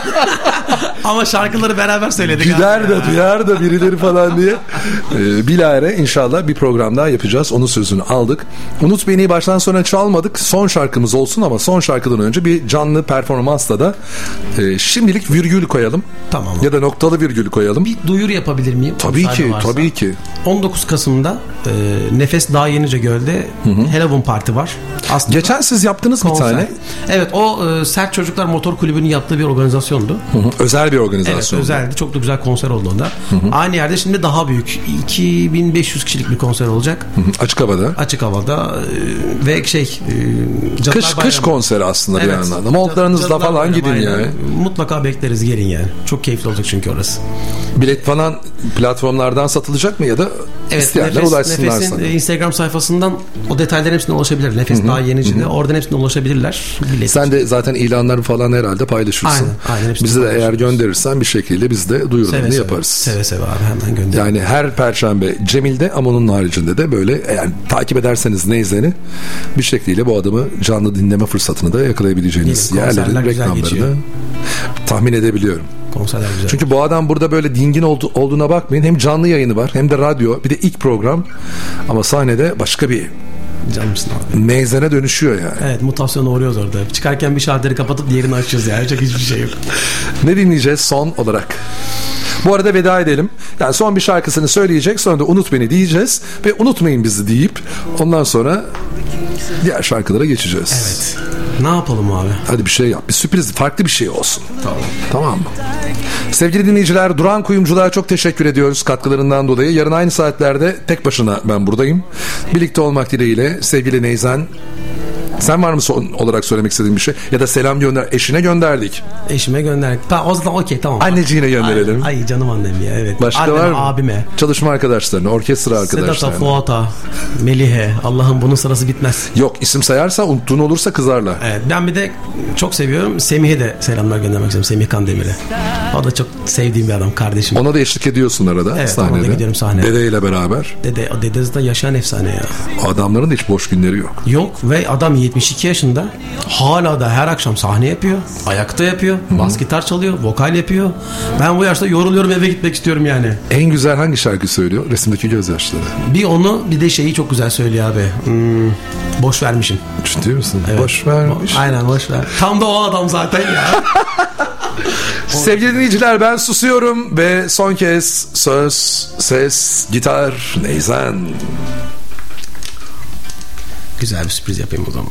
Ama şarkıları beraber söyledik. Güler de duyar da birileri falan diye. Bilahare inşallah bir program daha yapacağız. Onun sözünü aldık. Unut Beni baştan sona çalmadık. Son şarkımız olsun ama son şarkıdan önce bir canlı performansla da şimdilik virgül koyalım. Tamam. Ya da noktalı virgül koyalım. Bir duyuru yapabilir miyim? Tabii ki, tabii ki. 19 Kasım'da Nefes Dağ Yenicegöl'de Halloween Parti var. Aslında geçen siz yaptınız konser. Bir tane. Evet, o Sert Çocuklar Motor Kulübü'nün yaptığı bir organizasyondu. Özel bir organizasyon. Evet, özeldi. Çok da güzel konser oldu onda. Aynı yerde şimdi daha büyük 2500 kişilik bir konser olacak. Açık havada. Açık havada ve kış konseri aslında bir yandan. Montlarınızla falan gidin yani. Mutlaka bekleriz, gelin yani. Çok keyifli olacak çünkü orası. Bilet falan platformlardan satılacak mı ya da isteyenler ulaşsınlar sana? Nefes'in Instagram sayfasından o detayların hepsine ulaşabilirler. Nefes daha Yenici'de. Oradan hepsine ulaşabilirler. Sen de zaten ilanları falan herhalde paylaşırsın. Aynen. Bize de eğer gönderirsen bir şekilde biz de duyurularını yaparız. Seve seve abi, hemen gönder. Yani her perşembe Cemil'de ama onun haricinde de böyle yani takip ederseniz Neyzen'i bir şekilde bu adamı canlı dinleme fırsatını da yakalayabileceğiniz yerlerin reklamlarını tahmin edebiliyorum. Konserler güzel. Çünkü bu adam burada böyle dingin olduğuna bakmayın. Hem canlı yayını var hem de radyo. Bir de ilk program. Ama sahnede başka bir canımsın abi. Neyzen'e dönüşüyor yani. Evet, mutasyona uğruyoruz orada. Çıkarken bir şalteri kapatıp diğerini açıyoruz yani. Çok hiçbir şey yok. Ne dinleyeceğiz son olarak? Bu arada veda edelim. Yani son bir şarkısını söyleyecek. Sonra da Unut Beni diyeceğiz. Ve unutmayın bizi deyip ondan sonra diğer şarkılara geçeceğiz. Evet. Ne yapalım abi? Hadi bir şey yap. Bir sürpriz, farklı bir şey olsun. Tamam mı? Sevgili dinleyiciler, Duran Kuyumculuğa çok teşekkür ediyoruz katkılarından dolayı. Yarın aynı saatlerde tek başına ben buradayım. Birlikte olmak dileğiyle sevgili Neyzen. Sen var mı son olarak söylemek istediğin bir şey? Ya da selam gönder. Eşine gönderdik. Eşime gönderdik. O zaman okey, tamam. Anneciğine gönderelim. Ay canım annem ya, evet. Başka anneme, var mı? Abime. Çalışma arkadaşlarına, orkestra arkadaşlarına. Sedat'a, Fuat'a, Melih'e. Allah'ım bunun sırası bitmez. Yok, isim sayarsa unuttuğun olursa kızarlar. Evet, ben bir de çok seviyorum. Semih'e de selamlar göndermek istiyorum. Semih Kandemir'e. O da çok sevdiğim bir adam, kardeşim. Ona da eşlik ediyorsun arada. Evet, sahnede. ona da gidiyorum sahneye. Dede ile beraber. Dede de yaşayan efsane ya. O adamların da hiç boş günleri yok. Yok ve adam 72 yaşında. Hala da her akşam sahne yapıyor. Ayakta yapıyor. Bas gitar çalıyor. Vokal yapıyor. Ben bu yaşta yoruluyorum, eve gitmek istiyorum yani. En güzel hangi şarkı söylüyor? Resimdeki gözyaşları. Bir onu, bir de şeyi çok güzel söylüyor abi. Boş vermişim. Ciddi misin? Evet. Boş vermiş. Aynen, boş ver. Tam da o adam zaten ya. Sevgili dinleyiciler, ben susuyorum ve son kez söz, ses, gitar, neyzen. Güzel bir sürpriz yapayım o zaman.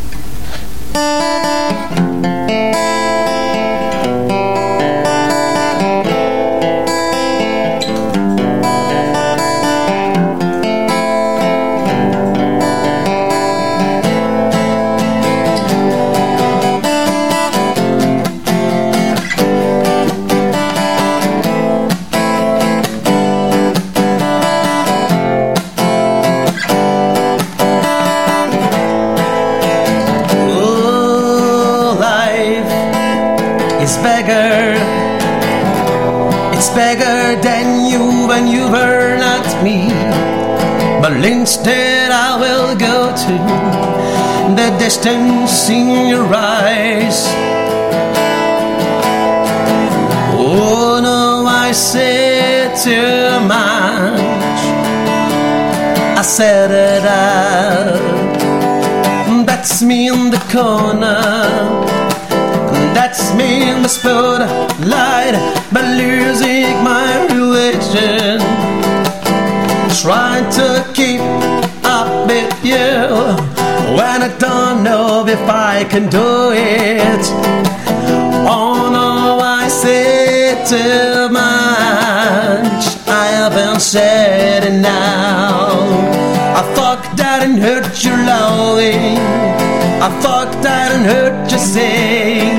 Bigger than you when you were not me. But instead I will go to the distance in your eyes. Oh no, I said too much. I said it out. That's me in the corner. That's me in the spotlight, but losing my religion. Trying to keep up with you when I don't know if I can do it. Oh no, I said too much. I haven't said it now. I thought that and hurt your loving. I thought that and hurt your sing.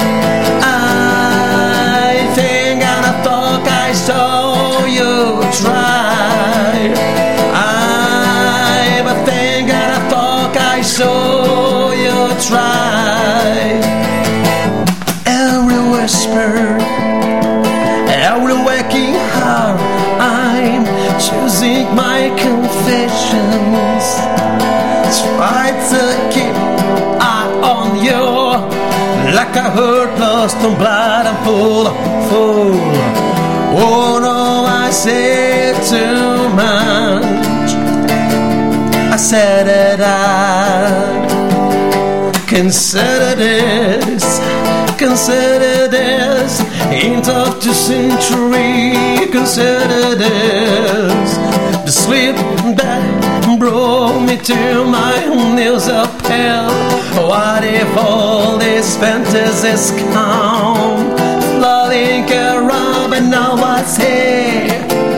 I think and I thought I saw you try. I think and I thought I saw you try. Every whisper, every waking hour, I'm choosing my confessions. Try to keep eye on you, like a hurt, lost and blind and full. Oh no, I said too much. I said it out. Consider this end of the century. Consider this the sleep that brought me to my knees up hell. What if all these fantasies come flooding around, but now I say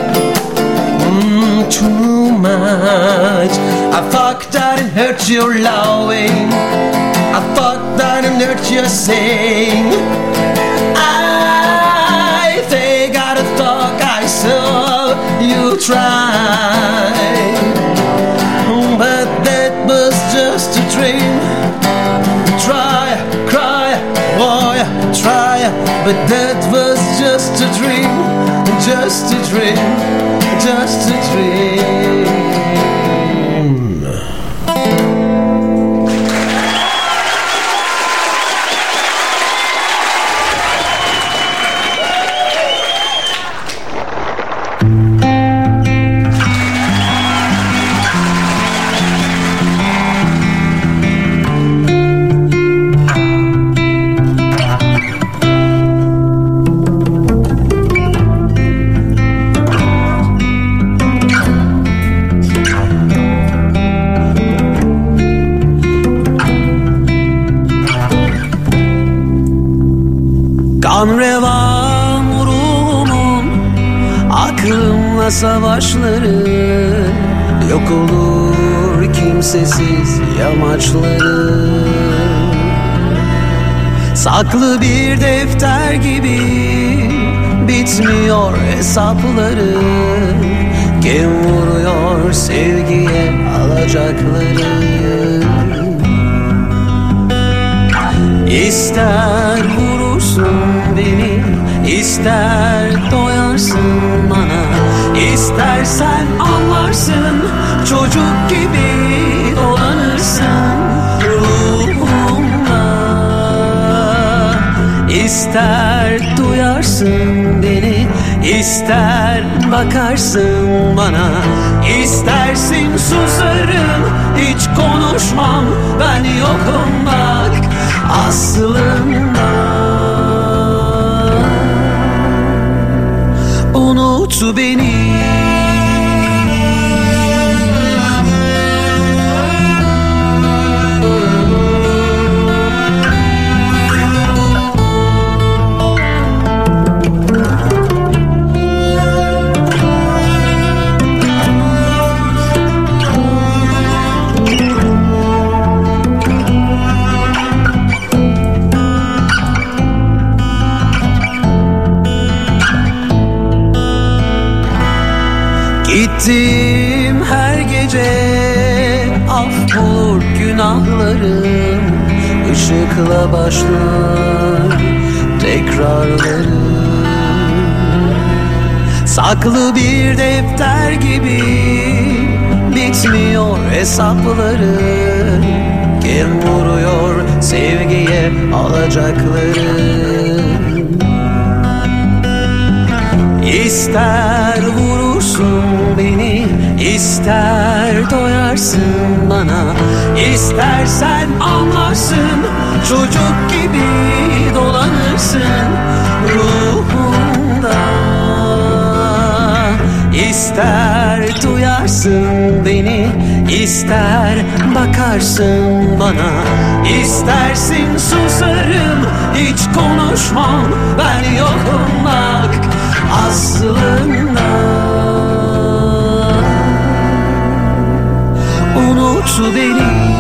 too much. I thought that it hurt your loving. I thought that it hurt your sing. I think I thought I saw you try, but that was just a dream. Try, cry, boy, try, but that was just a dream, just a dream, just a dream. Kan revan ruhumun, aklımla savaşları, yok olur kimsesiz yamaçları. Saklı bir defter gibi bitmiyor hesapları. Kim vuruyor sevgiye alacakları? İster vurursun beni, ister doyarsın bana, istersen anlarsın, çocuk gibi dolanırsın. doyarsın beni, ister bakarsın bana, istersin susarım, hiç konuşmam, ben yokum bak aslında. Unut beni. Gittim her gece, af bulur günahlarım, ışıkla başlar tekrarlarım. Saklı bir defter gibi bitmiyor hesaplarım, kim vuruyor sevgiye alacaklarım. İster vurursun beni, ister doyarsın bana, istersen anlarsın, çocuk gibi dolanırsın ruhumda. İster duyarsın beni, ister bakarsın bana, istersin susarım, hiç konuşmam, ben yokum bak aslında. Unut beni.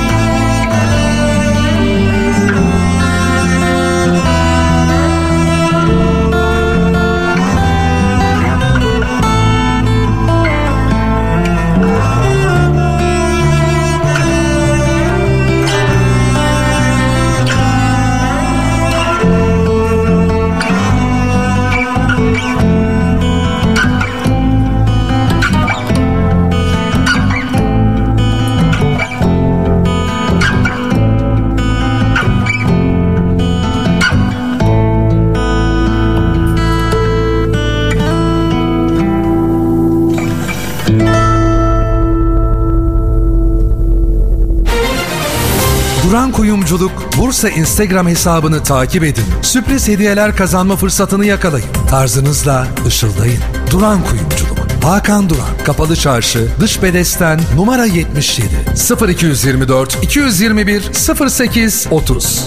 Duran Kuyumculuk Bursa Instagram hesabını takip edin. Sürpriz hediyeler kazanma fırsatını yakalayın. Tarzınızla ışıldayın. Duran Kuyumculuk. Hakan Duran, Kapalı Çarşı, Dış Bedesten, numara 77, 0224 221 08 30.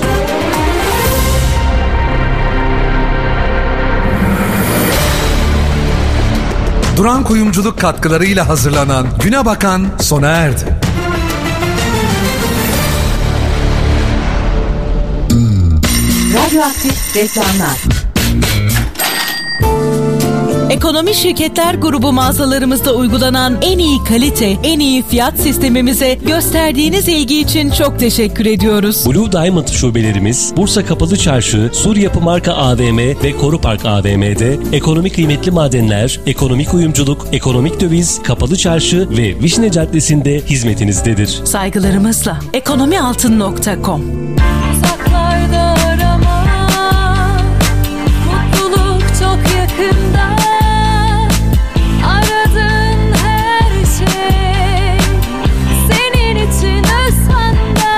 Duran Kuyumculuk katkılarıyla hazırlanan Güne Bakan sona erdi. Radyoaktif reklamlar. Ekonomi Şirketler Grubu mağazalarımızda uygulanan en iyi kalite, en iyi fiyat sistemimize gösterdiğiniz ilgi için çok teşekkür ediyoruz. Blue Diamond şubelerimiz Bursa Kapalı Çarşı, Sur Yapı Marka AVM ve Koru Park AVM'de ekonomik kıymetli madenler, ekonomik uyumculuk, ekonomik döviz, Kapalı Çarşı ve Vişne Caddesi'nde hizmetinizdedir. Saygılarımızla ekonomialtın.com. Uzaklarda arama, mutluluk çok yakında. Aradığın her şey senin için özsanda.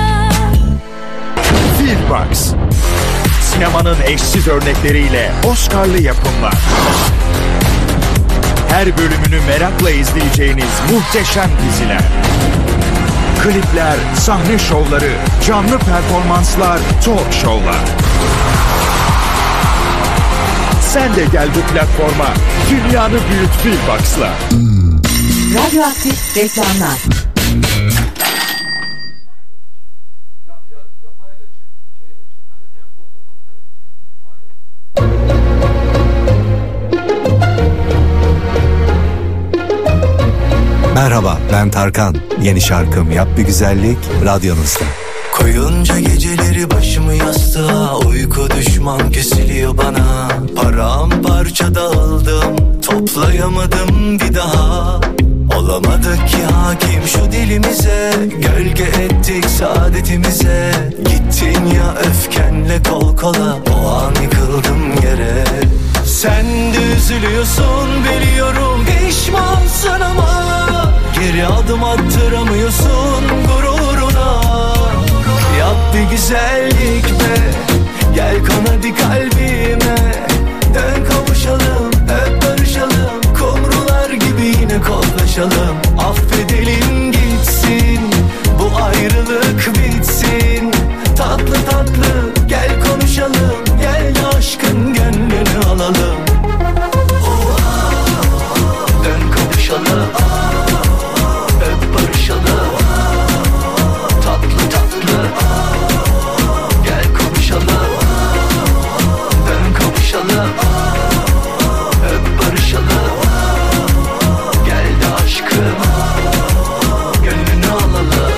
Filmbox. Sinemanın eşsiz örnekleriyle Oscar'lı yapımlar. Her bölümünü merakla izleyeceğiniz muhteşem diziler. Klipler, sahne şovları, canlı performanslar, talk show'lar. Sen de gel bu platforma. Dünyanı büyüt Filmbox'la. Radyoaktif reklamlar. Merhaba, ben Tarkan. Yeni şarkım Yap Bir Güzellik radyonuzda. Koyunca geceleri başımı yastığa, uyku düşman kesiliyor bana. Paramparça dağıldım, toplayamadım bir daha. Olamadık ki hakim şu dilimize, gölge ettik saadetimize. Gittin ya öfkenle kol kola, o an yıkıldım yere. Sen de üzülüyorsun biliyorum, pişmansın ama geri adım attıramıyorsun gururuna. Yap bir güzellik be, gel kon hadi kalbime. Dön kavuşalım, öp barışalım, kumrular gibi yine kollaşalım. Affedelim gitsin, bu ayrılık bitsin. Tatlı tatlı gel konuşalım, gel de aşkın gönlünü alalım. Dön kavuşalım, öp barışalım. Tatlı tatlı gel konuşalım, dön kavuşalım, öp barışalım. Gel de aşkım gönlünü alalım.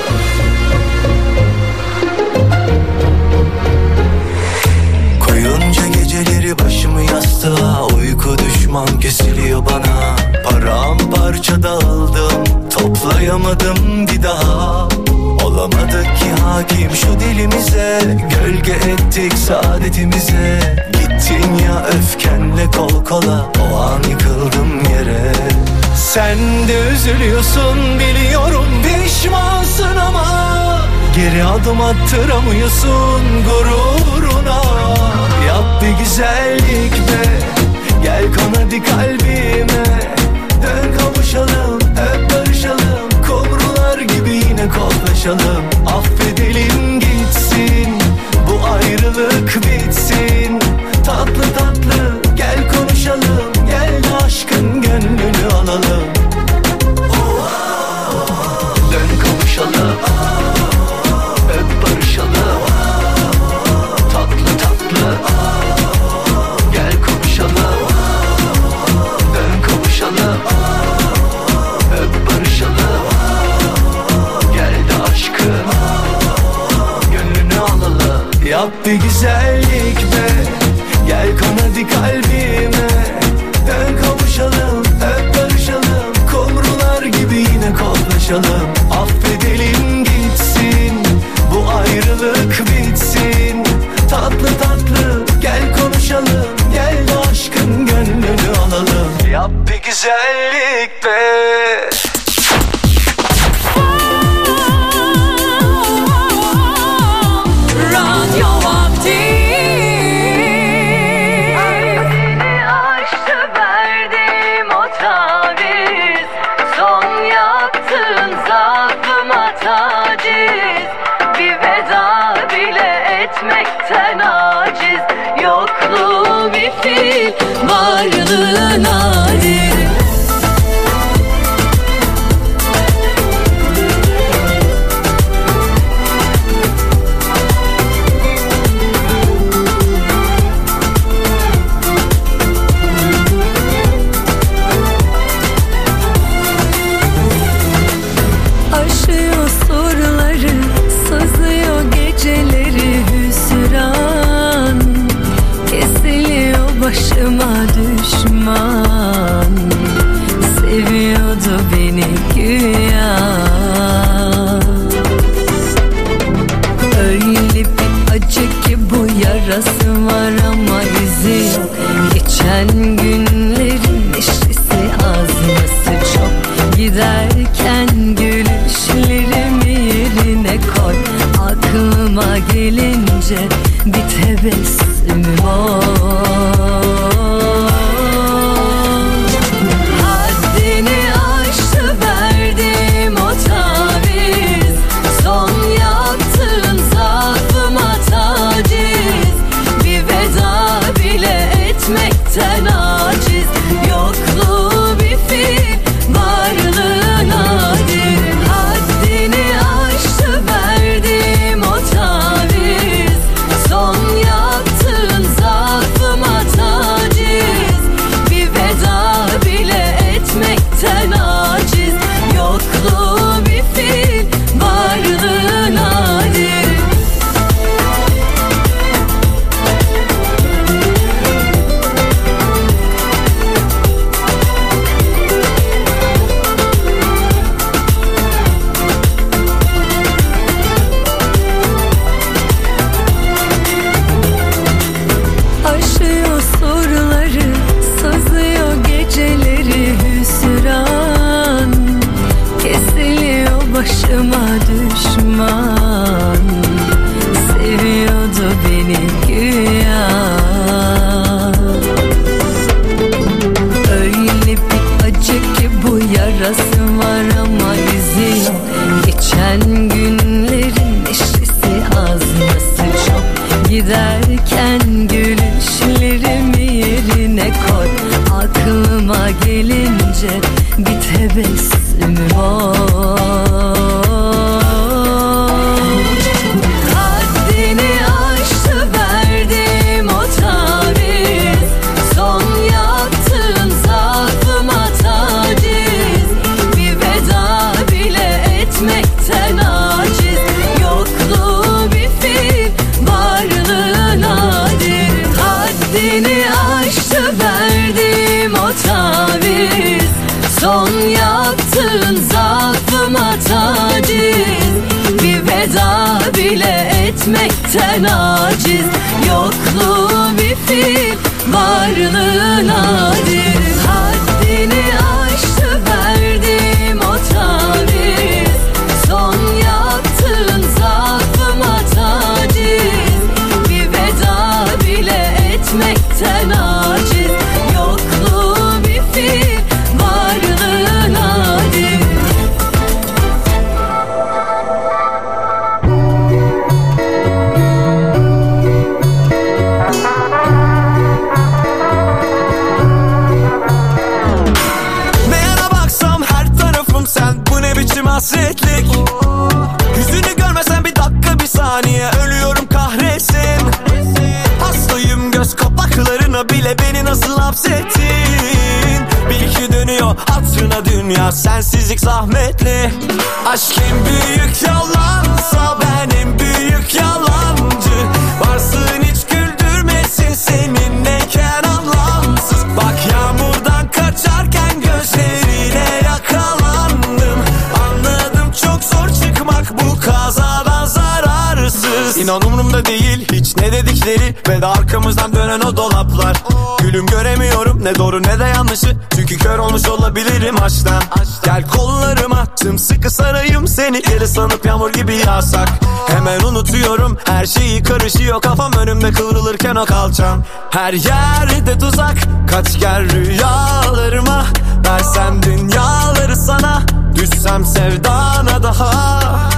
Koyunca geceleri başımı yastığa, uyku düşman kesiliyor bana. Paramparça dağıldım, toplayamadım bir daha. Olamadık ki hakim şu dilimize, gölge ettik saadetimize. Gittin ya öfkenle kol kola, o an yıkıldım yere. Sen de üzülüyorsun biliyorum, pişmansın ama geri adım attıramıyorsun gururuna. Yap bir güzellik be, gel kon hadi kalbime. Dön kavuşalım, öp barışalım, kumrular gibi yine kollaşalım. Affedelim gitsin, bu ayrılık bitsin. Tatlı tatlı gel konuşalım, gel de aşkın gönlünü alalım. Dön kavuşalım, öp barışalım. Tatlı tatlı gel konuşalım, dön kavuşalım, öp barışalım. Gel de aşkın gönlünü alalım. Yap bir güzellik be, gel kon hadi kalbime. Dön kavuşalım, öp barışalım, kumrular gibi yine kollaşalım. Affedelim gitsin, bu ayrılık bitsin. Tatlı tatlı gel konuşalım, gel de aşkın gönlünü alalım. Yap bir güzellik be. Seni aştı verdim o taviz, son yaptığın zaafıma taciz. Bir veda bile etmekten aciz, yokluğu bir fil, varlığı nadir. Aşıyor surları, sızıyor geceleri hüsran. Kesiliyor başıma düşman, seviyordu beni güya. Öyle bir acı ki bu yarası var ama izi yok. Geçen günlerin neşesi azması çok. Giderken gülüşlerimi yerine koy. Aklıma gelince bir tebessümüm ol. Haddini aştı verdim o taviz, son yaptığım zaafıma taciz. Bir veda bile etmekten aciz, yokluğu bir fil, varlığı nadir. Haddini aştı verdim o taviz, son yaptığım zaafıma taciz. düşman, seviyordu beni güya. Öyle bir acı ki bu yarası var ama izi yok. Geçen günlerin neşesi az, nasıl çok. Giderken gülüşlerimi yerine koy. Aklıma gelince bir tebessüm ol. Haddini aştı verdim o taviz, son yaptığım zaafıma taciz. Bir veda bile etmekten aciz, yokluğu bir fiil, varlığı nadir. Haddini aştı verdim o taviz, son yaptığın zaafıma taciz. Bir veda bile etmekten aciz, yokluğu bir fiil, varlığı nadir. Haddini aştı verdim o taviz, son yaptığın zaafıma taciz. Bir veda bile etmekten aciz, yokluğu bir fiil, varlığı nadir. Neyine baksam her tarafım sen, bu ne biçim hasretlik. Yüzünü görmesen bir dakika bir saniye ölüyorum kahretsin. Hastayım göz kapaklarına bile, beni nasıl hapsettin. Bil ki dönüyor hatırına dünya, sensizlik zahmetli. Aşk en büyük yalansa ben en büyük yalancı. Varsın hiç güldürmesin seninleyken anlamsız. Bak yağmurdan kaçarken gözlerine yakalandım. Anladım çok zor çıkmak bu kazadan zararsız. İnan umurumda değil hiç ne dedikleri ve de arkamızdan dönen o dolaplar. Gülüm göremiyorum ne doğru ne de yanlışı, çünkü kör olmuş olabilirim aşktan. Gel kollarıma sımsıkı sarayım seni, deli sanıp yağmur gibi yağsak. Hemen unutuyorum her şeyi, karışıyor kafam önümde kıvrılırken o kalçam. Her yerde tuzak, kaç gel rüyalarıma. Versem dünyaları sana, düşsem sevdana daha.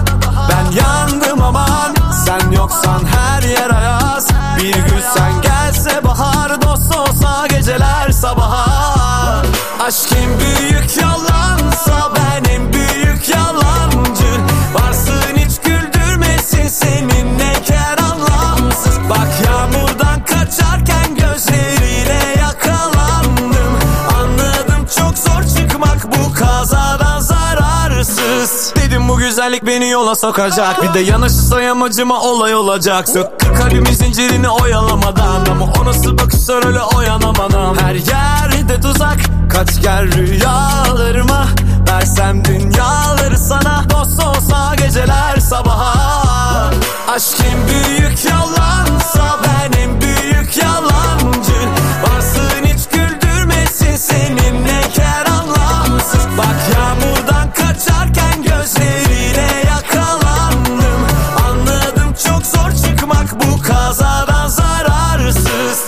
Ben yandım aman, sen yoksan her yer ayaz. Bir gün sen gelse bahar, dost olsa geceler sabaha. Aşk en büyük yalansa ben en büyük yalancı. Varsın hiç güldürmesin seninleyken anlamsız. Bak yağmurdan kaçarken gözlerine yakalandım. Anladım çok zor çıkmak bu kazadan zararsız. Dedim bu güzellik beni yola sokacak, bir de yanaşırsa yamacıma olay olacak. Söktü kalbimin zincirini oyalamadan, ama o nasıl bakışlar öyle oyanamadan. Her yerde tuzak, kaç gel rüyalarıma. Versem dünyaları sana, dost olsa geceler sabaha. Aşk en büyük yalansa ben en büyük yalancı. Varsın hiç güldürmesin seninleyken anlamsız. Bak yağmurdan kaçarken gözlerine yakalandım. Anladım çok zor çıkmak bu kazadan zararsız.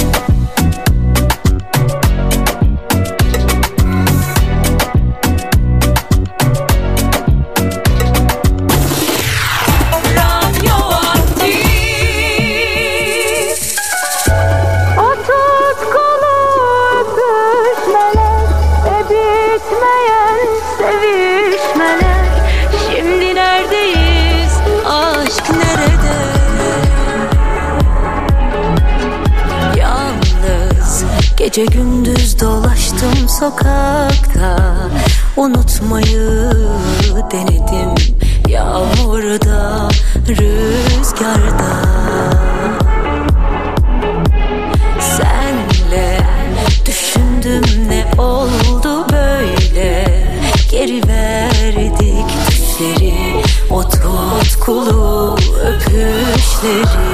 Gece gündüz dolaştım sokakta, unutmayı denedim. Yağmurda, rüzgarda. Senle düşündüm ne oldu böyle. Geri verdik düşleri, o tutkulu öpüşleri.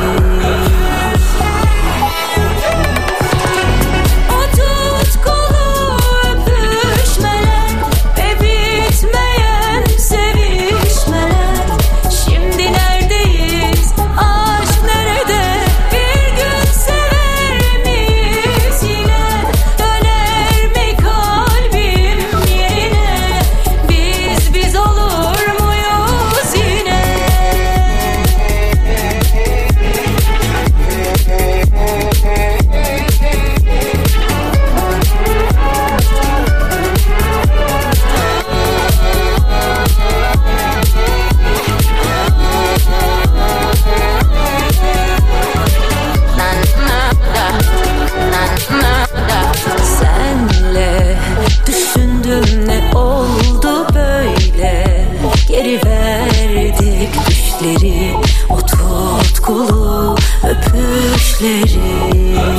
düşleri.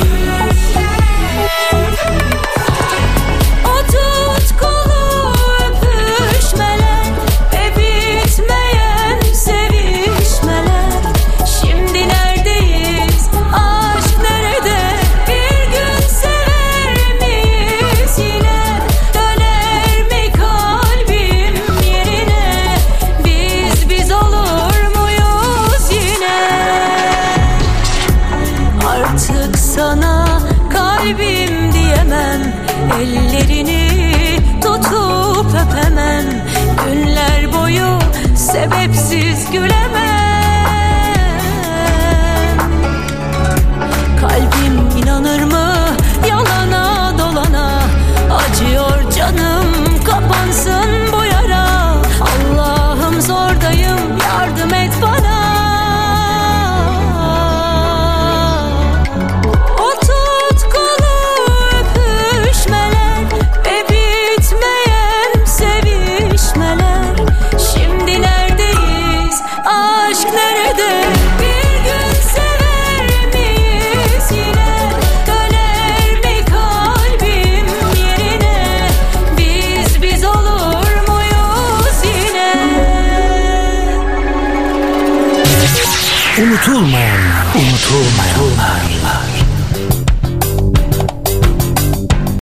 O tutkulu öpüşmeler ve bitmeyen sevişmeler. Şimdi neredeyiz? Aşk nerede? Bir gün sever miyiz yine? Döner mi kalbim yerine? Biz olur muyuz yine? Artık sana kalbim diyemem, ellerini tutup öpemem, günler boyu sebepsiz gülemem. Kalbim inanır mı yalana dolana? Acıyor canım, kapansın bu yara. Allah'ım zordayım, yardım et bana. O tutkulu öpüşmeler ve bitmeyen sevişmeler. Şimdi neredeyiz? Aşk nerede? Bir gün sever miyiz yine? Döner mi kalbim yerine? Biz olur muyuz yine? Unutulmayanlar.